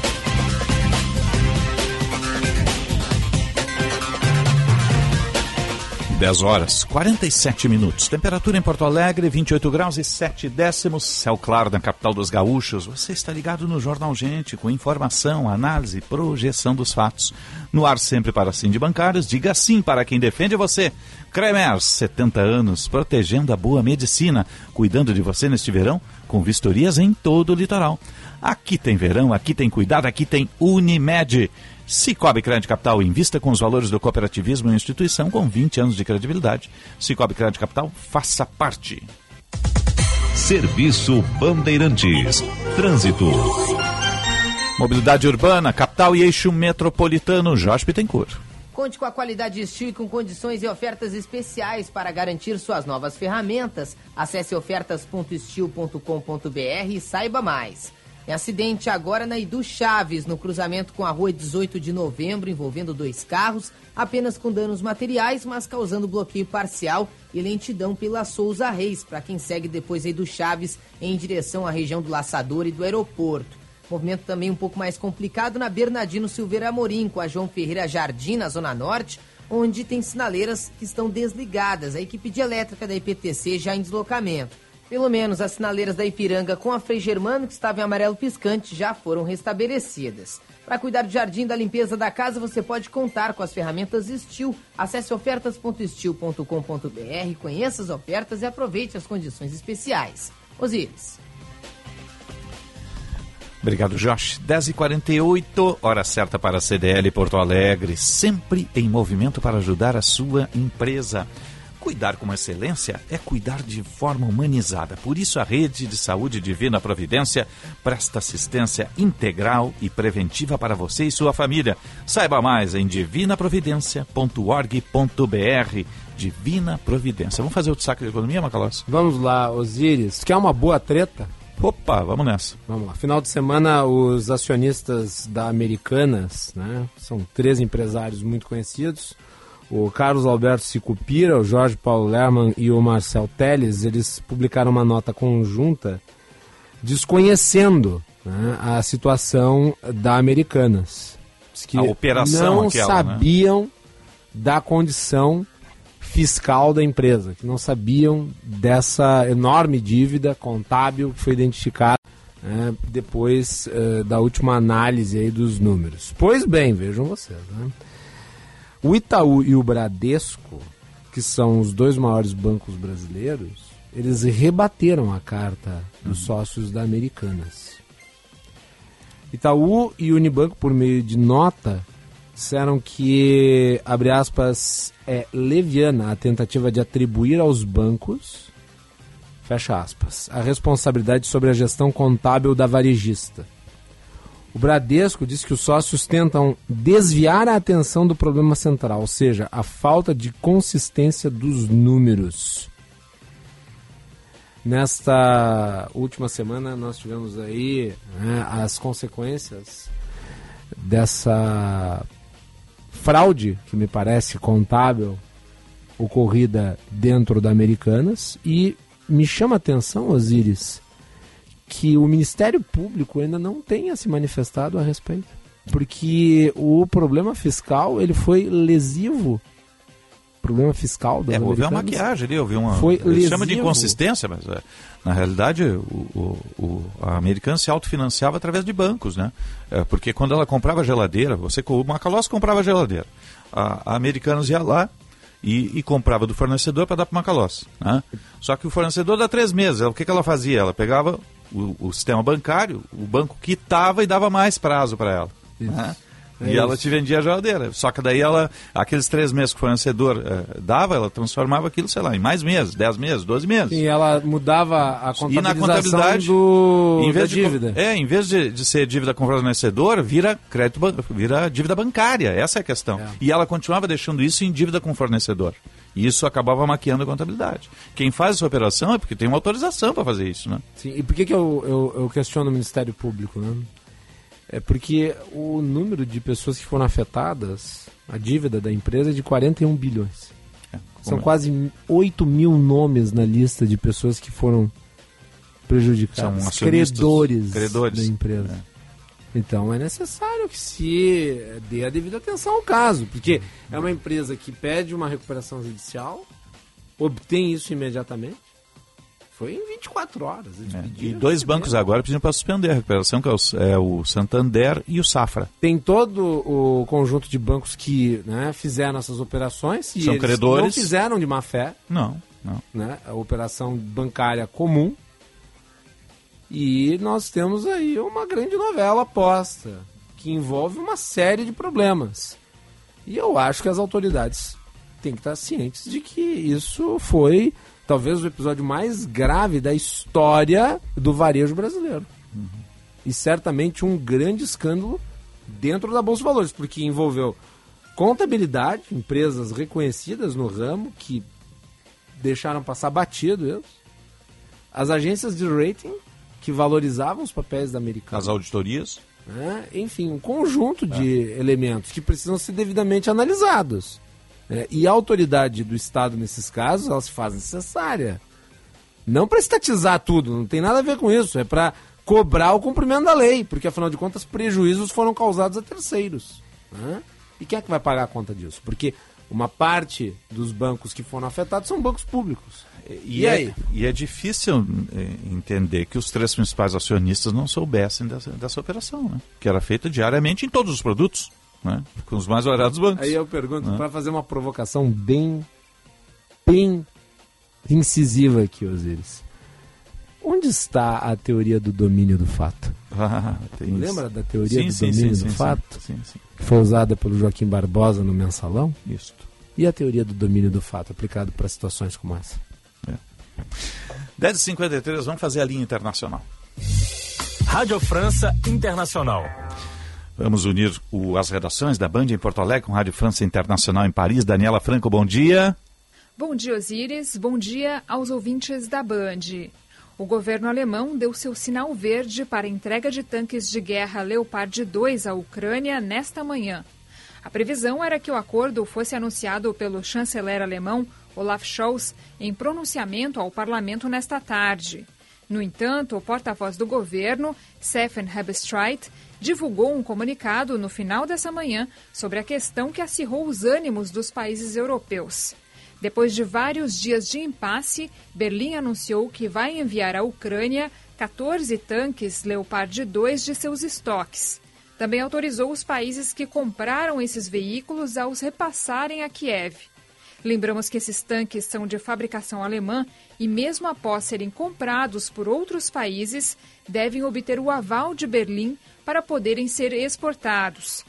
dez horas, quarenta e sete minutos. Temperatura em Porto Alegre, vinte e oito graus e sete décimos. Céu claro na capital dos gaúchos. Você está ligado no Jornal Gente, com informação, análise e projeção dos fatos. No ar sempre para sim de bancários. Diga sim para quem defende você. Cremer, setenta anos, protegendo a boa medicina. Cuidando de você neste verão, com vistorias em todo o litoral. Aqui tem verão, aqui tem cuidado, aqui tem Unimed. Cicobi Crédito Capital, invista com os valores do cooperativismo em instituição com vinte anos de credibilidade. Cicobi Crédito Capital, faça parte.
Serviço Bandeirantes. Trânsito.
Mobilidade urbana, capital e eixo metropolitano. Jorge Bittencourt.
Conte com a qualidade de Steel e com condições e ofertas especiais para garantir suas novas ferramentas. Acesse ofertas ponto steel ponto com ponto br e saiba mais. É acidente agora na Edu Chaves, no cruzamento com a rua dezoito de novembro, envolvendo dois carros, apenas com danos materiais, mas causando bloqueio parcial e lentidão pela Souza Reis, para quem segue depois a Edu Chaves em direção à região do Laçador e do aeroporto. Movimento também um pouco mais complicado na Bernardino Silveira Amorim, com a João Ferreira Jardim, na Zona Norte, onde tem sinaleiras que estão desligadas. A equipe de elétrica da I P T C já em deslocamento. Pelo menos as sinaleiras da Ipiranga com a Frei Germano, que estava em amarelo piscante, já foram restabelecidas. Para cuidar do jardim, da limpeza da casa, você pode contar com as ferramentas Steel. Acesse ofertas ponto steel ponto com ponto br, conheça as ofertas e aproveite as condições especiais. Osíris.
Obrigado, Josh. dez e quarenta e oito, hora certa para a C D L Porto Alegre, sempre em movimento para ajudar a sua empresa. Cuidar com excelência é cuidar de forma humanizada. Por isso, a Rede de Saúde Divina Providência presta assistência integral e preventiva para você e sua família. Saiba mais em divina providência ponto org ponto br. Divina Providência. Vamos fazer o destaque da economia, Macalós?
Vamos lá, Osíris. Quer uma boa treta?
Opa, vamos nessa.
Vamos lá. Final de semana, os acionistas da Americanas, né, são três empresários muito conhecidos, o Carlos Alberto Sicupira, o Jorge Paulo Lerman e o Marcel Teles, eles publicaram uma nota conjunta desconhecendo, né, a situação da Americanas. Diz que
a operação
não
aquela,
sabiam,
né,
da condição fiscal da empresa, que não sabiam dessa enorme dívida contábil que foi identificada, né, depois uh, da última análise aí dos números. Pois bem, vejam vocês, né? O Itaú e o Bradesco, que são os dois maiores bancos brasileiros, eles rebateram a carta dos sócios da Americanas. Itaú e Unibanco, por meio de nota, disseram que, abre aspas, é leviana a tentativa de atribuir aos bancos, fecha aspas, a responsabilidade sobre a gestão contábil da varejista. O Bradesco diz que os sócios tentam desviar a atenção do problema central, ou seja, a falta de consistência dos números. Nesta última semana nós tivemos aí, né, as consequências dessa fraude, que me parece contábil, ocorrida dentro da Americanas, e me chama a atenção, Osíris, que o Ministério Público ainda não tenha se manifestado a respeito, porque o problema fiscal ele foi lesivo. O problema fiscal das
É, houve uma
Americanas
maquiagem ali, houve uma...
foi
Eles chamam de
lesivo.
inconsistência, mas é, na realidade o, o, o, a Americana se autofinanciava através de bancos, né? É, porque quando ela comprava geladeira, você, o Macalós comprava geladeira, a, a Americanas ia lá e, e comprava do fornecedor para dar para o Macalós, né? Só que o fornecedor dá três meses, o que, que ela fazia? Ela pegava o, o sistema bancário, o banco quitava e dava mais prazo para ela, né? É e isso. Ela te vendia a geladeira. Só que daí ela, aqueles três meses que o fornecedor eh, dava, ela transformava aquilo, sei lá, em mais meses, dez meses, doze meses.
E ela mudava a contabilização
e na contabilidade,
do,
em vez
da
de,
dívida.
É, em vez de, de ser dívida com fornecedor, vira crédito, vira dívida bancária. Essa é a questão. É. E ela continuava deixando isso em dívida com fornecedor. E isso acabava maquiando a contabilidade. Quem faz essa operação é porque tem uma autorização para fazer isso, né?
Sim, e por que, que eu, eu, eu questiono o Ministério Público, né? É porque o número de pessoas que foram afetadas, a dívida da empresa é de quarenta e um bilhões. É, São é? quase oito mil nomes na lista de pessoas que foram prejudicadas. São credores, credores da empresa. É. Então é necessário que se dê a devida atenção ao caso, porque é uma empresa que pede uma recuperação judicial, obtém isso imediatamente. Foi em vinte e quatro horas.
É. E dois bancos agora pediram para suspender a recuperação, que é o, é o Santander e o Safra.
Tem todo o conjunto de bancos que, né, fizeram essas operações e
São
eles
credores.
não fizeram de má fé.
Não, não.
Né, a operação bancária comum. E nós temos aí uma grande novela posta, que envolve uma série de problemas. E eu acho que as autoridades têm que estar cientes de que isso foi... talvez o episódio mais grave da história do varejo brasileiro. Uhum. E certamente um grande escândalo dentro da Bolsa de Valores, porque envolveu contabilidade, empresas reconhecidas no ramo que deixaram passar batido eles, as agências de rating que valorizavam os papéis da Americanas,
as auditorias,
né? Enfim, um conjunto de é. elementos que precisam ser devidamente analisados. É, e a autoridade do Estado, nesses casos, ela se faz necessária. Não para estatizar tudo, não tem nada a ver com isso. É para cobrar o cumprimento da lei, porque, afinal de contas, prejuízos foram causados a terceiros. Né? E quem é que vai pagar a conta disso? Porque uma parte dos bancos que foram afetados são bancos públicos.
E,
e
é,
aí?
E é difícil é, entender que os três principais acionistas não soubessem dessa, dessa operação, né? Que era feita diariamente em todos os produtos. Né? Com os mais variados bancos.
Aí eu pergunto, né? Para fazer uma provocação bem, bem incisiva aqui, Osíris. Onde está a teoria do domínio do fato?
Ah, tem
Lembra da teoria
sim,
do
sim,
domínio
sim,
do
sim,
fato?
Sim, sim.
Que foi usada pelo Joaquim Barbosa no Mensalão?
Isso.
E a teoria do domínio do fato aplicado para situações como essa?
É. dez e cinquenta e três, vamos fazer a linha internacional.
Rádio França Internacional.
Vamos unir o, as redações da Band em Porto Alegre com Rádio França Internacional em Paris. Daniela Franco, bom dia.
Bom dia, Osíris. Bom dia aos ouvintes da Band. O governo alemão deu seu sinal verde para a entrega de tanques de guerra Leopard dois à Ucrânia nesta manhã. A previsão era que o acordo fosse anunciado pelo chanceler alemão Olaf Scholz em pronunciamento ao parlamento nesta tarde. No entanto, o porta-voz do governo, Steffen Hebestreit, divulgou um comunicado no final dessa manhã sobre a questão que acirrou os ânimos dos países europeus. Depois de vários dias de impasse, Berlim anunciou que vai enviar à Ucrânia quatorze tanques Leopard dois de seus estoques. Também autorizou os países que compraram esses veículos a os repassarem a Kiev. Lembramos que esses tanques são de fabricação alemã e, mesmo após serem comprados por outros países, devem obter o aval de Berlim para poderem ser exportados.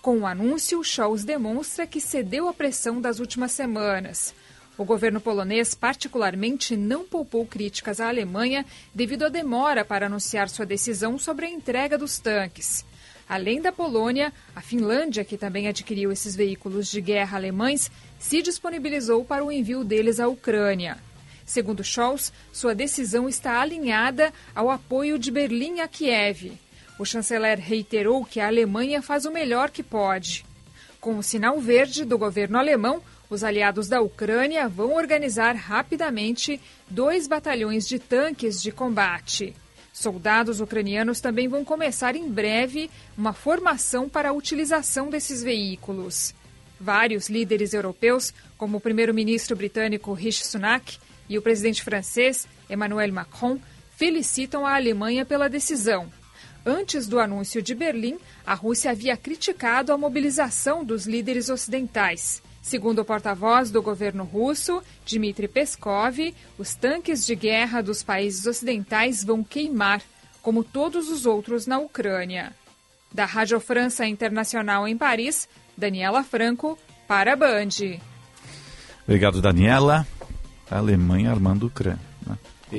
Com o anúncio, Scholz demonstra que cedeu à pressão das últimas semanas. O governo polonês, particularmente, não poupou críticas à Alemanha devido à demora para anunciar sua decisão sobre a entrega dos tanques. Além da Polônia, a Finlândia, que também adquiriu esses veículos de guerra alemães, se disponibilizou para o envio deles à Ucrânia. Segundo Scholz, sua decisão está alinhada ao apoio de Berlim a Kiev. O chanceler reiterou que a Alemanha faz o melhor que pode. Com o sinal verde do governo alemão, os aliados da Ucrânia vão organizar rapidamente dois batalhões de tanques de combate. Soldados ucranianos também vão começar em breve uma formação para a utilização desses veículos. Vários líderes europeus, como o primeiro-ministro britânico Rishi Sunak e o presidente francês Emmanuel Macron, felicitam a Alemanha pela decisão. Antes do anúncio de Berlim, a Rússia havia criticado a mobilização dos líderes ocidentais. Segundo o porta-voz do governo russo, Dmitry Peskov, os tanques de guerra dos países ocidentais vão queimar, como todos os outros na Ucrânia. Da Rádio França Internacional em Paris, Daniela Franco, para a Band.
Obrigado, Daniela. A Alemanha armando a Ucrânia, né?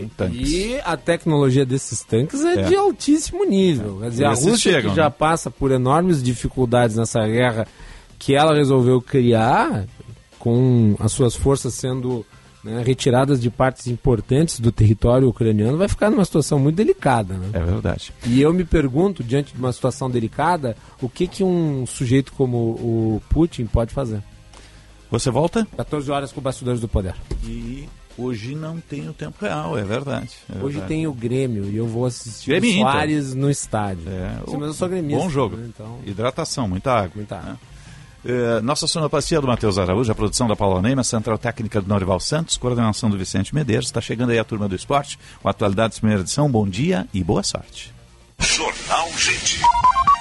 E a tecnologia desses tanques é, é. de altíssimo nível. Quer dizer, e a Rússia, chegam, que já né? passa por enormes dificuldades nessa guerra que ela resolveu criar, com as suas forças sendo, né, retiradas de partes importantes do território ucraniano, vai ficar numa situação muito delicada. Né?
É verdade.
E eu me pergunto, diante de uma situação delicada, o que, que um sujeito como o Putin pode fazer?
Você volta?
quatorze horas com Bastidores do Poder.
E hoje não tem o tempo real, é verdade. É
hoje
verdade.
tem o Grêmio e eu vou assistir
Grêmio
o Soares Inter. no estádio.
É,
Sim, mas eu sou gremista.
Bom jogo.
Né, então...
Hidratação, muita água.
Muita água.
Né? É, nossa sonoplastia do Matheus Araújo, a produção da Paula Neima, central técnica do Norival Santos, coordenação do Vicente Medeiros. Está chegando aí a turma do esporte, com Atualidades primeira edição. Bom dia e boa sorte.
Jornal Gente.